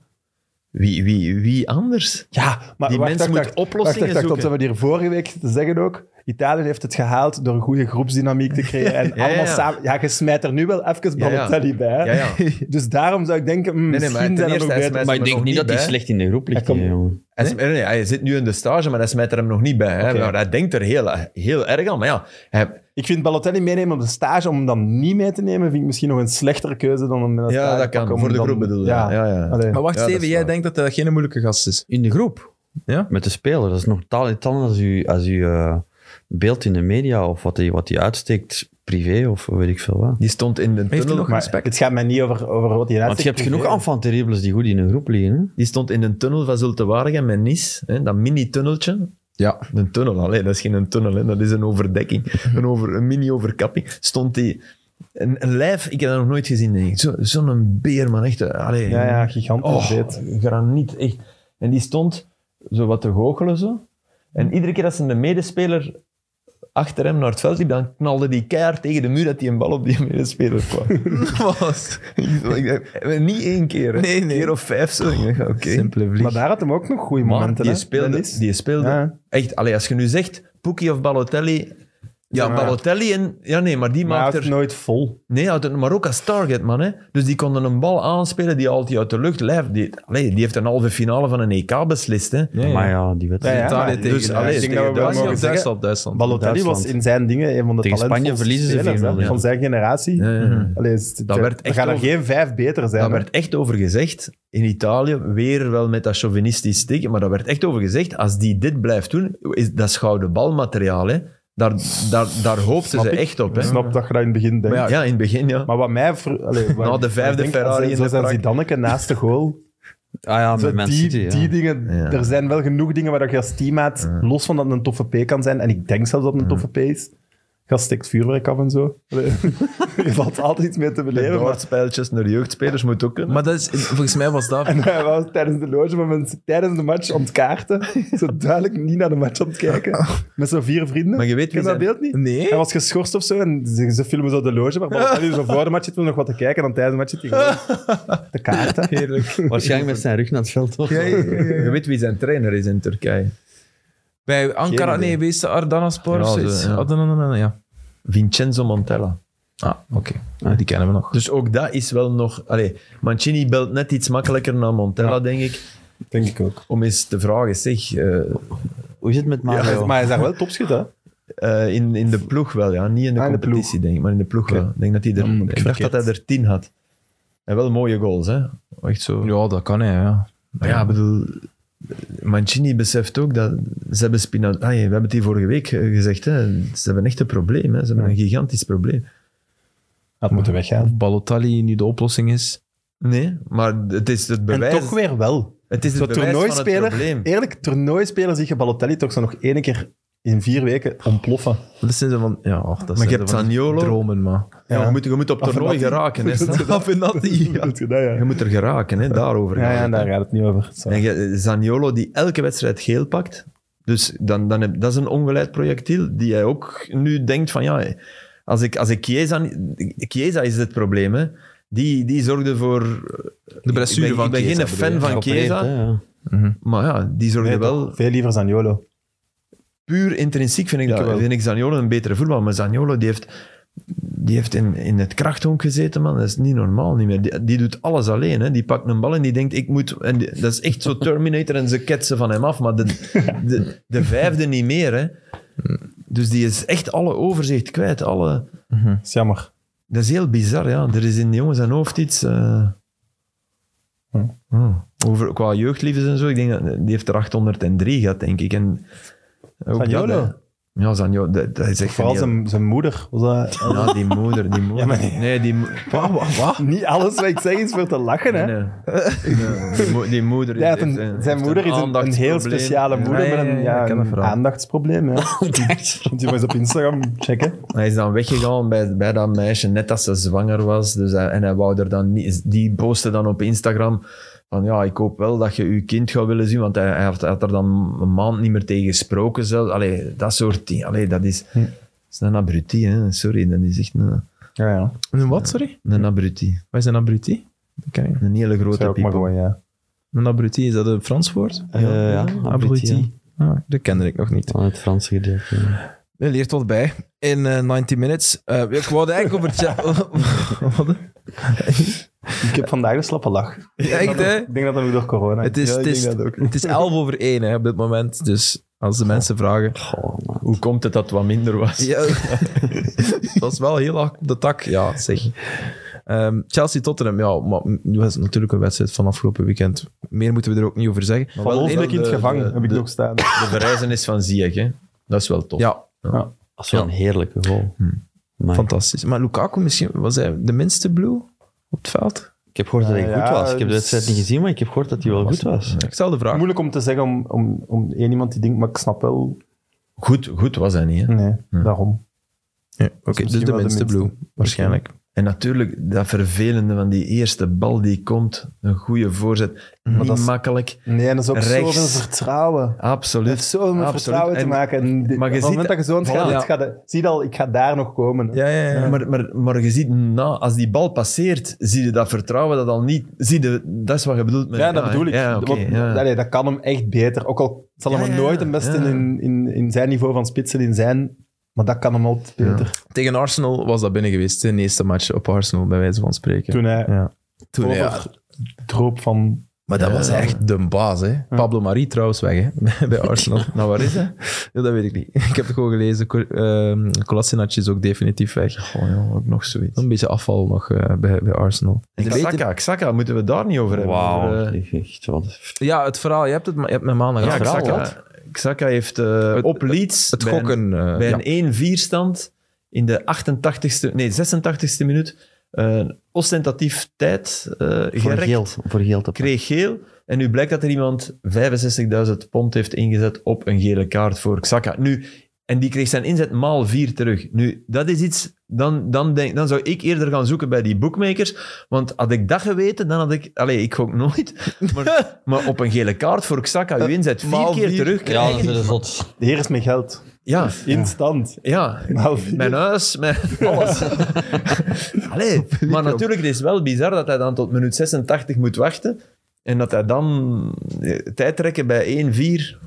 Wie anders? Ja, maar Die mens moet oplossingen wacht, zoeken. dat we hier vorige week te zeggen ook. Italië heeft het gehaald door een goede groepsdynamiek te creëren. En allemaal samen... Ja, je smijt er nu wel even Balotelli bij. Hè? Ja. Dus daarom zou ik denken, maar misschien ten zijn er eerste, nog hij beter... smijt Maar ik er denk nog niet niet dat hij bij. slecht in de groep ligt, Hij die komt- jongen. Hij zit nu in de stage, maar hij smijt er hem nog niet bij. Hè. Oké. Maar hij denkt er heel erg aan. Maar ja, Ik vind Balotelli meenemen op de stage, om hem dan niet mee te nemen, vind ik misschien nog een slechtere keuze dan om met een ja, stage dat te kan. pakken, Voor om de dan- groep bedoel je. Ja. Allee. Maar wacht, Ja, dat Steven, is jij waar. denkt dat geen moeilijke gast is? In de groep? Ja? Met de speler. Dat is nog totaal iets anders als u beeld in de media of wat hij uitsteekt privé of weet ik veel wat. Die stond in de Heeft hij tunnel. nog Maar respect? het gaat mij niet over wat hij Want je hebt genoeg enfants terribles die goed in een groep liggen. Hè? Die stond in een tunnel van Zulte Waregem met Nice. Hè, dat mini-tunneltje. Ja. Een tunnel, allee, dat is geen tunnel, hè, dat is een overdekking. Een mini-overkapping. Stond die... Een lijf, ik heb dat nog nooit gezien, denk ik. Zo'n beer, man. Echt, allee, Ja, gigantisch breed. graniet, echt. En die stond zo wat te goochelen, zo. En iedere keer als een medespeler achter hem naar het veld liep, dan knalde die keihard tegen de muur dat hij een bal op die medespeler kwam. Wat? Niet één keer, hè. Nee. Een keer of 5 zo. Ik dacht, oké. Simpele vlieg. Maar daar had hem ook nog goede Maar momenten. die hè, speelde, Dennis. die speelde Ja. echt... Allee, als je nu zegt, Pukki of Balotelli... Ja, Ja. Balotelli en... Ja, nee, maar die Maar hij maakt houdt het er... nooit vol. Nee, maar ook als target, man. Hè. Dus die konden een bal aanspelen die altijd uit de lucht lijft. Die heeft een halve finale van een EK beslist. Hè. Ja. Maar ja, die wedstrijd. Ja, ja. Italië maar tegen dus, Duitsland. allee, ik denk tegen dat we wel Duitsland, mogen zeggen, Duitsland. Balotelli was Duitsland. in zijn dingen een van de Tegen Spanje talentvolste verliezen ze spelers, 4-0, hè, ja. van zijn generatie. Ja. Allee, Dat werd er echt gaan er over- geen 5 beter zijn. Daar hè. werd echt over gezegd, in Italië, weer wel met dat chauvinistisch steken, maar daar werd echt over gezegd, als die dit blijft doen, dat is gouden balmateriaal. Hè. Daar hoopten Snap ze ik. echt op. Hè. Ik snap dat je dat in het begin denkt. Maar Ja, in het begin, ja. Maar wat mij... Na de vijfde Ferrari in de Zoals prak. Zidanneke naast de goal. Ah ja, Zo met Man die, City. Ja. die dingen... Ja. Er zijn wel genoeg dingen waar je als teammaat, los van dat het een toffe P kan zijn, en ik denk zelfs dat het een toffe P is, gast steekt vuurwerk af en zo. Allee, je valt altijd iets mee te beleven. Maar... Doorspijltjes naar jeugdspelers moet ook kunnen. Maar dat is, volgens mij was dat... En hij was tijdens de loge met mensen tijdens de match aan het kaarten. Zo duidelijk niet naar de match aan het kijken. Met zo'n 4 vrienden. Maar je weet Ken wie je dat zijn- beeld niet? Nee. Hij was geschorst of zo en ze filmen zo de loge. Maar Balotelli zo voor de match zit nog wat te kijken. En dan tijdens de match zit hij gewoon te kaarten. Heerlijk. Waarschijnlijk met zijn rug naar het veld. Of zo. Je weet wie zijn trainer is in Turkije. Bij Ankara, Geen idee. nee, wees de Ardanaspor of Ja, zoiets. zo, ja. Ja. Vincenzo Montella. Ah, oké. Die kennen we nog. Dus ook dat is wel nog... Allee, Mancini belt net iets makkelijker naar Montella, denk ik. Denk ik ook. Om eens te vragen, zeg... Hoe zit het met Mario? Maar hij is daar wel topschut, hè? in de ploeg wel, ja. Niet in de Ah, in de competitie, denk ik. Maar in de ploeg wel. Ik denk dat hij er... Dan ik dacht verkeerd. dat hij er 10 had. En wel mooie goals, hè. Echt zo... Ja, dat kan hij, ja. Maar ja, ik bedoel... Mancini beseft ook dat... Ze hebben we hebben het hier vorige week gezegd, hè. Ze hebben echt een probleem, hè. Ze hebben een gigantisch probleem. Had moeten weggaan. Of Balotelli nu de oplossing is. Nee, maar het is het bewijs... En toch weer wel. Het is Zo'n het bewijs van het toernooispeler, probleem. eerlijk, toernooispeler zie je Balotelli toch zo nog 1 keer in 4 weken ontploffen. Dat zijn ze van... Ja, dat Maar zijn je hebt ze van die Zaniolo. dromen, maar... Ja, Ja. je moet op toernooi geraken. Hè. Affinati. Je moet er geraken, hè. Daarover Ja, gaat ja, het, daar hè. gaat het niet over. Zo. En Zaniolo die elke wedstrijd geel pakt, dus dat is een ongeleid projectiel, die hij ook nu denkt van ja, als ik Chiesa is het probleem, hè. Die zorgde voor... De blessure van Ik ben Chiesa, geen fan bedoel je? van Geopereerd, Chiesa, hè, ja. maar ja, die zorgde Nee, wel... toch? Veel liever Zaniolo. Puur intrinsiek vind ik wel. vind ik Zaniolo een betere voetbal, maar Zaniolo die heeft in het krachthonk gezeten, man. Dat is niet normaal niet meer. Die doet alles alleen. Hè. Die pakt een bal en die denkt, ik moet... En dat is echt zo Terminator en ze ketsen van hem af, maar de vijfde niet meer. Hè. Dus die is echt alle overzicht kwijt. Dat is jammer. Dat is heel bizar, ja. Er is in die jongen zijn hoofd iets... qua jeugdliefdes en zo, ik denk dat die heeft er 803 gehad, denk ik. En ook Zaniolo? dat, hè. Ja, Zanjo, dat is echt Vooral een heel- zijn moeder. Was dat... Ja, die moeder. Ja, maar Nee, die... Wat? Niet alles wat ik zeg is voor te lachen, hè. Nee. Die moeder... Ja, heeft zijn moeder is een heel aandachtsprobleem. speciale moeder Ja, met een, ik ken dat een verhaal. aandachtsprobleem. Ja. Moet je maar eens op Instagram checken. Hij is dan weggegaan bij dat meisje, net als ze zwanger was. Dus en hij wou er dan niet... Die postte dan op Instagram van ja, ik hoop wel dat je je kind gaat willen zien, want hij had er dan een maand niet meer tegen gesproken zelf. Allee, dat soort dingen. Allee, dat is een abrutie, hè. Sorry, dat is echt Ja. Een wat, sorry? een abrutie. Wat is een abruti? Dat ken ik niet. Een hele Dat grote zou ook maar people. gewoon, ja. Een abruti, is dat een Frans woord? Ja, Abruti. Ah, dat kende ik nog niet. Van het Franse gedeelte. Je leert wat bij. In 90 Minutes. Ik wou het eigenlijk over... Wat? Ik heb vandaag een slappe lach. Echt, hè? Ik denk dat dat ook door corona is. Het is, Ja, ik het is, denk dat ook. het is 11 over 1 hè, op dit moment. Dus als de mensen vragen... Goh, man. Hoe komt het dat het wat minder was? Ja, dat was wel heel laag op de tak. Ja, zeg. Chelsea-Tottenham, ja, maar nu was het natuurlijk een wedstrijd van afgelopen weekend. Meer moeten we er ook niet over zeggen. Maar Van wel Olsbeek in het de- gevangen de- heb ik de- nog staan. De verrijzenis van Ziyech, hè. Dat is wel tof. Ja, Ja. Dat is wel een heerlijke goal. Maar fantastisch. Maar Lukaku misschien, was hij de minste blue op het veld? ik heb gehoord dat hij Ja, goed was. Ik heb de dus- wedstrijd niet gezien, maar ik heb gehoord dat hij wel goed was. Ik stel de vraag. Moeilijk om te zeggen om één iemand die denkt, maar ik snap wel... Goed was hij niet, hè. Nee, daarom. Ja, Oké, dus misschien de wel de minste minste. blue, waarschijnlijk. En natuurlijk, dat vervelende van die eerste bal die komt, een goede voorzet, niet dat is- makkelijk. Nee, en dat is ook Rechts. zoveel vertrouwen. Het Absoluut. heeft zoveel met Absoluut. vertrouwen te En- maken. En maar je op het ziet moment dat je zo'n dat- gaat, zie je al, ik ga daar nog komen. Ja, ja, ja. Maar je ziet, als die bal passeert, zie je dat vertrouwen dat al niet... Dat is wat je bedoelt met... Ja, dat bedoel ik. Ja, oké, Want, ja. allee, dat kan hem echt beter. Ook al zal hem Ja, nog ja, nooit de beste ja. in zijn niveau van spitsen in zijn, maar dat kan hem altijd beter. Tegen Arsenal was dat binnen geweest, de eerste match op Arsenal, bij wijze van spreken. Toen hij Ja. Toen, ja. droop van... Maar dat was echt de baas, hè. Pablo Mari trouwens weg, hè, bij Arsenal. Nou, waar is hij? Ja, dat weet ik niet. Ik heb het gewoon gelezen. Kolasinac is ook definitief weg. Oh ja, ook nog zoiets. Een beetje afval nog bij Arsenal. Ze weten- Xhaka, moeten we daar niet over hebben? Wauw. Over, Echt, wat... Ja, het verhaal. Je hebt met maandag ja, het verhaal Xhaka, gehad. Xhaka heeft op Leeds Het bij gokken. bij ja. een 1-4 stand in de 86e minuut ostentatief tijd gerekt. Voor geel te pakken. Kreeg geel. En nu blijkt dat er iemand 65.000 pond heeft ingezet op een gele kaart voor Xhaka. Nu, en die kreeg zijn inzet maal 4 terug. Nu, dat is iets... Dan zou ik eerder gaan zoeken bij die bookmakers. Want had ik dat geweten, dan had ik... Allee, ik gok nooit. Maar op een gele kaart voor Xhaka, uw inzet 4 maal keer 4. terug Ja, dat krijgen. is zot. De heer is mijn geld. Ja, Instant. ja. Maal 4. Mijn huis, mijn alles. Allee, maar natuurlijk, het is wel bizar dat hij dan tot minuut 86 moet wachten. En dat hij dan tijd trekken bij 1-4.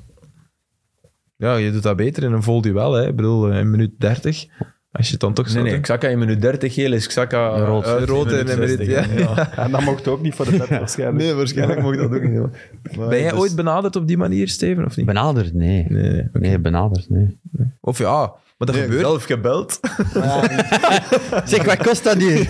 Ja, je doet dat beter in een vol duel. Hè. Ik bedoel, in minuut 30. Als je het dan toch zo Nee, doet. Xhaka in minuut 30 geel is Xhaka Rood. Rood in een minuut, ja. En dat mocht ook niet voor de pet waarschijnlijk. Nee, waarschijnlijk mocht dat ook niet. Ben jij ooit benaderd op die manier, Steven, of niet? Benaderd? Nee. Nee, oké. Nee, benaderd, nee. Of ja, maar dat gebeurt. zelf gebeld. Zeg, wat kost dat nu?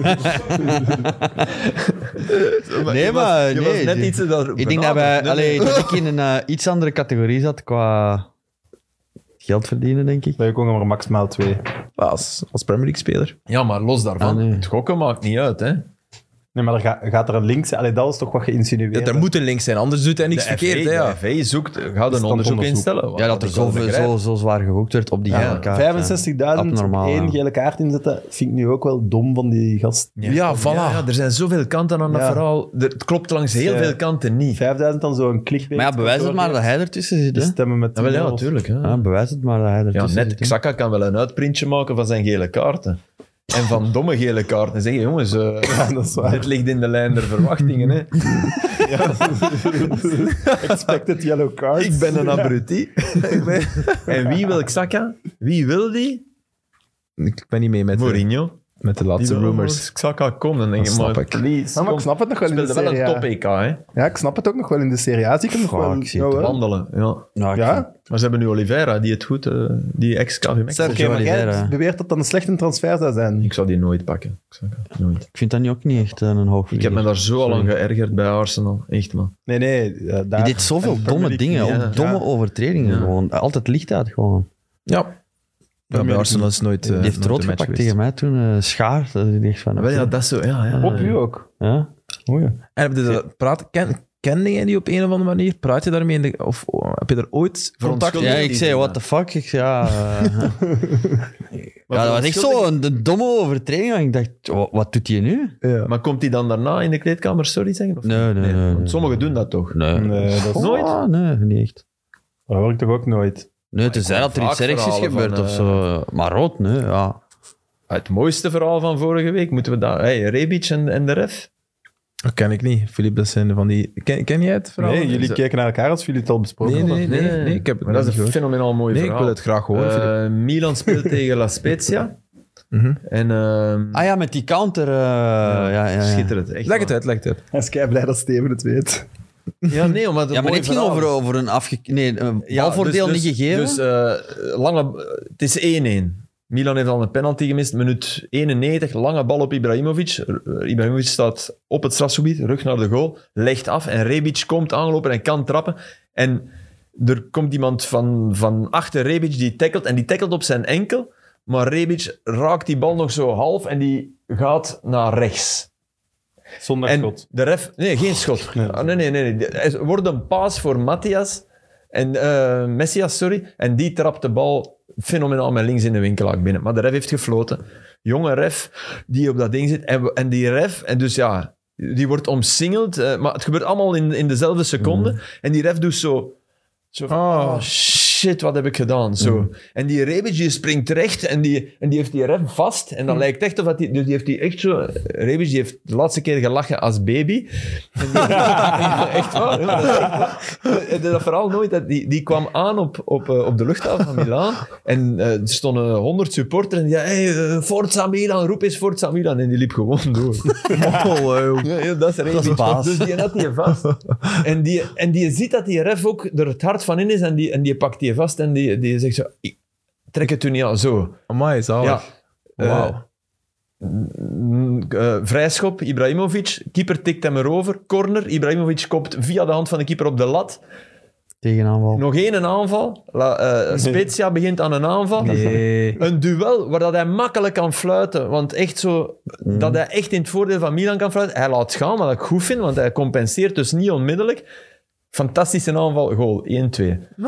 Nee, maar... Je was nee, net iets dat ik denk dat wij... dat ik in een iets andere categorie zat qua geld verdienen, denk ik. Wij komen er maximaal 2. Als Premier League speler. Ja, maar los daarvan. Ah, nee. Het gokken maakt niet uit, hè. Nee, maar gaat er een links... Allee, dat is toch wat geïnsinueerd. Ja, er moet een link zijn, anders doet hij niks verkeerd. Hè, ja. De FA zoekt, gaat een onderzoek onderzoek. instellen. Ja, dat er zo zwaar gegokt werd op die gele kaart. 65.000 op Abnormaal, één ja. gele kaart inzetten, vind ik nu ook wel dom van die gast. Ja, voilà. Ja, er zijn zoveel kanten aan dat Ja. verhaal. Het klopt langs heel Ja. veel kanten niet. 5.000 dan zo'n clickbait. Maar ja, bewijs het maar dat hij ertussen zit, Die hè. stemmen met Ja, wel, ja, 10 €. natuurlijk. Hè. Ja, bewijs het maar dat hij Ja, ertussen net, zit. hè. Xhaka kan wel een uitprintje maken van zijn gele kaarten. En van domme gele kaarten. En zeggen, jongens, dat is waar. dit ligt in de lijn der verwachtingen. Hè. Expected yellow cards. Ik ben een abruti. En wie wil Xhaka? Wie wil die? Ik ben niet mee met Mourinho. de laatste Die wil rumors. Xhaka komen. Dan denk Dat je, snap maar ik. please, Ja, maar ik kom. snap het nog wel in de Speelde wel Serie een A. top-EK, hè. Ja, ik snap het ook nog wel in de Serie A. Zie ik hem nog Goh, wel. ik zie het jawel. Wandelen, ja. Ja, ik Ja? Maar ze hebben nu Oliveira, die het goed... die ex-KV Mechelen. Oké, maar jij Oliveira. beweert dat dat een slechte transfer zou zijn. Ik zou die nooit pakken. Xhaka, nooit. vind dat nu ook niet echt een hoog. Ik heb me daar zo al aan geërgerd bij Arsenal. Echt, man. Nee, daar... Je deed zoveel en domme Premier League dingen, niet, ook ja. domme overtredingen. Ja. Gewoon. Altijd licht uit, gewoon. Ja. Bij Arsenal is nooit... Die heeft rood gepakt tegen mij toen, Schaar. Dat is echt van... Wel, ja, dat is zo, ja. Op u ook. Ja. Oei. En heb je dat kende jij die op een of andere manier? Praat je daarmee? Of heb je er ooit contact? Ja, ik zei, what the fuck? Ik zei, dat was echt zo een domme overtreding. En ik dacht, wat doet hij nu? Ja. Maar komt hij dan daarna in de kleedkamer sorry zeggen? Of Nee. Want sommigen doen dat toch? Nee, dat is Nooit? Nee, niet echt. Dat hoor ik toch ook nooit. Nee, het is dat er iets ergs is gebeurd of zo. Maar rood, nee, ja. Het mooiste verhaal van vorige week, moeten we daar... Rebic en de ref? Dat ken ik niet. Philippe, dat zijn van die... Ken jij het verhaal? Nee, jullie kijken naar elkaar als jullie het al besproken hebben. Nee, ik heb het Maar dat is niet een gehoord. fenomenaal mooi Nee, ik verhaal. wil het graag horen, Philippe. Milan speelt tegen La Spezia. En, Ah ja, met die counter. Ja. schitterend. Echt Leg het waar. uit. Hij is kei blij dat Steven het weet. Ja, nee, omdat Ja, maar dit ging over een balvoordeel dus, niet gegeven. Dus het is 1-1. Milan heeft al een penalty gemist. Minuut 91, lange bal op Ibrahimovic. Ibrahimovic staat op het strafgebied, rug naar de goal, legt af en Rebic komt aangelopen en kan trappen. En er komt iemand van achter Rebic die tackelt en die tackelt op zijn enkel. Maar Rebic raakt die bal nog zo half en die gaat naar rechts. Zonder En schot. de ref... Nee, geen schot. Nee. Er wordt een paas voor Messias, sorry. En die trapt de bal fenomenaal met links in de winkelaak binnen. Maar de ref heeft gefloten. Jonge ref die op dat ding zit. En die ref... En dus ja, die wordt omsingeld. Maar het gebeurt allemaal in dezelfde seconde. En die ref doet zo van, oh shit, wat heb ik gedaan? Zo. En die Rebic die springt terecht en die heeft die ref vast. En dan lijkt echt of dat dus die heeft die echt zo... Rebic die heeft de laatste keer gelachen als baby. En die, echt waar. Ja, dat is echt waar. Dat verhaal nooit. Die kwam aan op de luchthaven van Milaan. En er stonden 100 supporters en die zei, Forza Milan, roep eens Forza Milan. En die liep gewoon door. Ja, dat is Rebic. Dus die had die vast. En die ziet dat die ref ook er het hart van in is en die pakt die vast en die zegt zo, trek het u niet aan, zo. Amai, zalig. Ja. Wauw. Vrijschop, Ibrahimovic, keeper tikt hem erover, corner, Ibrahimovic kopt via de hand van de keeper op de lat. Tegenaanval. Nog één aanval, Spezia begint aan een aanval. Nee. Een duel waar dat hij makkelijk kan fluiten, want echt zo, dat hij echt in het voordeel van Milan kan fluiten. Hij laat gaan, wat ik goed vind, want hij compenseert dus niet onmiddellijk. Fantastische aanval, goal, 1-2.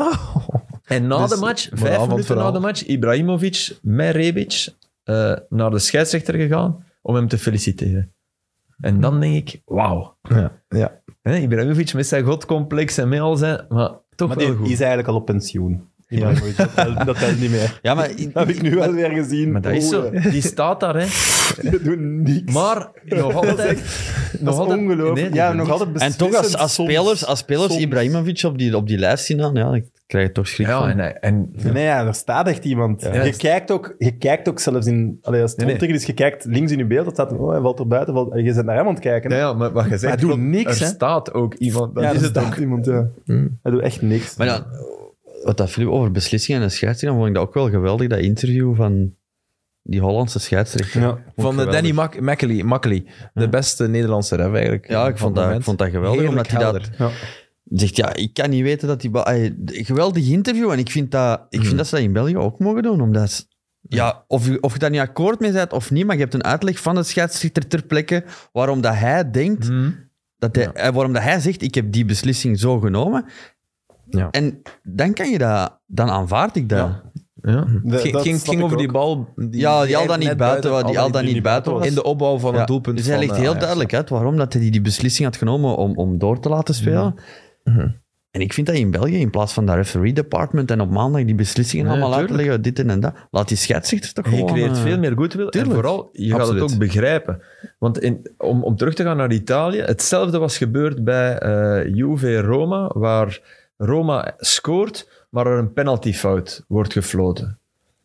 En na Dus, de match, moraal 5 van het minuten na verhaal. de match, Ibrahimovic met Rebic naar de scheidsrechter gegaan om hem te feliciteren. En dan denk ik, wauw. Ja. Ibrahimovic met zijn godcomplex en met al zijn... Maar toch Maar wel die goed. is eigenlijk al op pensioen. Ibrahimovic, dat telt niet meer. Ja, maar... Dat heb ik nu wel weer gezien. Maar dat is zo. Die staat daar, hè. Die doen niks. Maar nog altijd... Dat is ongelooflijk. Nee, die ja, doen nog niks. altijd En toch, als beslissend spelers soms. Ibrahimovic op die lijst zien dan, ja, dan krijg je toch schrik van. Ja, en Nee, ja, er staat echt iemand. Ja. Je kijkt ook zelfs in... Allee, als het Nee. ontikker is, je kijkt links in je beeld, dat staat, oh, hij valt er buiten. Je bent naar hem aan het kijken. ja, maar wat je zegt, hij doet klopt. niks, er hè. staat ook iemand. Dat ja, is er het staat ook. iemand, ja. Hij doet echt niks. Maar dan, wat dat Filip over beslissingen en scheidsrechter, vond ik dat ook wel geweldig, dat interview van die Hollandse scheidsrechter. Ja. Vond ik Van geweldig. Danny Makkely, de beste Nederlandse ref eigenlijk. Ja, ik vond dat geweldig, Heerlijk omdat hij dat... helder. Ja. Zegt, ja, ik kan niet weten dat die... geweldig interview, en ik vind dat ze dat in België ook mogen doen, omdat... Ja, of je daar niet akkoord mee bent of niet, maar je hebt een uitleg van de scheidsrechter ter plekke waarom dat hij denkt, waarom dat hij zegt, ik heb die beslissing zo genomen. Ja. En dan kan je dat... Dan aanvaard ik dat. Ja. Het ging over die bal. Die al dan niet buiten was. Die al dan niet buiten was. In de opbouw van Ja. het doelpunt. Dus hij van, legt heel Ajax. duidelijk uit waarom dat hij die beslissing had genomen om door te laten spelen. En ik vind dat in België, in plaats van dat referee department en op maandag die beslissingen Nee, allemaal tuurlijk. uitleggen, dit en dat, laat die scheidsrechter toch Je gewoon... creëert veel meer goodwill. En tuurlijk. vooral, je gaat Absoluut. het ook begrijpen. Want om terug te gaan naar Italië, hetzelfde was gebeurd bij Juve Roma, waar Roma scoort, maar er een penaltyfout wordt gefloten.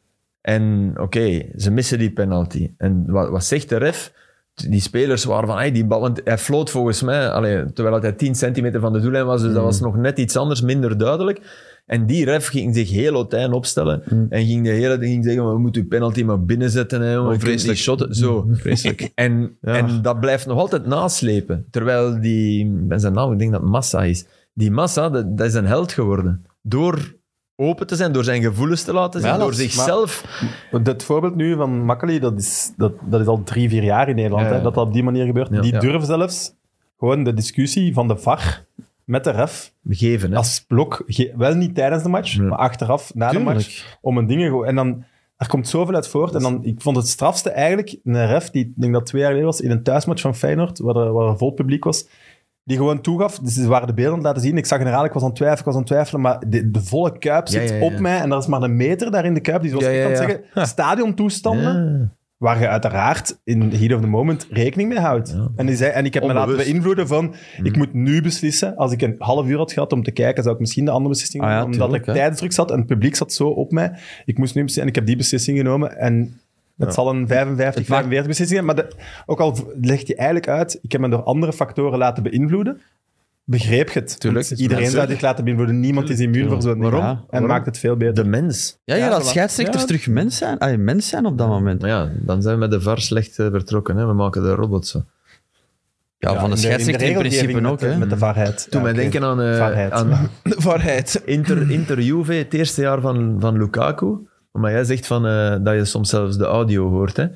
En oké, ze missen die penalty. En wat zegt de ref? Die spelers waren van, die bal, want hij floot volgens mij, terwijl hij 10 centimeter van de doellijn was, dus dat was nog net iets anders, minder duidelijk. En die ref ging zich heel Otijn opstellen en ging de hele tijd zeggen, we moeten uw penalty maar binnenzetten, hè, jongen, vreselijk shotten. Zo. Vreselijk. En dat blijft nog altijd naslepen. Terwijl ik ben zijn naam, ik denk dat Massa is. Die Massa, dat is een held geworden. Door open te zijn, door zijn gevoelens te laten zien, door zichzelf... Het voorbeeld nu van Makkely, dat is al 3-4 jaar in Nederland, hè, dat op die manier gebeurt. Ja. Die durven zelfs gewoon de discussie van de VAR met de ref geven. Hè? Als blok, wel niet tijdens de match, maar achteraf, na de match, om een ding... En dan... Er komt zoveel uit voort. En dan, ik vond het strafste eigenlijk een ref, die ik denk dat 2 jaar geleden was, in een thuismatch van Feyenoord, waar er vol publiek was, die gewoon toegaf, dus ze waren de beelden laten zien, ik zag generaal, ik was aan het twijfelen, maar de volle Kuip zit op mij, en dat is maar een meter daar in de Kuip, die zoals ik kan zeggen, stadiontoestanden, waar je uiteraard in the heat of the moment rekening mee houdt. Ja. En die zei, en ik heb me laten beïnvloeden van, ik moet nu beslissen, als ik een half uur had gehad om te kijken, zou ik misschien de andere beslissing nemen, omdat ik tijdsdruk zat en het publiek zat zo op mij. Ik moest nu beslissen, en ik heb die beslissing genomen, en het zal een 45 beslissing zijn, maar ook al legt je eigenlijk uit, ik heb me door andere factoren laten beïnvloeden, begreep je het. Tuurlijk, iedereen zou zich laten beïnvloeden. Niemand is immuun voor zo'n ding. Waarom? En maakt het veel beter. De mens. Ja, dat scheidsrechters terug mens zijn op dat moment. Maar ja, dan zijn we met de VAR slecht vertrokken. Hè. We maken de robots zo. Ja, van de scheidsrechter in principe ook. Met de varheid. Toen wij denken aan de varheid. Inter Juve, het eerste jaar van Lukaku. Maar jij zegt van, dat je soms zelfs de audio hoort. Hè.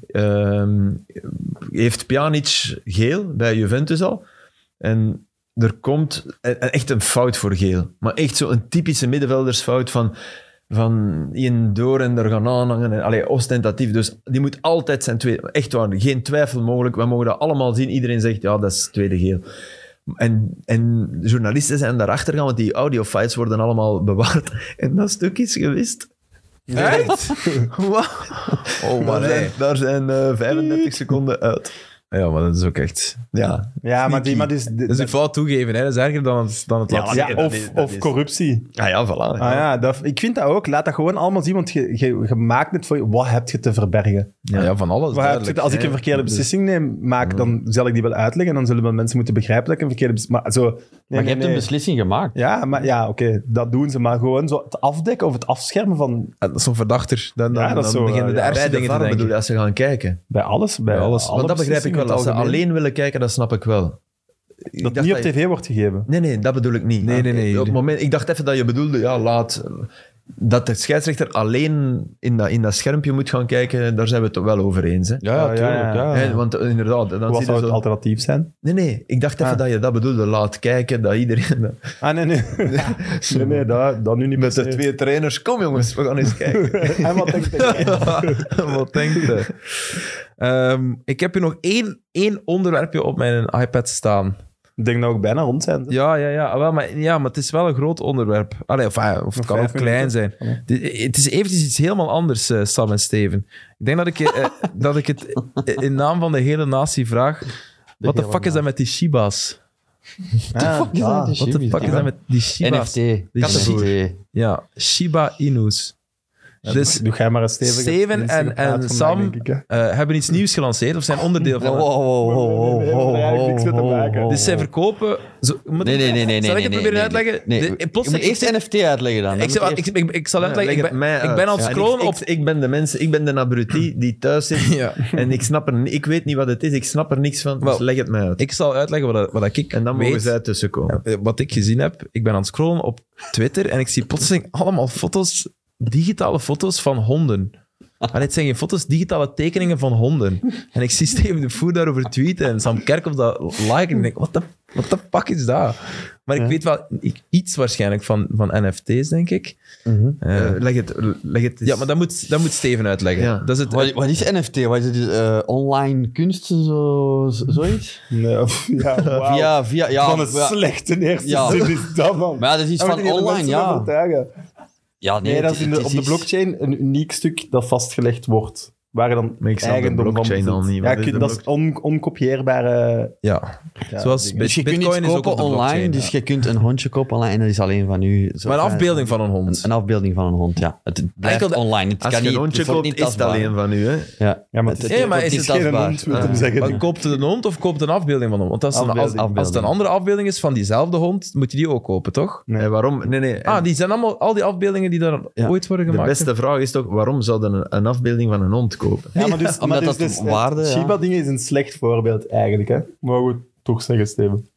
Heeft Pjanic geel bij Juventus al? En er komt echt een fout voor geel. Maar echt zo'n typische middenveldersfout van Ian door en er gaan aanhangen. Allee, ostentatief. Dus die moet altijd zijn tweede. Echt waar, geen twijfel mogelijk. We mogen dat allemaal zien. Iedereen zegt, ja, dat is tweede geel. En journalisten zijn daarachter gaan, want die audiofiles worden allemaal bewaard. En dat stuk is gewist. Echt? Oh, maar daar zijn 35 seconden uit. Ja, maar dat is ook echt... Ja, maar dus ik fout toegeven, hè. Dat is erger dan het laten zien. Ja, of corruptie. Ah ja, voilà. Ik vind dat ook. Laat dat gewoon allemaal zien, want je maakt het voor je. Wat heb je te verbergen? Ja, van alles. Als ik een verkeerde beslissing neem, dan zal ik die wel uitleggen en dan zullen wel mensen moeten begrijpen dat ik een verkeerde beslissing... Maar je hebt een beslissing gemaakt. Ja, oké, dat doen ze. Maar gewoon zo het afdekken of het afschermen van... Dat is zo verdachter. Dan beginnen de ergste dingen te denken. Bedoel je, als ze gaan kijken? Bij alles. Want dat begrijp ik wel. Als ze alleen willen kijken, dat snap ik wel. Dat niet op tv wordt gegeven. Nee, dat bedoel ik niet. Nee. Op het moment, ik dacht even dat je bedoelde, dat de scheidsrechter alleen in dat schermpje moet gaan kijken, daar zijn we het toch wel over eens. Hè? Ja, tuurlijk. Ja. Want inderdaad... Dan wat zou het alternatief zijn? Nee, ik dacht even dat je dat bedoelde. Laat kijken, dat iedereen... Nee. nee, dat nu niet met de 2 trainers. Kom jongens, we gaan eens kijken. En wat denkt hij? Wat denkt hij? Ik heb hier nog één onderwerpje op mijn iPad staan. Ik denk dat we ook bijna rond zijn. Ja, maar het is wel een groot onderwerp. Allee, of het kan ook klein zijn. Het is eventjes iets helemaal anders, Sam en Steven. Ik denk dat ik het in naam van de hele natie vraag. Wat de fuck is dat met die Shiba's? Wat de fuck is dat met die Shiba's? NFT. Ja, Shiba Inus. Dus doe jij maar eens Steven en Sam hebben iets nieuws gelanceerd, of zijn onderdeel van... Dus zij verkopen... Nee. Zal ik het proberen uitleggen? Je moet eerst NFT uitleggen dan. Ik zal uitleggen. Ik ben aan het scrollen op... Ik ben de mensen, ik ben de abruti die thuis zit en ik weet niet wat het is, ik snap er niks van, dus leg het mij uit. Ik zal uitleggen wat ik weet. En dan mogen zij tussenkomen. Wat ik gezien heb, ik ben aan het scrollen op Twitter en ik zie plotseling allemaal foto's, digitale foto's van honden. Maar dit zijn geen foto's, digitale tekeningen van honden. En ik zie Steven de Voer daarover tweeten en Sam Kerkhoff dat liken. En ik denk, wat de fuck is dat? Maar ik weet wel iets waarschijnlijk van NFT's, denk ik. Leg het eens. Ja, maar dat moet Steven uitleggen. Ja. Dat is het, wat is NFT? Wat is het? Online kunst? Zoiets? Nee, via van een slechte eerste zin is dat, man. Maar dat is iets van online, ja. Ja, nee, dat is op de blockchain een uniek stuk dat vastgelegd wordt. Waar je dan eigendom van bezit. Al niet, dat is onkopieerbare... Ja. Zoals dus je kunt iets kopen online, dus je kunt een hondje kopen online en dat is alleen van u. Maar een afbeelding van een hond. Een afbeelding van een hond, ja. Het blijft online. Het als kan je een niet, hondje koopt, is het alleen van u, hè? Ja, maar het is geen hond, moet hem zeggen. Maar koopt het een hond of koopt een afbeelding van een hond? Als het een andere afbeelding is van diezelfde hond, moet je die ook kopen, toch? Nee, waarom? Nee. Die zijn allemaal, al die afbeeldingen die daar ooit worden gemaakt. De beste vraag is toch, waarom zouden een afbeelding van een hond kopen? Ja, maar dus, omdat dat waarde... Shiba-dingen is een slecht voorbeeld eigenlijk, hè. Mogen we toch zeggen, Steven?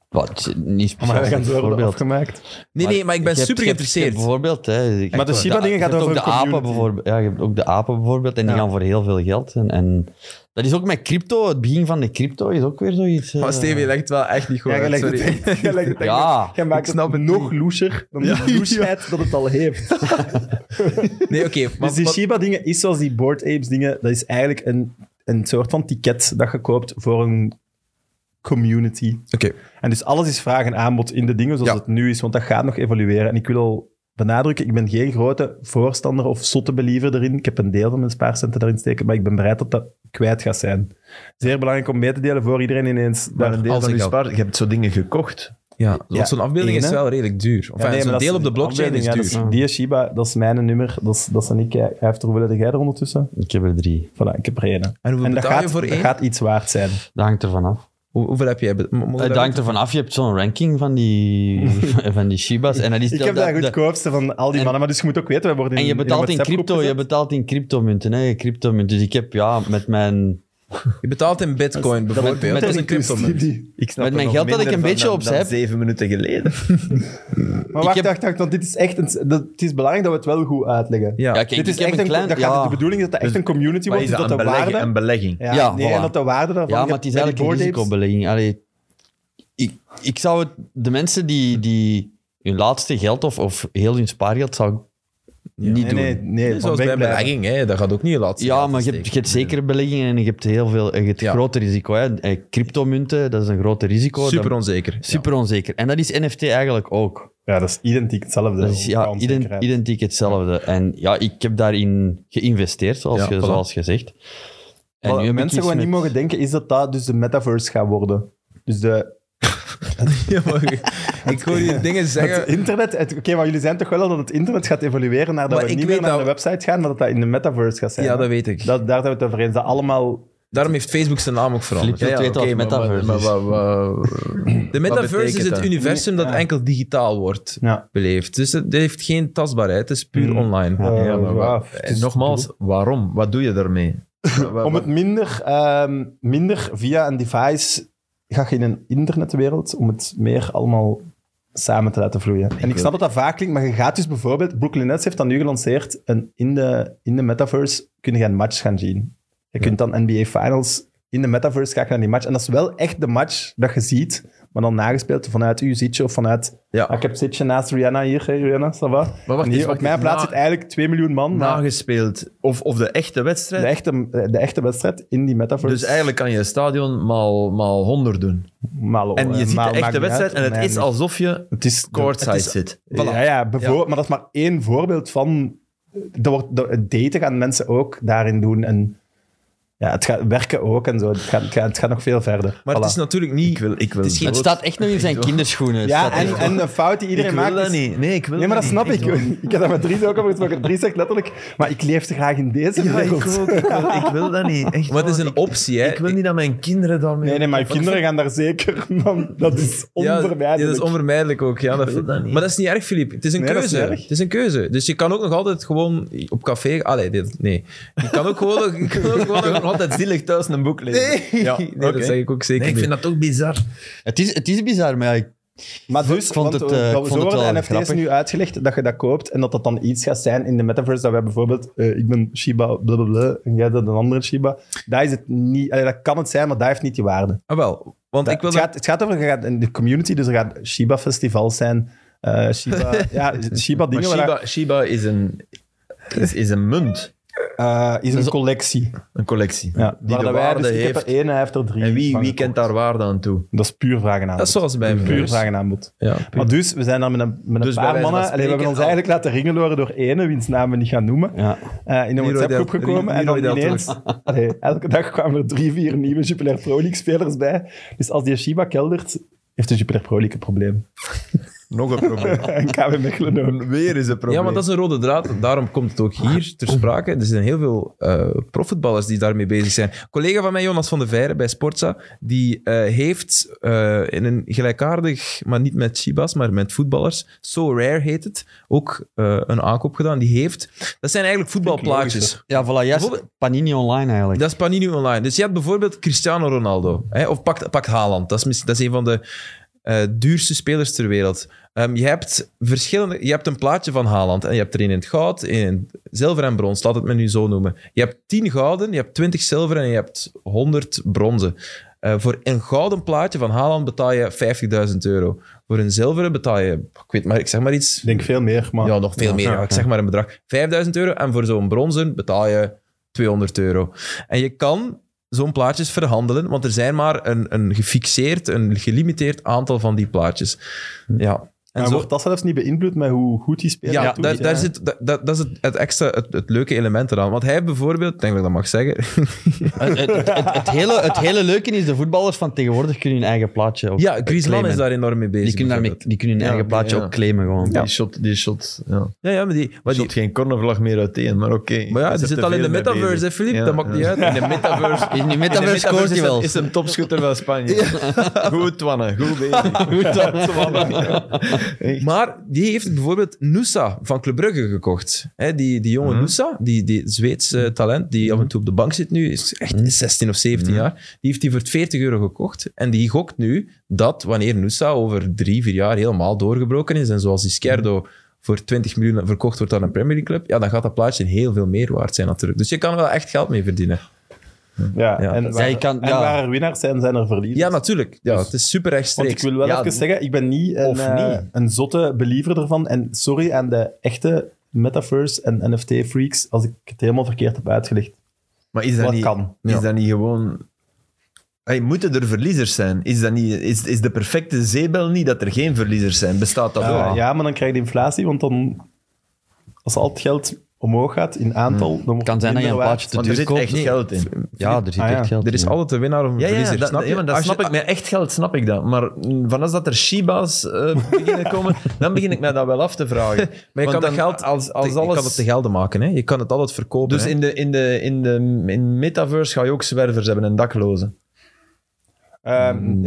Wat, niet Maar speciaal dat gaan zo worden voorbeeld. afgemaakt. Nee, maar ik ben je hebt- super je hebt geïnteresseerd. Bijvoorbeeld, hè. Maar de Shiba-dingen gaat over ook de een apen community. bijvoorbeeld. Ja, je hebt ook de apen bijvoorbeeld. En die gaan voor heel veel geld. En dat is ook met crypto. Het begin van de crypto is ook weer zoiets. Maar Steven, je legt wel echt niet goed Ja, uit, jij legt sorry. het echt- jij legt het echt- Ja, jij maakt ik snap het het nog loesjer dan de loesheid dat het al heeft. Nee, oké. maar Dus die wat- Shiba-dingen is zoals die Bored Apes-dingen. Dat is eigenlijk een soort van ticket dat je koopt voor een community. Oké. En dus alles is vraag en aanbod in de dingen zoals Ja. het nu is, want dat gaat nog evolueren. En ik wil al benadrukken, ik ben geen grote voorstander of zotte believer erin. Ik heb een deel van mijn spaarcenten daarin steken, maar ik ben bereid dat dat kwijt gaat zijn. Zeer belangrijk om mee te delen voor iedereen ineens. Maar een deel als van ik je al- spaar... Je hebt zo dingen gekocht. Ja, want zo'n afbeelding is ene. wel redelijk duur. Enfin, Ja, nee, zo'n maar deel dat op de blockchain is afbeelding, duur. ja, die Shiba, dat is mijn nummer. Dat is een ik. Hij heeft er hoeveel jij er ondertussen? ik heb er 3. Voilà, ik heb er één. En hoeveel En dat betaal je gaat, voor dat één? gaat iets waard zijn. Dat hangt ervan af. Hoeveel heb jij? Het hangt ervan af. Je hebt zo'n ranking van die, van die Shiba's. En dat is Ik heb dat goedkoopste van al die en- mannen, maar dus je moet ook weten, we worden En je een betaalt in WhatsApp-groep crypto, je gezet. betaalt in cryptomunten. Hè, cryptomunten. Dus ik heb met mijn... Je betaalt in bitcoin bijvoorbeeld. Dat is een cryptomunt. Ik snap Met mijn er nog geld dat ik minder een van beetje dan opzij heb. 7 minuten geleden. Maar wacht, want dit is echt het is belangrijk dat we het wel goed uitleggen. Ja. Ja, kijk, Dit is ik heb echt een klein... dat ja. gaat de bedoeling is dat dat echt een community Maar wordt, is dus dat dat een de waarde... een belegging? Ja, nee, voilà. en dat de waarde daarvan... Ja, maar het is bij die eigenlijk een Bored Apes- risicobelegging. Allee, ik zou het... De mensen die hun laatste geld of heel hun spaargeld zou ik niet doen. Nee, van Zoals bij een wegblijven. belegging, hè. Dat gaat ook niet je laatste Ja, geld maar je steken. hebt zekere beleggingen en je hebt heel veel... Je hebt Ja. grote risico. Hè. Cryptomunten, dat is een groot risico. Super onzeker. Super onzeker. En dat is NFT eigenlijk ook. Ja, dat is identiek hetzelfde. Dat is qua ja, onzekerheid. identiek hetzelfde. En ja, ik heb daarin geïnvesteerd, zoals, Ja, voilà. zoals gezegd. En Wat nu heb ik mensen iets gewoon niet met- mogen denken, is dat dat dus de metaverse gaat worden. Dus Ja, maar ik hoor je dingen het zeggen... internet... Oké, maar jullie zijn toch wel al dat het internet gaat evolueren naar dat Maar we ik niet weet meer naar dat- de website gaan, maar dat dat in de metaverse gaat zijn. Ja, hè? dat weet ik. Daar zijn we het over eens. Dat allemaal... Daarom heeft Facebook zijn naam ook veranderd. Flip, je weet wat metaverse is. De metaverse is betekent het dat? universum dat Ja. enkel digitaal wordt Ja. beleefd. Dus het heeft geen tastbaarheid, het is puur online. Ja, maar En nogmaals, waarom? Wat doe je daarmee? Om het minder via een device ga je in een internetwereld, om het meer allemaal samen te laten vloeien. En ik snap dat dat vaak klinkt, maar je gaat dus bijvoorbeeld... Brooklyn Nets heeft dat nu gelanceerd. En in de metaverse kun je een match gaan zien. Je kunt dan NBA Finals in de metaverse kijken naar die match. En dat is wel echt de match dat je ziet, maar dan nagespeeld vanuit uw zitje of vanuit... Ja. Ah, ik heb zitje naast Rihanna hier, hey, Rihanna, ça va? Maar wacht En hier, eens, op mijn plaats zit eigenlijk 2 miljoen man, maar nagespeeld. Of de echte wedstrijd. de echte wedstrijd in die metaverse... Dus eigenlijk kan je een stadion maal 100 doen. Malo, En je ziet maakt de echte niet wedstrijd uit. en het Nee, is niet. alsof je Het is courtside het is- zit. Ja, maar dat is maar één voorbeeld van... Het daten gaan mensen ook daarin doen. En ja, het gaat werken ook en zo. Het gaat nog veel verder. Maar Voilà. het is natuurlijk niet... Ik wil Het is geen- Het staat echt nog in zijn kinderschoenen. Het Ja, staat echt- en een fout die iedereen ik maakt wil dat is- niet. Nee, ik wil Nee, maar dat niet. snap ik. Echt waar. Ik heb dat met Dries ook over gesproken. Dries zegt letterlijk, maar ik leef te graag in deze Ja, wereld. ik ook. Ik wil dat niet. Echt Maar het is waar. een optie, hè. Ik wil niet dat mijn kinderen daarmee... Nee, maar je kinderen gaan daar zeker... Man, dat is Ja, onvermijdelijk. ja, dat is onvermijdelijk ook. Ja, wil dat niet. maar dat is niet erg, Filip. Het is een Nee, dat is keuze. niet erg. Het is een keuze. Dus je kan ook nog altijd gewoon op café... Nee. Je kan ook gewoon... Je kan ook gewoon nog altijd zielig thuis een boek lezen. Nee, Ja, nee dat oké. zeg ik ook zeker Nee, ik niet. vind dat ook bizar. Het is bizar, maar ja, Maar dus, Ik vond want, het, zo ik vond het worden wel NFT's grappig. nu uitgelegd dat je dat koopt en dat dat dan iets gaat zijn in de metaverse. Dat wij bijvoorbeeld, ik ben Shiba, blablabla, en jij bent een andere Shiba. Dat is het niet. Dat kan het zijn, maar dat heeft niet die waarde. Ah, wel. Want ik wil Het gaat over, je gaat in de community, dus er gaat Shiba-festivals zijn. Shiba, ja, Shiba-dingen. Maar Shiba is een munt, is een collectie. een collectie. Ja, die de waar wij, waarde dus ik heb heeft. er één, hij heeft er 3. En wie van kent gekocht. daar waarde aan toe? Dat is puur vraag en aanbod. Dat is zoals bij Puur Meurs. vraag en aanbod. Ja. Maar dus, we zijn dan met een Dus bij paar wijze van mannen... Allee, we hebben ons spreken eigenlijk laten ringeloren door ene, wiens naam we niet gaan noemen. ja. In een WhatsApp-groep Del- gekomen. En dan Leroy Del ineens... Allee, elke dag kwamen er 3-4 nieuwe Jupiler Pro League-spelers bij. Dus als die Shiba keldert, heeft de Jupiler Pro League een probleem. Nog een probleem. En KV Mechelen ook. Weer is een probleem. Ja, maar dat is een rode draad. Daarom komt het ook hier ter sprake. Er zijn heel veel profvoetballers die daarmee bezig zijn. Een collega van mij, Jonas van de Veire, bij Sportza, die heeft in een gelijkaardig, maar niet met Shibas, maar met voetballers, So Rare heet het, ook een aankoop gedaan. Die heeft... Dat zijn eigenlijk voetbalplaatjes. Ja, voilà, juist. Bijvoorbeeld- Panini Online eigenlijk. Dat is Panini Online. Dus je hebt bijvoorbeeld Cristiano Ronaldo. Hè, of pak Haaland. Dat is een van de duurste spelers ter wereld. Je hebt een plaatje van Haaland en je hebt er een in het goud, een in het zilver en brons, laat het me nu zo noemen. Je hebt 10 gouden, je hebt 20 zilver en je hebt 100 bronzen. Voor een gouden plaatje van Haaland betaal je €50.000. Voor een zilveren betaal je, ik zeg maar iets... Ik denk veel meer, maar... Ja, nog veel meer. Ja, ik zeg maar een bedrag. €5.000 en voor zo'n bronzen betaal je €200. En je kan zo'n plaatjes verhandelen, want er zijn maar een gefixeerd, een gelimiteerd aantal van die plaatjes. Ja. En maar wordt dat zelfs niet beïnvloed met hoe goed die speler ja, dat is het extra, het leuke element eraan. Want hij bijvoorbeeld, ik denk dat ik dat mag zeggen... Het hele leuke is, de voetballers van tegenwoordig kunnen hun eigen plaatje ook Griezmann claimen. is daar enorm mee bezig. Die kunnen hun eigen plaatje ook claimen gewoon. Die shot, ja. Maar die shot geen cornervlag meer uiteen, maar oké. Maar ja, die zit al in de metaverse, hè, Filip? Dat maakt niet uit. In de metaverse... In de metaverse scoort hij wel. Is een topschutter van Spanje. Goed, Twanne. Goed bezig. Maar die heeft bijvoorbeeld Nusa van Club Brugge gekocht. Die jonge Nusa, die Zweedse talent, die af en toe op de bank zit nu, is echt 16 of 17 jaar. Die heeft hij voor €40 gekocht. En die gokt nu dat wanneer Nusa over 3-4 jaar helemaal doorgebroken is, en zoals Izquierdo voor 20 miljoen verkocht wordt aan een Premier League club, ja, dan gaat dat plaatje heel veel meer waard zijn natuurlijk. Dus je kan er wel echt geld mee verdienen. En waar er winnaars zijn, zijn er verliezers. Ja, natuurlijk. Ja, het is super rechtstreeks. Want ik wil wel even zeggen, ik ben niet een zotte believer ervan. En sorry aan de echte metaverse en NFT-freaks als ik het helemaal verkeerd heb uitgelegd. Maar is dat Wat niet, kan? Is dat niet gewoon... moeten er verliezers zijn? Is de perfecte zeebel niet dat er geen verliezers zijn? Bestaat dat ook? Ja, maar dan krijg je inflatie, want dan... Als al het geld omhoog gaat in aantal, dan wordt kan zijn dat je een plaatje te duur koopt. Er zit echt geld in. Ja, er zit echt geld in. Er is altijd een winnaar of een verliezer, snap je? Dat snap ik. Met echt geld snap ik dat. Maar vanaf dat er Shiba's beginnen komen, dan begin ik mij dat wel af te vragen. Maar je kan het geld als alles... Je kan het te gelden maken. Hè? Je kan het altijd verkopen. Dus in Metaverse ga je ook zwervers hebben en daklozen. Nee,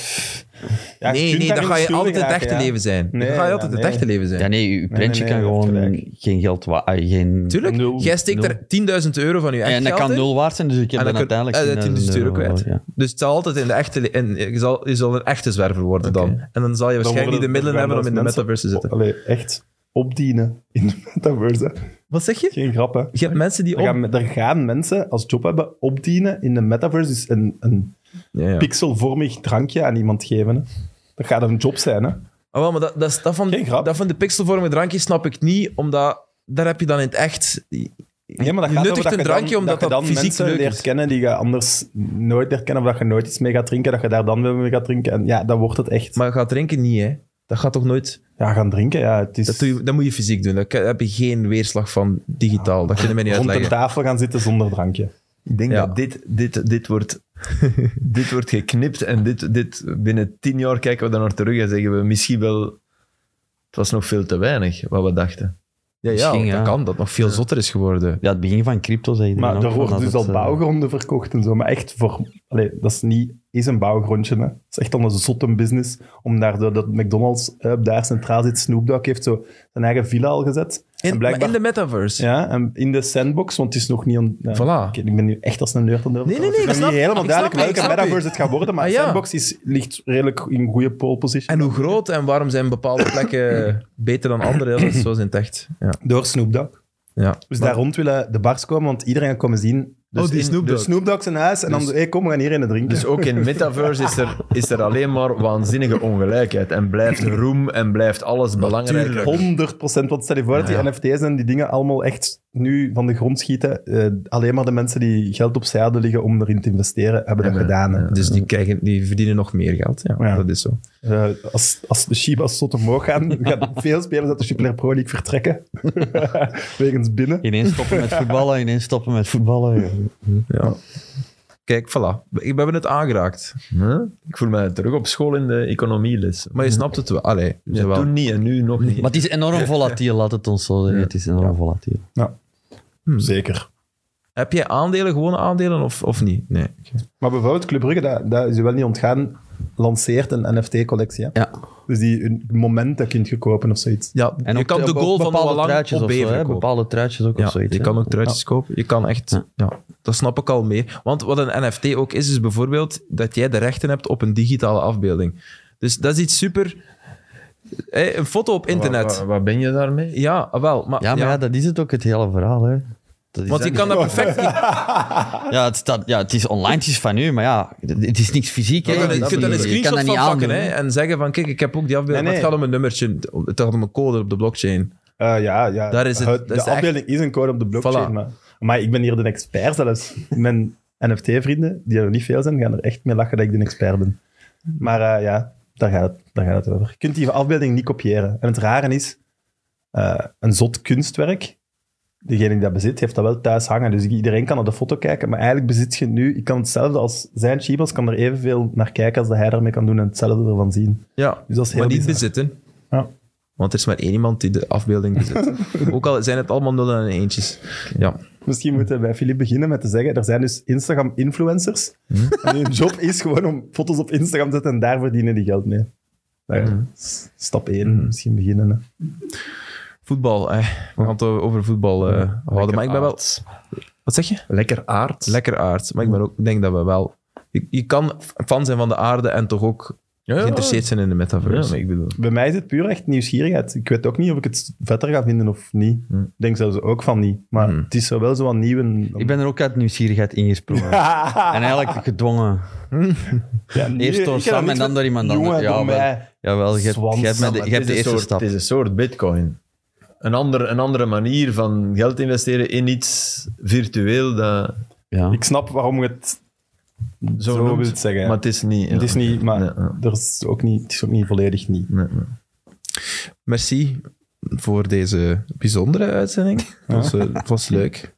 dan ga je altijd het echte leven zijn. Dan ga je altijd het echte leven zijn. Ja, nee, je prentje kan gewoon geen geld... Tuurlijk, jij steekt er €10.000 van je echt geld in. En dat kan 0 waard zijn, dus ik heb dan uiteindelijk €10.000 kwijt. Ja. Dus het zal altijd in de echte... Je zal een echte zwerver worden dan. En dan zal je waarschijnlijk niet de middelen hebben om in de metaverse te zitten. Allee, echt opdienen in de metaverse. Wat zeg je? Geen grap, hè. Je hebt mensen die... Er gaan mensen als job hebben opdienen in de metaverse, dus een pixelvormig drankje aan iemand geven. Hè. Dat gaat een job zijn, hè. Oh, maar dat van de pixelvormige drankjes snap ik niet, omdat daar heb je dan in het echt... Ja, maar dat je gaat nuttigt over een drankje omdat dat fysiek mensen leuk leert is. kennen die je anders nooit leert kennen, of dat je nooit iets mee gaat drinken, dat je daar dan weer mee gaat drinken. En ja, dan wordt het echt... Maar gaat drinken niet, hè. Dat gaat toch nooit... Ja, gaan drinken, ja. Het is... Dat moet je fysiek doen. Daar heb je geen weerslag van digitaal. Dat kun je mij niet uitleggen. Rond de tafel gaan zitten zonder drankje. Ik denk dat dit wordt... dit wordt geknipt en dit binnen 10 jaar kijken we daar naar terug en zeggen we misschien wel... Het was nog veel te weinig, wat we dachten. Dat kan. Dat nog veel zotter is geworden. Ja, het begin van crypto, zei je. Maar er worden dus al bouwgronden verkocht en zo. Maar echt voor... dat is niet eens een bouwgrondje. Hè. Het is echt al een zotte business. Om daar dat McDonald's daar centraal zit. Snoop Dogg heeft zo zijn eigen villa al gezet. Maar in de metaverse? Ja, en in de sandbox, want het is nog niet... Voilà. Ik ben nu echt als een nerd aan het Nee, het is nog niet helemaal duidelijk welke metaverse het gaat worden, maar ja. sandbox ligt redelijk in goede pole position. En hoe groot en waarom zijn bepaalde plekken beter dan andere? Dat is zoals in het echt. Ja. Door Snoop Dogg. Ja. Dus daar rond willen de bars komen, want iedereen gaat komen zien. Dus die Snoop Dogg. De Snoop Dogg zijn huis en dan, kom, we gaan hierin drinken. Dus ook in Metaverse is er alleen maar waanzinnige ongelijkheid. En blijft roem en blijft alles belangrijk. 100%. Want stel je voor dat die NFT's en die dingen allemaal echt nu van de grond schieten. Alleen maar de mensen die geld opzij hadden liggen om erin te investeren, hebben dat gedaan. Hè. Dus die verdienen nog meer geld. Ja. Dat is zo. Als de Shiba's tot omhoog gaan, gaan veel spelers uit de Jupiler Pro League vertrekken. Wegens binnen. Ineens stoppen met voetballen. Ja. Kijk, voilà. We hebben het aangeraakt. Ik voel mij terug op school in de economieles. Maar je snapt het wel. Allee, toen niet en nu nog niet. Maar het is enorm volatiel, laat het ons zo zeggen. Het is enorm volatiel. Ja, zeker. Heb jij aandelen, gewone aandelen of niet? Nee. Okay. Maar bijvoorbeeld Club Brugge, dat is je wel niet ontgaan, lanceert een NFT-collectie. Ja. Dus die momenten kun je kopen of zoiets. Ja, en je kan de goal van Noah Lang op Beveren kopen. Bepaalde truitjes ook of zoiets. Je kan ook truitjes kopen. Je kan echt... Ja, dat snap ik al meer. Want wat een NFT ook is bijvoorbeeld dat jij de rechten hebt op een digitale afbeelding. Dus dat is iets super... een foto op internet. Wat ben je daarmee? Ja, wel. Maar, Ja, dat is het ook, het hele verhaal. Hè. Dat is want je kan dat perfect... het is online, het is van u, maar ja, het is niks fysiek. Hè. Je kunt er een Je kan screenshot dat van niet pakken aandoen. hè, en zeggen van, kijk, ik heb ook die afbeelding. Nee. Het gaat om een nummertje, het gaat om een code op de blockchain. Ja. Daar is het- dat is de afbeelding is een code op de blockchain. Voilà. Maar ik ben hier de expert zelfs. Mijn NFT-vrienden, die er niet veel zijn, gaan er echt mee lachen dat ik de expert ben. Maar daar gaat het over. Je kunt die afbeelding niet kopiëren. En het rare is, een zot kunstwerk, degene die dat bezit, heeft dat wel thuis hangen. Dus iedereen kan naar de foto kijken. Maar eigenlijk bezit je nu... Ik kan hetzelfde als zijn Chibos, kan er evenveel naar kijken als dat hij ermee kan doen en hetzelfde ervan zien. Ja, Dus dat is heel maar niet bizar. bezitten. Ja. Want er is maar één iemand die de afbeelding bezit. Ook al zijn het allemaal nullen en eentjes. Ja. Misschien moeten we bij Filip beginnen met te zeggen, er zijn dus Instagram-influencers. En hun job is gewoon om foto's op Instagram te zetten en daar verdienen die geld mee. Stap 1, misschien beginnen. Hè. Voetbal, we gaan het over voetbal houden. Maar ik ben wel... Wat zeg je? Lekker aard. Lekker aard. Maar ik denk dat we wel... Je kan fan zijn van de aarde en toch ook geïnteresseerd zijn in de metaverse. Ja, maar ik bedoel... Bij mij is het puur echt nieuwsgierigheid. Ik weet ook niet of ik het vetter ga vinden of niet. Ik denk zelfs ook van niet. Maar het is zo wel zo wat nieuw. Ik ben er ook uit nieuwsgierigheid ingesprongen. En eigenlijk gedwongen. Eerst door Sam en dan door iemand anders. Jongen, door mij. Jawel, je hebt de eerste stap. Het is een soort bitcoin. Een andere manier van geld investeren in iets virtueel dat Ja. Ik snap waarom je het zo noemt, wilt zeggen. maar het is niet. Het is niet, maar Nee, er is ook niet, het is ook niet volledig niet. nee. Merci voor deze bijzondere uitzending. Het was leuk.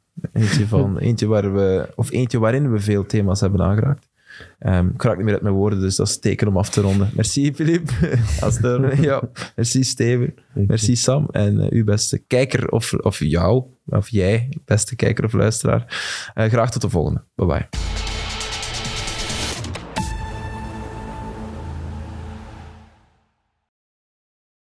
Eentje waarin we veel thema's hebben aangeraakt. Ik raak niet meer uit mijn woorden, dus dat is teken om af te ronden. Merci, Filip. Ja, merci, Steven. Merci, Sam. En uw beste kijker, of jij, beste kijker of luisteraar. Graag tot de volgende. Bye-bye.